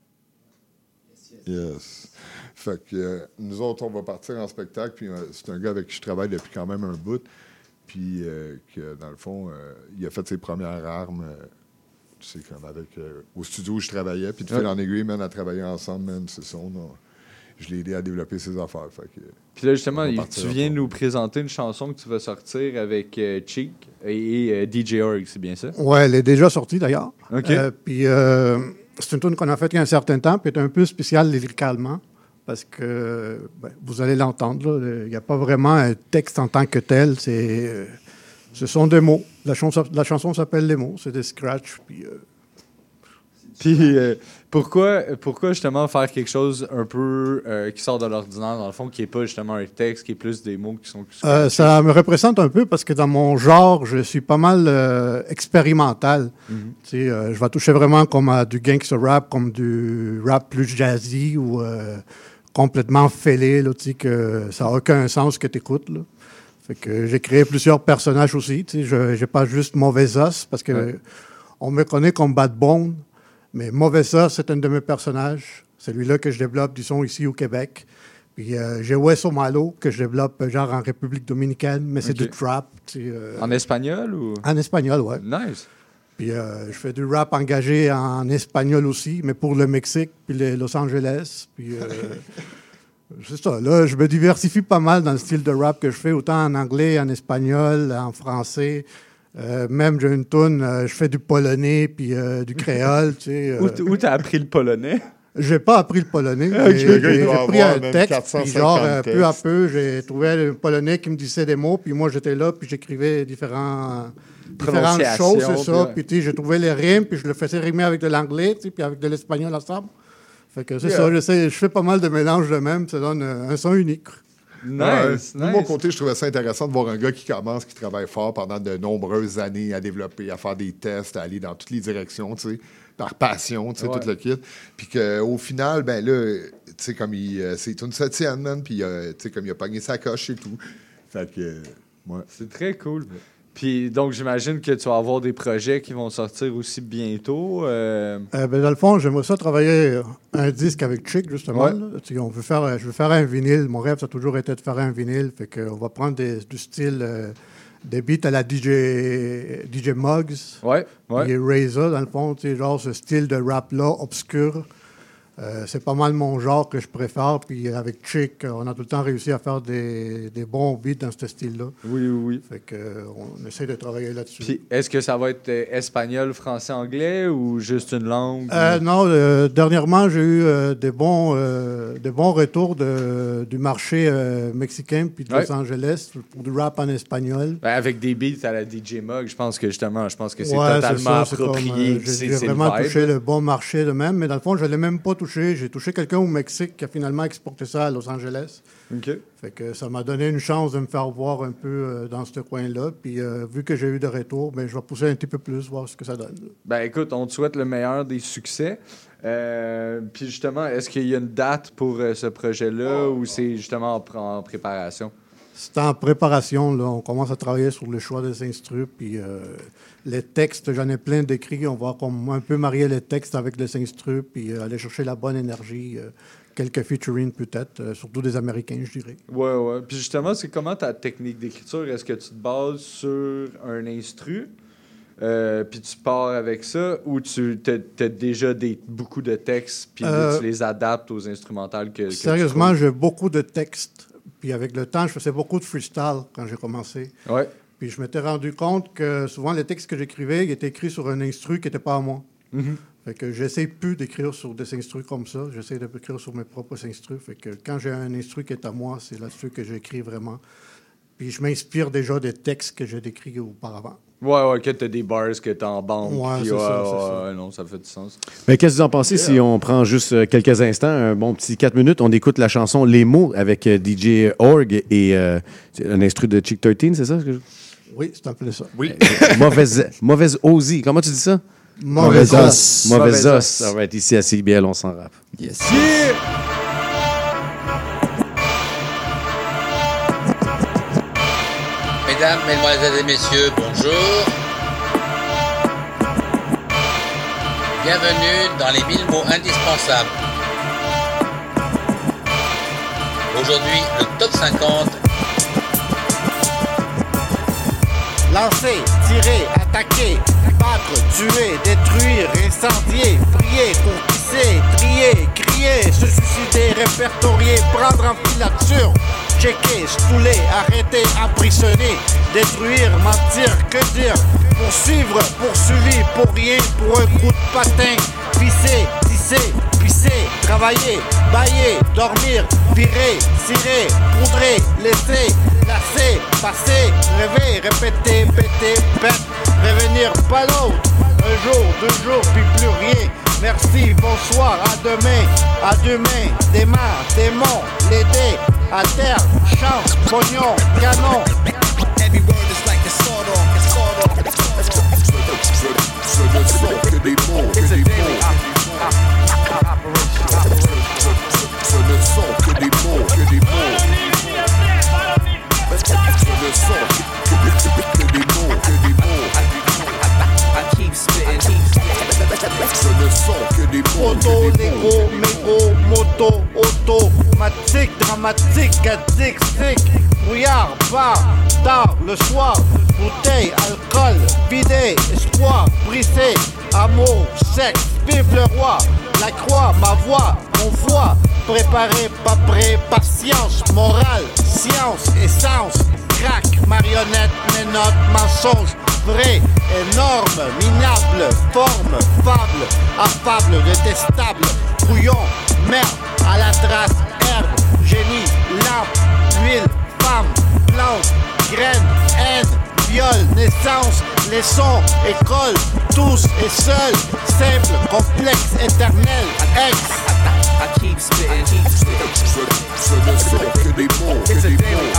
Yes. Fait que euh, nous autres, on va partir en spectacle. Puis euh, c'est un gars avec qui je travaille depuis quand même un bout. Puis euh, que, dans le fond, euh, il a fait ses premières armes... Euh, tu sais, comme avec... Euh, au studio où je travaillais. Puis de fil en aiguille, man, à travailler ensemble, man, c'est ça, on a... Je l'ai aidé à développer ses affaires. Fait que, puis là, justement, tu viens nous présenter une chanson que tu vas sortir avec euh, Cheek et, et euh, D J Org, c'est bien ça? Oui, elle est déjà sortie d'ailleurs. OK. Euh, puis euh, c'est une tune qu'on a faite il y a un certain temps, puis elle est un peu spéciale lyricalement, parce que ben, vous allez l'entendre, il n'y a pas vraiment un texte en tant que tel. C'est, euh, ce sont des mots. La, chanson, la chanson s'appelle Les mots, c'est des scratchs, puis... Euh, Puis euh, pourquoi, pourquoi justement faire quelque chose un peu euh, qui sort de l'ordinaire, dans le fond, qui n'est pas justement un texte, qui est plus des mots qui sont... Euh, ça me représente un peu parce que dans mon genre, je suis pas mal euh, expérimental. Mm-hmm. Tu sais, euh, je vais toucher vraiment comme à du gangster rap, comme du rap plus jazzy ou euh, complètement fêlé, là, tu sais, que ça n'a aucun sens que tu écoutes. Là. Fait que j'ai créé plusieurs personnages aussi. Tu sais, je n'ai pas juste Mauvais Os parce que ouais. on me connaît comme Bad Bone. Mais Mauvesa, c'est un de mes personnages. C'est lui-là que je développe du son ici au Québec. Puis euh, j'ai Hueso Malo, que je développe euh, genre en République dominicaine, mais c'est Ok. du trap. tu sais, euh, En espagnol ou? En espagnol, ouais. Nice. Puis euh, je fais du rap engagé en espagnol aussi, mais pour le Mexique puis les Los Angeles. Puis euh, c'est ça. Là, je me diversifie pas mal dans le style de rap que je fais, autant en anglais, en espagnol, en français. Euh, même j'ai une toune, euh, je fais du polonais puis euh, du créole. Tu sais, euh, Où t- Où t'as appris le polonais? J'ai pas appris le polonais. Ok. J'ai Le gars, il j'ai- doit j'ai pris avoir un même texte, quatre cent puis genre, cinquante euh, peu à textes. peu, j'ai trouvé un polonais qui me disait des mots, puis moi, j'étais là, puis j'écrivais différents, différentes Prononciations, choses, c'est puis ça. ouais. Puis, tu sais, j'ai trouvé les rimes, puis je le faisais rimer avec de l'anglais, tu sais, puis avec de l'espagnol ensemble. Fait que c'est Yeah. ça, j'essaie- je fais pas mal de mélanges de même, ça donne euh, un son unique. Ouais. De mon côté, je trouvais ça intéressant de voir un gars qui commence, qui travaille fort pendant de nombreuses années à développer, à faire des tests, à aller dans toutes les directions, tu sais, par passion, tu sais, Ouais. tout le kit. Puis qu'au final, ben là, tu sais, comme il. euh, c'est une septième, man, puis euh, tu sais, comme il a pogné sa coche et tout. Fait que. euh, ouais. C'est très cool. Puis donc, j'imagine que tu vas avoir des projets qui vont sortir aussi bientôt. euh, Euh, ben, dans le fond, j'aimerais ça travailler un disque avec Chick, justement. Ouais. là. Tu sais, on veut faire, je veux faire un vinyle. Mon rêve, ça a toujours été de faire un vinyle. Fait qu'on va prendre des- du style, euh, des beats à la D J, D J Muggs. Ouais, ouais. Et Razor, dans le fond, tu sais, genre ce style de rap-là, obscur. Euh, c'est pas mal mon genre que je préfère. Puis avec Chick, on a tout le temps réussi à faire des, des bons beats dans ce style-là. Oui, oui, oui. Fait que, euh, on essaie de travailler là-dessus. Puis est-ce que ça va être euh, espagnol, français, anglais ou juste une langue? Euh, non, euh, dernièrement, j'ai eu euh, des, bons, euh, des bons retours de, du marché euh, mexicain puis de Ouais. Los Angeles pour du rap en espagnol. Ben, avec des beats à la D J Mug, je pense que justement, je pense que c'est Ouais, totalement ça, c'est approprié. comme, euh, puis j'ai c'est j'ai c'est le vraiment vibe. touché le bon marché de même, mais dans le fond, je ne l'ai même pas touché. J'ai touché quelqu'un au Mexique qui a finalement exporté ça à Los Angeles. OK. Fait que ça m'a donné une chance de me faire voir un peu euh, dans ce coin-là. Puis euh, vu que j'ai eu de retour, ben, je vais pousser un petit peu plus, voir ce que ça donne. Ben écoute, on te souhaite le meilleur des succès. Euh, puis justement, est-ce qu'il y a une date pour euh, ce projet-là ou c'est justement en, pr- en préparation? C'est en préparation, là. On commence à travailler sur le choix des instrus, puis euh, les textes, j'en ai plein d'écrits. On va comme un peu marier les textes avec les instrus, puis euh, aller chercher la bonne énergie. euh, quelques featuring peut-être, euh, surtout des Américains, je dirais. Ouais, ouais. Puis justement, c'est comment ta technique d'écriture? Est-ce que tu te bases sur un instru, euh, puis tu pars avec ça, ou tu as déjà des, beaucoup de textes, puis là, Euh, tu les adaptes aux instrumentales que, que tu Sérieusement, trouves? j'ai beaucoup de textes. Puis avec le temps, je faisais beaucoup de freestyle quand j'ai commencé. Ouais. Puis je m'étais rendu compte que souvent, les textes que j'écrivais, ils étaient écrits sur un instru qui n'était pas à moi. Mhm. Fait que j'essaie plus d'écrire sur des instrus comme ça. J'essaie d'écrire sur mes propres instrus. Fait que quand j'ai un instru qui est à moi, c'est là-dessus que j'écris vraiment. Puis je m'inspire déjà des textes que j'ai décrits auparavant. Ouais, ouais, que t'as des bars que t'as en bande. Ouais, puis c'est ouais, ça, ouais, c'est ça. ouais, non, ça fait du sens. Mais qu'est-ce que vous en pensez si on prend juste euh, quelques instants, un bon petit quatre minutes, on écoute la chanson Les mots avec euh, D J Org et euh, c'est un instru de Chick treize, c'est ça? que je- Oui, c'est un peu ça. Oui. mauvaise, mauvaise Ozzy. Comment tu dis ça? Mauvaise os. Mauvaise Mauvaise os. os. All right, ici à C I B L, on s'en rappe. Yes. Mesdames, Mesdemoiselles et Messieurs, bonjour. Bienvenue dans les mille mots indispensables. Aujourd'hui, le top cinquante. Lancer, tirer, attaquer, battre, tuer, détruire, incendier, prier, courtiser, trier, crier, se suicider, répertorier, prendre en filature, checker, stouler, arrêter, emprisonner, détruire, mentir, que dire, poursuivre, poursuivi, pour rien, pour un coup de patin, pisser, tisser, pisser, travailler, bailler, dormir, virer, cirer, poudrer, laisser, lasser, passer, rêver, répéter, péter, pète, revenir, pas l'autre, un jour, deux jours, puis plus rien. Merci, bonsoir, à demain, à demain, démarre, démon, l'aider, à terre, chance, pognon, canon. Every word is like a sword off, a sword off. It's a daily I keep spitting, keep spitting. Ce ne sont que des mots, Auto, Lego, métro, moto, auto, matique, dramatique, addict, sick, brouillard, bar, tard, le soir, bouteille, alcool, vidé, espoir, brisé, amour, sexe, vive le roi, la croix, ma voix, mon voix, préparé, pas prêt, par science, morale, science, essence, crack, marionnette, ménote, mensonge, vrai, énorme, minable, forme, fable, affable, détestable, brouillon, merde, à la trace, herbe, génie, lampe, huile, femme, plante, graine, haine, viol, naissance, leçon, école, tous et seuls, simple, complexe, éternel, ex. I keep spitting, keep spitting. Ce ne sont que des mots, que des mots.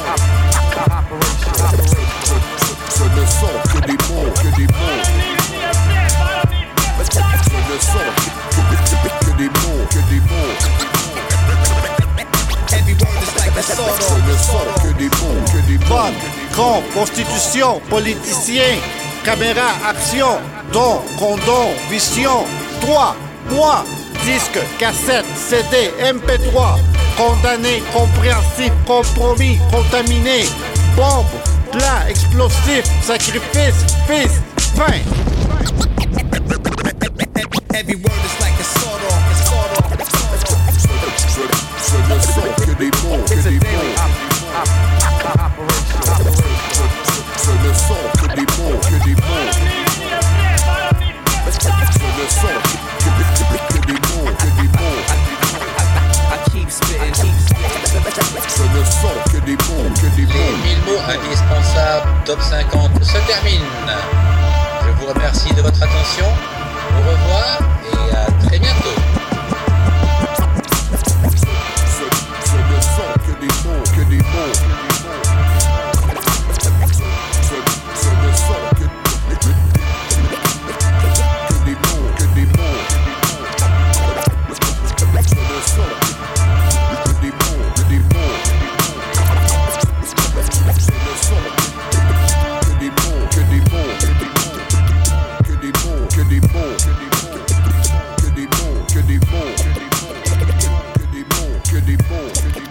Ce ne sont que des mots, que des mots. Ce ne sont que, que des mots, que des mots. Ce ne sont que des mots, que des mots. Vote, con, constitution, politicien, caméra, action, don, condom, vision, droit, moi, disque, cassette, C D, M P trois, condamné, compréhensif, compromis, contaminé, bombe, plan, explosif, sacrifice, fils, fin. Every word is like a sword off, a sword off. Ce ne sont que des mots, que des mots. Ce ne sont que des mots, que des mots. Ce ne sont que, que, que des mots, que des mots. I keep spitting, keep spitting. Ce ne sont que des mots, que des Les mots. mille mots indispensables Top cinquante se terminent. Je vous remercie de votre attention. Au revoir et à très bientôt. Ce, ce ne sont que des mots, que des mots. Ce, ce ne sont que, que, que des mots, que des mots. Ce ne sont que des mots, que des mots. Ce ne sont que des mots, que des mots. Que des mots, que des mots. Que des mots, que des mots. Que des mots, que des mots.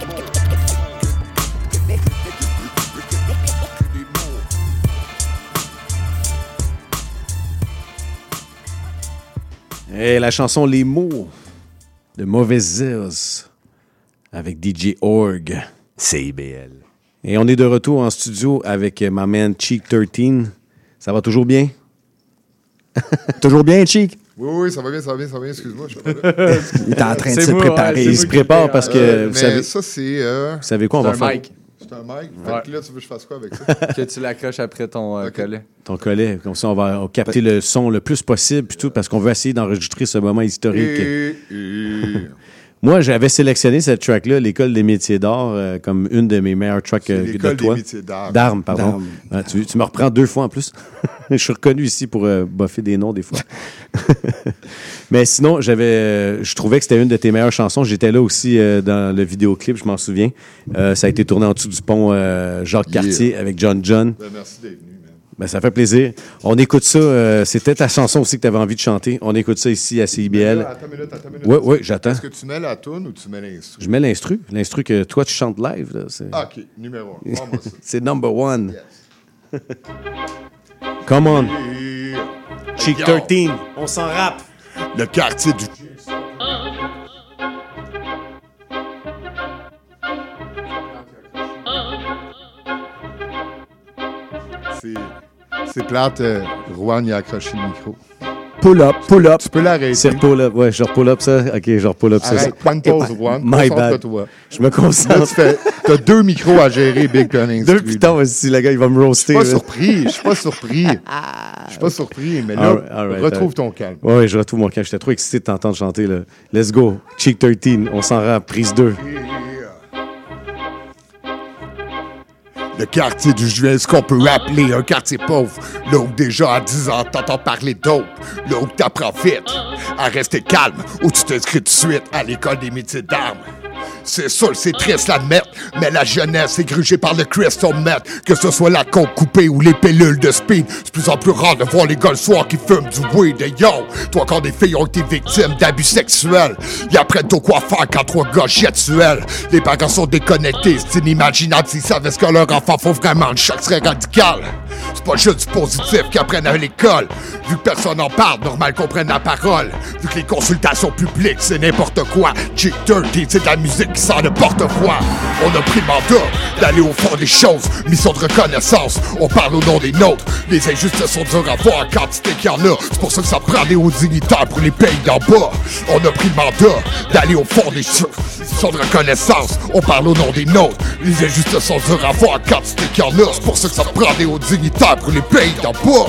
Et la chanson Les mots de Mauvais Zeus avec D J Org. C I B L. Et on est de retour en studio avec ma man Cheek treize. Ça va toujours bien? Toujours bien, Cheek? Oui, oui, ça va bien, ça va bien, ça va bien. Excuse-moi, je suis pas là. Il est en train de se préparer. Il se prépare parce que, Euh, vous mais savez... ça, c'est... euh, Vous savez quoi, on C'est va un faire? mic. C'est un mic. Ouais. Fait que là, tu veux que je fasse quoi avec ça? Que tu l'accroches après ton euh, collet. Ton collet. Comme ça, on va on va capter le son le plus possible, puis tout, parce qu'on veut essayer d'enregistrer ce moment historique. Et- et- Moi, j'avais sélectionné cette track-là, l'École des métiers d'art, euh, comme une de mes meilleures tracks C'est euh, de l'École toi. des métiers d'art. D'armes, pardon. D'armes. Ouais, tu, tu me reprends deux fois en plus. Je suis reconnu ici pour euh, boffer des noms des fois. Mais sinon, j'avais, euh, je trouvais que c'était une de tes meilleures chansons. J'étais là aussi euh, dans le vidéoclip, je m'en souviens. Euh, ça a été tourné en dessous du pont euh, Jacques-Cartier Yeah. avec John John. Ben, merci d'être venu, man. Ben, ça fait plaisir. On écoute ça. euh, c'était ta chanson aussi que tu avais envie de chanter. On écoute ça ici à C I B L. Mais là, attends une minute, attends une minute. Oui, oui, j'attends. Est-ce que tu mets la toune ou tu mets l'instru? Je mets l'instru. L'instru que toi, tu chantes live. Là, c'est... Ah, OK. Numéro un. Prends-moi ça. c'est number one. Come on. Cheek treize. On s'en rappe. Le quartier du... C'est... C'est plate. euh, Rouen, il a accroché le micro. Pull up, pull up. Tu peux l'arrêter. C'est pull up. Ouais, je repull up ça. OK, je repull up ça. Arrête, prends une pause, Rouen. My bad. Concentre-toi. Je me Là, concentre. tu fais... T'as deux micros à gérer, Big Gun Deux putains aussi, le gars, il va me Je roaster. suis pas là. surpris. Je suis pas surpris. Je suis pas surpris, mais là, All right, all right, retrouve all right. ton calme. Ouais, ouais, je retrouve mon calme. J'étais trop excité de t'entendre chanter. Là. Let's go. Cheek treize. On s'en rappe. Prise deux. Le quartier du juin, ce qu'on peut appeler un quartier pauvre. Là où déjà à dix ans, t'entends parler d'autres. Là où t'apprends vite à rester calme. Où tu t'inscris tout de suite à l'école des métiers d'armes. C'est sûr, c'est triste l'admettre, mais la jeunesse est grugée par le crystal meth. Que ce soit la coke coupée ou les pilules de speed, c'est plus en plus rare de voir les gars le soir qui fument du weed. Et yo, toi quand des filles ont été victimes d'abus sexuels, ils apprennent au quoi faire quand trois gars jettent sur elles. Les parents sont déconnectés, c'est inimaginable s'ils savaient ce que leur enfant font vraiment, le choc serait radical. C'est pas juste du positif qu'ils apprennent à l'école. Vu que personne n'en parle, normal qu'on prenne la parole. Vu que les consultations publiques, c'est n'importe quoi. Cheek dirty, c'est de la musique qui sort de porte-voix. On a pris le mandat d'aller au fond des choses. Mission de reconnaissance, on parle au nom des nôtres. Les injustices sont dures à voir en quantité qu'il y en a. C'est pour ça que ça prend des hauts dignitaires pour les pays d'en bas. On a pris le mandat d'aller au fond des choses. Mission de reconnaissance, on parle au nom des nôtres. Les injustices sont dures à voir en quantité qu'il y en a. C'est pour ça que ça prend des hauts dignitaires pour les pays d'en bas.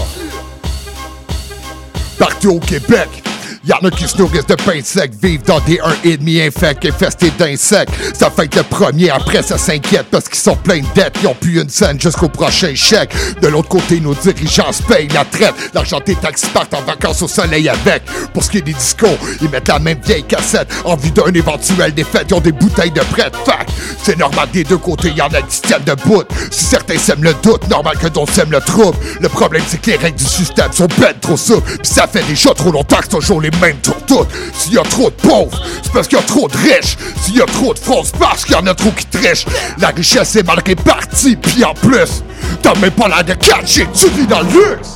Partout au Québec, y'en a qui se nourrissent de pain sec, vivent dans des un et demi infects, infestés d'insectes. Ça fait que le premier, après ça s'inquiète parce qu'ils sont pleins de dettes, ils ont plus une scène jusqu'au prochain chèque. De l'autre côté, nos dirigeants se payent la traite. L'argent des taxis partent en vacances au soleil avec. Pour ce qui est des discos, ils mettent la même vieille cassette en vue d'un éventuel défaite. Ils ont des bouteilles de prête. Fact, c'est normal des deux côtés, y'en a qui se tiennent debout. Si certains sèment le doute, normal que d'autres sèment le trouble. Le problème, c'est que les règles du système sont bêtes trop souples. Pis ça fait déjà trop longtemps que c'est toujours les mêmes tours toutes. S'il y a trop de pauvres, c'est parce qu'il y a trop de riches. S'il y a trop de fraude, c'est parce qu'il y en a trop qui trichent. La richesse est mal répartie, pis en plus, t'as même pas l'air de catcher, tu vis dans le luxe.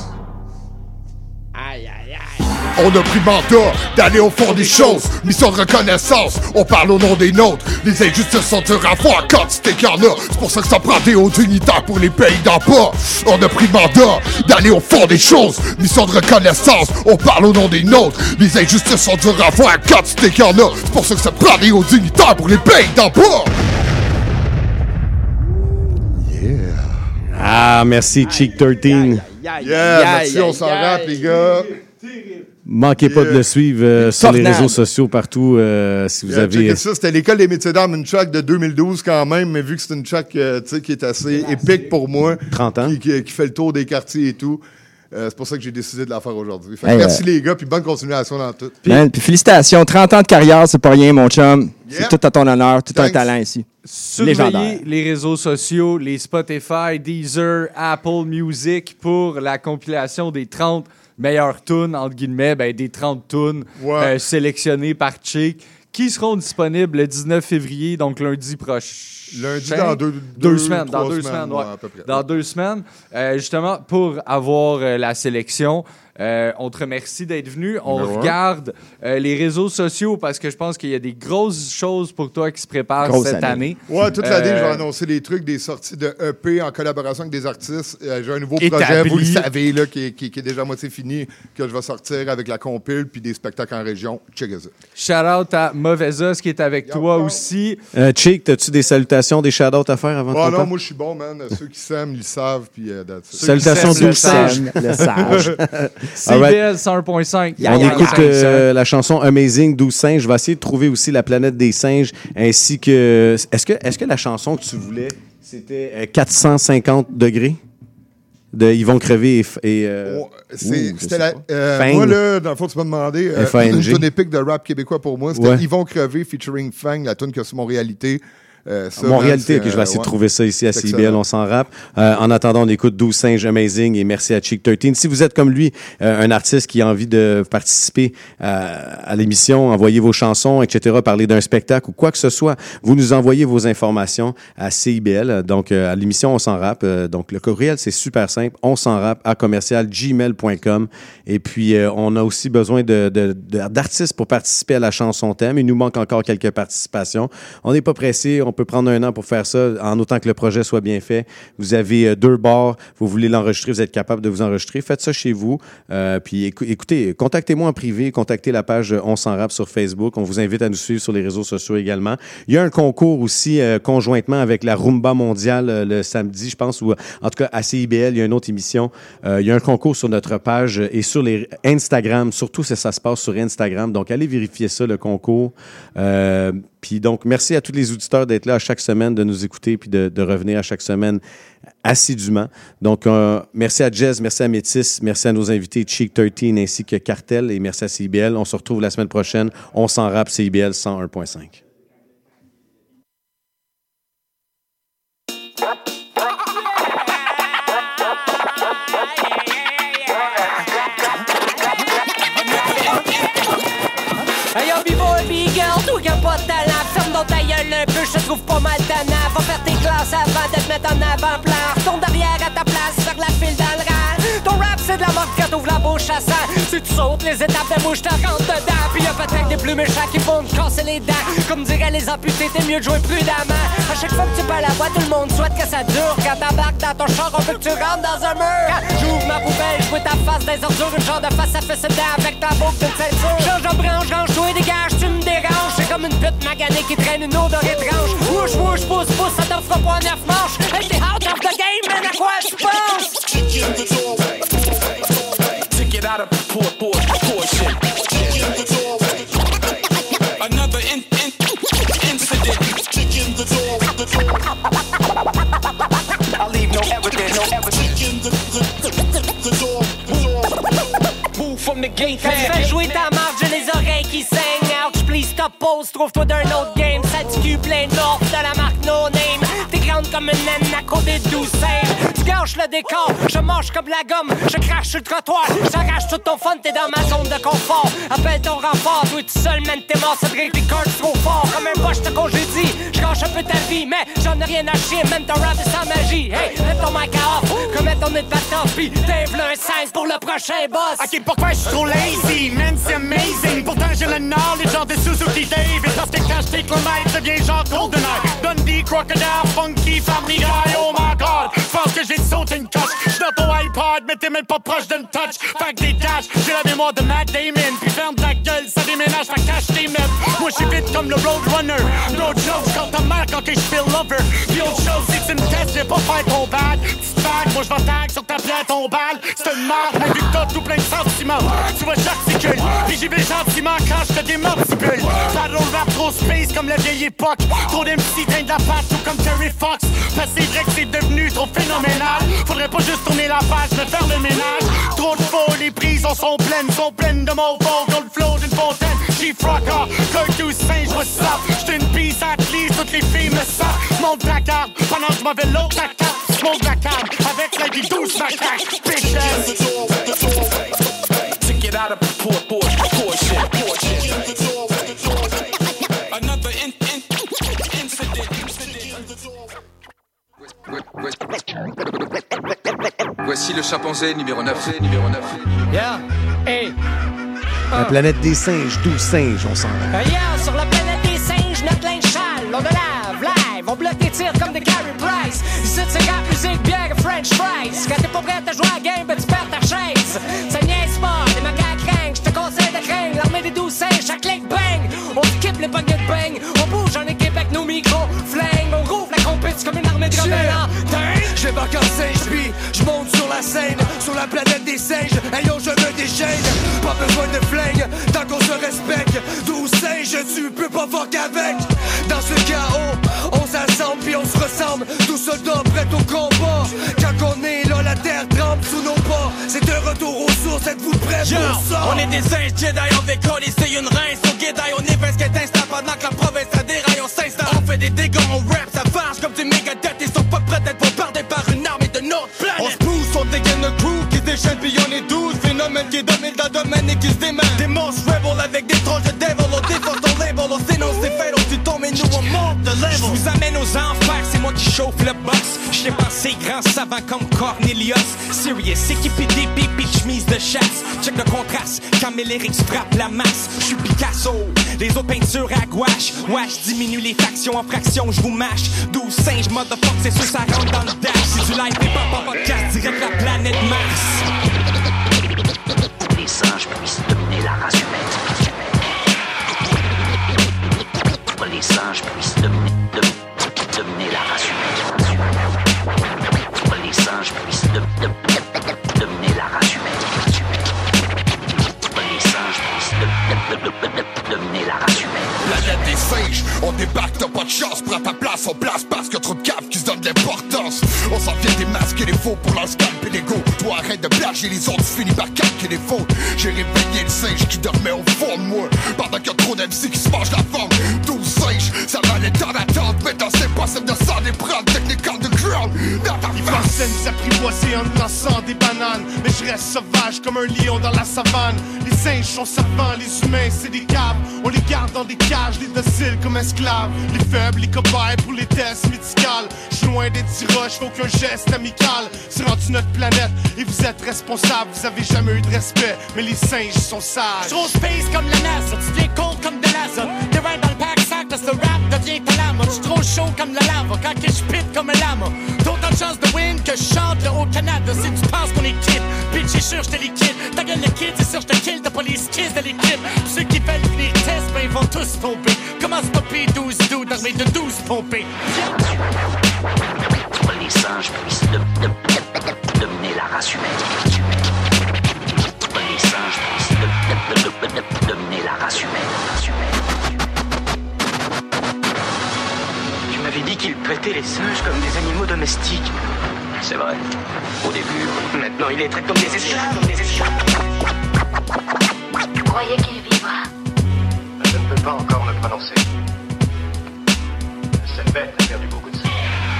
On a pris mandat d'aller au fond des choses. Mission de reconnaissance, on parle au nom des nôtres. Les injustices sont dures à voir en quantité qu'il y en a. C'est pour ça que ça prend des hauts dignitaires pour les pays d'en bas. On a pris mandat d'aller au fond des choses. Mission de reconnaissance, on parle au nom des nôtres. Les injustices sont dures à voir en quantité qu'il y en a. C'est pour ça que ça prend des hauts dignitaires pour les pays d'en bas. Ah, merci, Cheek treize. Yeah, merci, on s'en rappe, les gars. Manquez pas de le suivre euh, sur les réseaux sociaux partout euh, si vous Yeah, avez... checkez ça, c'était l'école des métiers d'armes, une track de deux mille douze quand même, mais vu que c'est une track euh, tu sais, qui est assez épique pour moi, trente ans, qui, qui, qui fait le tour des quartiers et tout, euh, c'est pour ça que j'ai décidé de la faire aujourd'hui. Fait que Hey, merci euh, les gars, puis bonne continuation dans tout. Man, puis félicitations, trente ans de carrière, c'est pas rien, mon chum. Yeah. C'est tout à ton honneur, tout un Thanks. talent ici. Surveillez Légendaire. les réseaux sociaux, les Spotify, Deezer, Apple Music pour la compilation des trente meilleures tunes, entre guillemets, ben, des trente tunes Ouais. euh, sélectionnées par Chick, qui seront disponibles le dix-neuf février, donc lundi prochain. Lundi dans deux- deux deux, semaines, dans trois deux semaines, semaines, ouais. ouais, à peu près. Dans deux semaines, Euh, justement pour avoir euh, la sélection. Euh, on te remercie d'être venu. On Numéro un. regarde euh, les réseaux sociaux parce que je pense qu'il y a des grosses choses pour toi qui se préparent Grosse cette année. année. Ouais, toute l'année, Euh, je vais annoncer des trucs, des sorties de E P en collaboration avec des artistes. Euh, j'ai un nouveau Établi. projet, vous le savez, là, qui, est- qui- qui est déjà à moitié fini, que je vais sortir avec la compile puis des spectacles en région. Check ça. Shout out à Mauvaisos qui est avec toi aussi. Euh, Cheek, as-tu des salutations, des shout-outs à faire avant Oh qu'on non, parte? moi, je suis bon, man. Ceux qui s'aiment, ils savent, puis euh, that's it. Salutations Ceux qui douze s'aiment, singes. Le sage. C B L cent un point cinq. On écoute euh, la chanson Amazing douze singes. Je vais essayer de trouver aussi la planète des singes ainsi que. Est-ce que, est-ce que la chanson que tu voulais, c'était euh, quatre cent cinquante degrés? De Ils vont crever et. f- et euh, Ouais, c'est- ouh, je C'était sais la. pas. euh, Fang. moi, là, dans le fond, tu m'as demandé. euh, F A N une G. tune épique de rap québécois pour moi. C'était Ouais. Ils vont crever featuring Fang, la tune que sur mon réalité. Euh, ça, Mon man, réalité, c'est, ok, je vais euh, essayer de ouais. trouver ça ici à C'est C I B L, excellent. on s'en rappe. Euh, en attendant, on écoute douze singes Amazing et merci à Cheek treize. Si vous êtes comme lui, euh, un artiste qui a envie de participer euh, à l'émission, envoyer vos chansons, et cetera, parler d'un spectacle ou quoi que ce soit, vous nous envoyez vos informations à C I B L, donc euh, à l'émission On s'en rappe. Euh, donc le courriel, c'est super simple, on s'en rappe à commercial gmail point com. Et puis, euh, on a aussi besoin de, de- de- d'artistes pour participer à la chanson thème. Il nous manque encore quelques participations. On n'est pas pressé, on peut prendre un an pour faire ça, en autant que le projet soit bien fait. Vous avez euh, deux bars, vous voulez l'enregistrer, vous êtes capable de vous enregistrer, faites ça chez vous. Euh, puis écou- écoutez, contactez-moi en privé, contactez la page euh, On s'en rappe sur Facebook. On vous invite à nous suivre sur les réseaux sociaux également. Il y a un concours aussi euh, conjointement avec la Rumba mondiale euh, le samedi, je pense, ou en tout cas à C I B L, il y a une autre émission. Euh, il y a un concours sur notre page euh, et sur les Instagram, surtout si ça se passe sur Instagram. Donc allez vérifier ça, le concours. Euh, Puis donc, merci à tous les auditeurs d'être là à chaque semaine, de nous écouter puis de, de revenir à chaque semaine assidûment. Donc, euh, merci à Jazz, merci à Métis, merci à nos invités Cheek treize ainsi que Cartel et merci à C I B L. On se retrouve la semaine prochaine. On s'en rappe C I B L cent un point cinq. ferme ta gueule un peu, je te trouve pas mal tannant. Va faire tes classes avant de te mettre en avant-plan. Retourne derrière à ta place, faire la file dans le rang. Ton rap c'est de la mort quand t'ouvres la bouche à sang. Si tu sautes les étapes de bouche, t'en rentres dedans. Puis y'a peut-être des plus méchants qui vont te casser les dents. Comme diraient les amputés, t'es mieux de jouer prudemment. À chaque fois que tu parles la voix, tout le monde souhaite que ça dure. Quand t'embarques dans ton char, on veut que tu rentres dans un mur. Quand j'ouvre ma poubelle, je vois ta face des ordures. Une genre de face à fesse dedans avec ta boucle d'une ceinture. Change de branche, range-toi et dégage, tu me déranges. C'est comme une pute maganée qui traîne une odeur étrange. Wouch, wouch, pousse, pousse, ça t'en fera pas neuf manches. Hey, t'es out of the game, man, à quoi tu penses? Take it out of proportion. Another in, in, incident. I'll leave no evidence, no evidence. Move from the gate. Quand tu fais jouer ta marque, j'ai les oreilles qui saignent. Ouch, please stop, pause, trouve-toi d'un autre game. Ça du cul plein d'or de la marque No Name. T'es grande comme une naine à côté de douze scènes. Tu gâches le décor, je mange comme la gomme. Je crache sur le trottoir, j'arrache tout ton fun, t'es dans ma zone de confort. Appelle ton renfort, toi tout seul, man, t'es mort, ça te règle tes cartes trop fort. Comme un poche, je te congédie, je gâche un peu ta vie. Mais j'en ai rien à chier, même ton rap est sans magie. Hey, mets ton mic à off, remets ton nez de patin, pis t'invles un cinq pour le prochain boss. Ok, pourquoi je suis trop lazy, man, c'est amazing. Pourtant j'ai le nord, les gens de Suzuki Dave. Et parce que quand je t'éclomètre, je deviens genre GoldenEye. Dundee, Crocodile, Funky, Family Guy, oh my god. Pense que j'ai sauté une coche. J'suis dans ton iPod, mais t'es même pas proche d'une touch. Fait que dégage, j'ai la mémoire de Matt Damon. Puis ferme ta gueule, ça déménage, fait cache tes meufs. Moi j'suis vite comme le Roadrunner. No jokes quand ta mère, quand que j'feel lover. Puis autre chose, si tu me testes, j'ai pas fait ton bad. Petite vague, moi j'vais tag sur ta plaie ton balle. C'est une marque, mais vu que t'as tout plein de sentiments. Tu vois j'articule, puis j'y vais gentiment quand j'te démortibule. Battle rap trop space comme la vieille époque. Trop d'M C teint de la patte, tout comme Terry Fox. Parce que c'est vrai que c'est devenu trop phénoménal. Faudrait pas juste tourner la page, mais faire le ménage. Trop de faux, les prisons sont pleines, sont pleines de mots faux. Gold flow d'une fontaine, G-Frocker, Curtus singe, what's up? J'suis une pisse à clé, toutes les filles me sortent. Monte la carte, pendant que j'm'avais l'autre la carte. Smoke la carte, avec la vie douce macaque. Bitches. Take it out of proportion. Another in, in, incident. Voici le chimpanzé numéro neuf. Numéro neuf. Yeah, hey. La planète des singes, douze singes, on s'en va. Uh, yeah, sur la planète des singes, notre linge chale, on de lave, live, on bloque tes tirs comme des Gary Price. Ici, c'est rap, musique, bière et French fries. Quand t'es pas prêt à jouer à la game, ben tu perds ta chaise. Ça niaise pas, les macaques craignent, j'te conseille de craindre. L'armée des douze singes, chaque clic bang. On skip les buggles de bang, on bouge en équipe avec nos micros, flingue. On rouvre la compétition comme une armée de rebelles. Je débarque en singe, puis je monte sur la scène, sur la planète des singes. Hey yo, je me déchaîne, pas besoin de flingue, tant qu'on se respecte. douze singes, tu peux pas fuck avec. Dans ce chaos, on s'assemble puis on se ressemble. Tous soldats prêts au combat. Quand on est là, la terre tremble sous nos pas. C'est un retour aux sources, êtes-vous prêts Yo, pour ça? on est des singes Jedi, on décolle et c'est une rince. Au Guédaille, on est vingt qui est instable pendant que la province a déraille, on s'installe. On fait des dégâts, on rap, ça varge comme des mégadètes. Ils sont pas prêts d'être bombardés par une armée de notre planète. On se pousse, on dégaine le crew qui se déchaîne puis on est douze. Phénomène qui domine dans le domaine et qui se démène. Des monstres rebels avec des tronches de devil. On défonce ton label, on s'énonce c'est fait. On tu tombes et nous on monte de level. Je vous amène aux enfers, c'est moi qui chauffe le box. J't'ai pensé grand savant comme Cornelius. Serious, équipé des big chemise de chasse. Check le contraste, quand mes lyrics frappent la masse. J'suis Picasso, les autres peintures à gouache. Wesh, diminue les factions en fractions, j'vous mâche. douze singes, motherfuck, c'est sûr ça rentre dans le dash. C'est du live hip hop en podcast, direct la planète Mars. Les singes puissent dominer la race humaine. Les singes puissent dominer, dom, dominer la race humaine. Les singes puissent dom, dom, dominer la race humaine. Les singes puissent dom, dom, dom, dom, dominer la race humaine. Planète des singes, on débarque, t'as pas de chance. Prends ta place, on place parce que trop de caves qui se donnent de l'importance. On s'en vient des masques et les faux pour leur scalp et l'ego. Toi arrête de plager les autres, tu finis par calquer les fautes. J'ai réveillé le singe qui dormait au fond de moi. Pendant qu'il y a trop d'M C qui se mangent la forme. douze singes, ça va aller dans la tente. Maintenant c'est possible de s'en déprendre. Technique underground, dans ta Ma scène s'apprivoisée en lançant des bananes. Mais je reste sauvage comme un lion dans la savane. Les singes sont servants, les humains c'est des caves. On les garde dans des cages, les dociles comme esclaves. Les faibles, les cobayes pour les tests médicaux. J'suis loin d'être tira, j'fais aucun geste amical. C'est rendu notre planète et vous êtes responsables. Vous avez jamais eu de respect, mais les singes sont sages. Trop space comme la NASA, tu deviens cold comme de l'azote. T'es right dans le pack sac, parce que le rap devient ta lame. Tu trop chaud comme la lava, quand que j'pite comme un lama. D'autant de chance de win que je chante au Canada. Si tu penses qu'on est quitte, bitch c'est sûr j'te liquide. Ta gueule le kid, c'est sûr j'te kill, t'as pas les skills de l'équipe. Ceux qui veulent venir test, ben ils vont tous tomber. Comment stopper douze douze d'armée de douze pompés? Les singes puissent de, de, de, dominer la race humaine. Les singes puissent de, de, de, de, de, dominer la race humaine. Tu m'avais dit qu'ils traitaient les singes comme des animaux domestiques. C'est vrai, au début. Maintenant, il les traite comme des esclaves, comme des esclaves. Tu croyais qu'il vivra? Je ne peux pas encore me prononcer. Cette bête a perdu beaucoup de sang.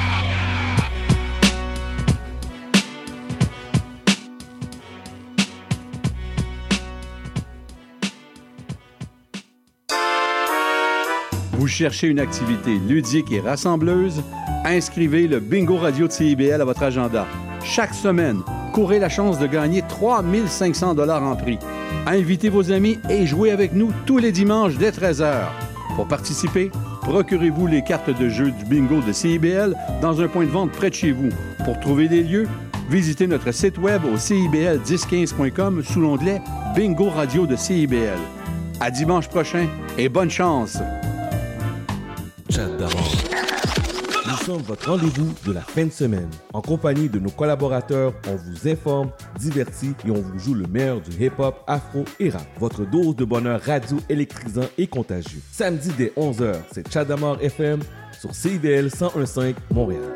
Vous cherchez une activité ludique et rassembleuse? Inscrivez le Bingo Radio de C I B L à votre agenda. Chaque semaine, courez la chance de gagner trois mille cinq cents dollars en prix. Invitez vos amis et jouez avec nous tous les dimanches dès treize heures. Pour participer, procurez-vous les cartes de jeu du bingo de C I B L dans un point de vente près de chez vous. Pour trouver des lieux, visitez notre site web au C I B L dix quinze point com sous l'onglet Bingo Radio de C I B L. À dimanche prochain et bonne chance! Chat d'avant. Nous sommes votre rendez-vous de la fin de semaine. En compagnie de nos collaborateurs, on vous informe, divertit et on vous joue le meilleur du hip-hop, afro et rap. Votre dose de bonheur radio électrisant et contagieux. Samedi dès onze heures, c'est Chadamar F M sur C I B L cent un virgule cinq Montréal.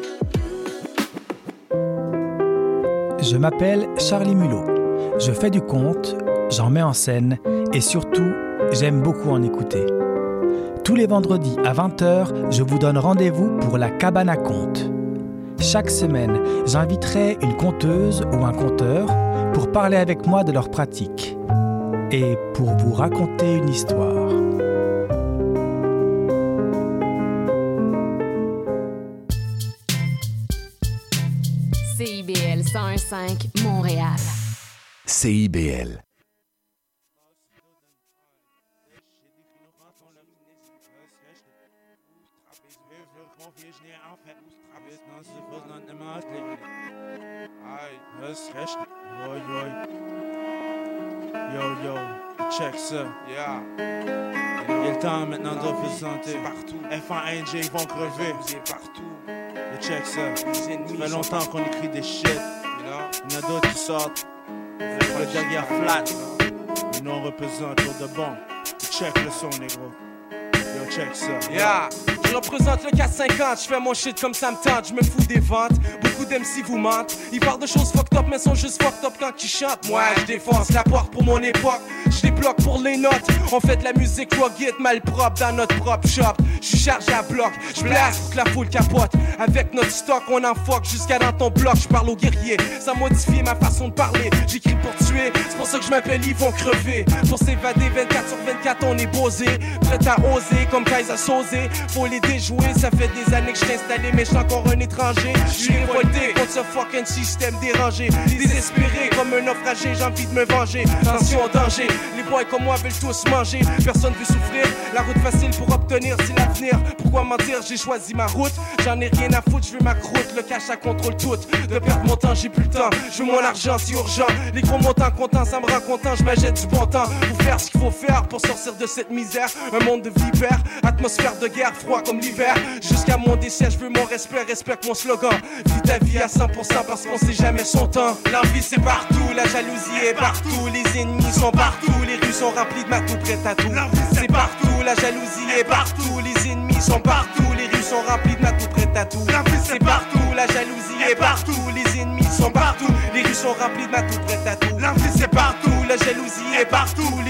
Je m'appelle Charlie Mulot. Je fais du conte, j'en mets en scène et surtout, j'aime beaucoup en écouter. Tous les vendredis à vingt heures, je vous donne rendez-vous pour la cabane à contes. Chaque semaine, j'inviterai une conteuse ou un conteur pour parler avec moi de leur pratique et pour vous raconter une histoire. C I B L cent un virgule cinq Montréal. C I B L. Yo, yo, check ça. Yeah. Il y a le temps maintenant de représenter. Partout. F un N J, ils vont crever. Partout. Yo, check ça. Ça fait longtemps qu'on écrit des shit. Il y en a d'autres qui sortent. Le derrière flat. Mais nous on représente pour de bon. Check le son, négro. Yo, check ça. Yeah. Je représente le quatre cinquante, je fais mon shit comme ça me tente, je me fous des ventes, beaucoup d'M C vous mentent. Ils parlent de choses fucked up mais sont juste fucked up quand ils chantent. Moi je défonce la porte pour mon époque, je débloque pour les notes. On fait de la musique rugged, mal propre dans notre propre shop. Je suis chargé à bloc, je blast pour que la foule capote. Avec notre stock on en fuck jusqu'à dans ton bloc. Je parle aux guerriers, ça modifie ma façon de parler. J'écris pour tuer, c'est pour ça que je m'appelle ils vont crever. Pour s'évader vingt-quatre sur vingt-quatre on est posé, prêt à oser comme Kaiser Sosé. Faut les déjouer, ça fait des années que je t'ai installé mais je suis encore un étranger. Je suis révolté contre ce fucking système dérangé. Désespéré comme un naufragé, j'ai envie de me venger. Attention au danger, les boys comme moi veulent tous manger. Personne veut souffrir, la route facile pour obtenir c'est l'avenir. Pourquoi mentir, j'ai choisi ma route. J'en ai rien à foutre, je veux ma croûte. Le cash ça contrôle tout, de perdre mon temps j'ai plus le temps. Je veux mon argent c'est urgent, les gros montants contents ça me rend content. Je m'achète du bon temps pour faire ce qu'il faut faire pour sortir de cette misère. Un monde de vipères, atmosphère de guerre, froid comme l'hiver. Jusqu'à mon décès, je veux mon respect, respecte mon slogan. Vis ta vie à cent pour cent parce qu'on sait jamais son temps. L'envie c'est partout, la jalousie est partout. Les ennemis sont partout, les rues sont remplies de matou prêt à tout. C'est partout, la jalousie est partout. Les ennemis sont partout, les rues sont remplies de matou prêt à tout. C'est partout, la jalousie est partout. Les ennemis sont partout, les rues sont remplies de matou prêt à tout. C'est partout, la jalousie est partout. Les ennemis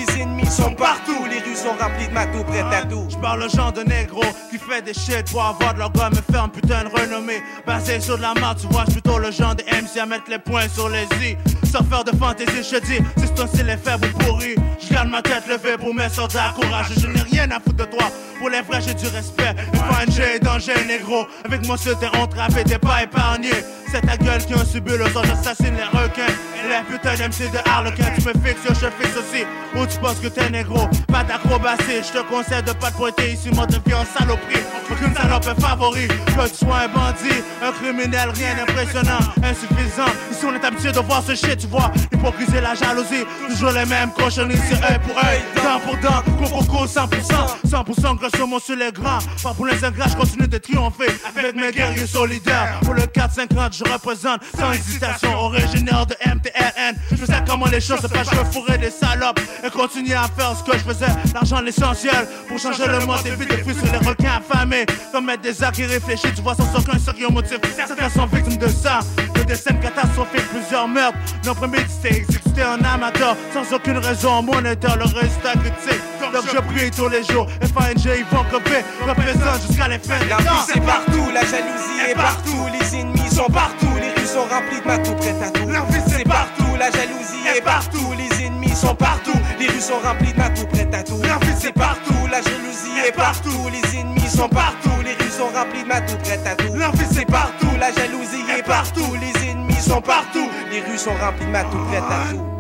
ennemis sont partout. Les rues sont remplies de matos prêts à tout. J'parle le genre de négro qui fait des shit pour avoir de leur gomme et faire un putain de renommée. Basé sur de la merde, tu vois, j'suis plutôt le genre de M C à mettre les points sur les i. Sans faire de fantaisie, j'te dis, si ton style est faible ou pourri, j'garde ma tête levée pour mes soldats courage. Je n'ai rien à foutre de toi, pour les vrais j'ai du respect. F N G, danger, négro. Avec moi sur terre on trappe et t'es pas épargné. C'est ta gueule qui a subi le sang, j'assassine les requins. Et les putains d'M C de Harlequin, tu me fixes, je fixe aussi. Où tu penses que t'es négro, pas d'acrobatie. Je te conseille de pas te pointer ici, moi de vie en saloperie. Aucune salope est favori, que tu sois un bandit, un criminel, rien d'impressionnant, insuffisant. Ici on est habitué de voir ce shit, tu vois. L'hypocrisie, la jalousie, toujours les mêmes cochonneries, c'est œil pour œil, dent pour dent, coup pour coup, cent pour cent. cent pour cent grosso modo sur les grands. Pas pour les ingrats, je continue de triompher avec mes guerriers solidaires. Pour le quatre cinquante, je représente sans hésitation, originaire de M T L N. Je sais comment les choses se passent, je fourrer des salopes et continuer à faire ce que je faisais. L'argent l'essentiel pour changer le monde, éviter de fuir sur les requins affamés. Commettre des actes irréfléchis, tu vois, sans aucun sérieux motif. Certains sont victimes de ça, de des scènes catastrophiques, plusieurs meurtres non prémédités, exécutés en amateur, sans aucune raison monétaire, le résultat critique. Donc je prie tous les jours, F N G ils vont crever, représente jusqu'à les fins des temps. L'envie c'est partout, la jalousie est partout, les ennemis sont partout, les rues sont remplies de matos prêts à tout. L'envie c'est partout, la jalousie est partout, les ennemis sont partout, les rues sont remplies de matos prêts à tout. L'envie c'est partout, la jalousie est partout, les ennemis sont partout, les rues sont remplies de matos prêts à tout. L'envie c'est partout, la jalousie est partout, les ennemis sont partout, les rues sont remplies de matos prêts à tout.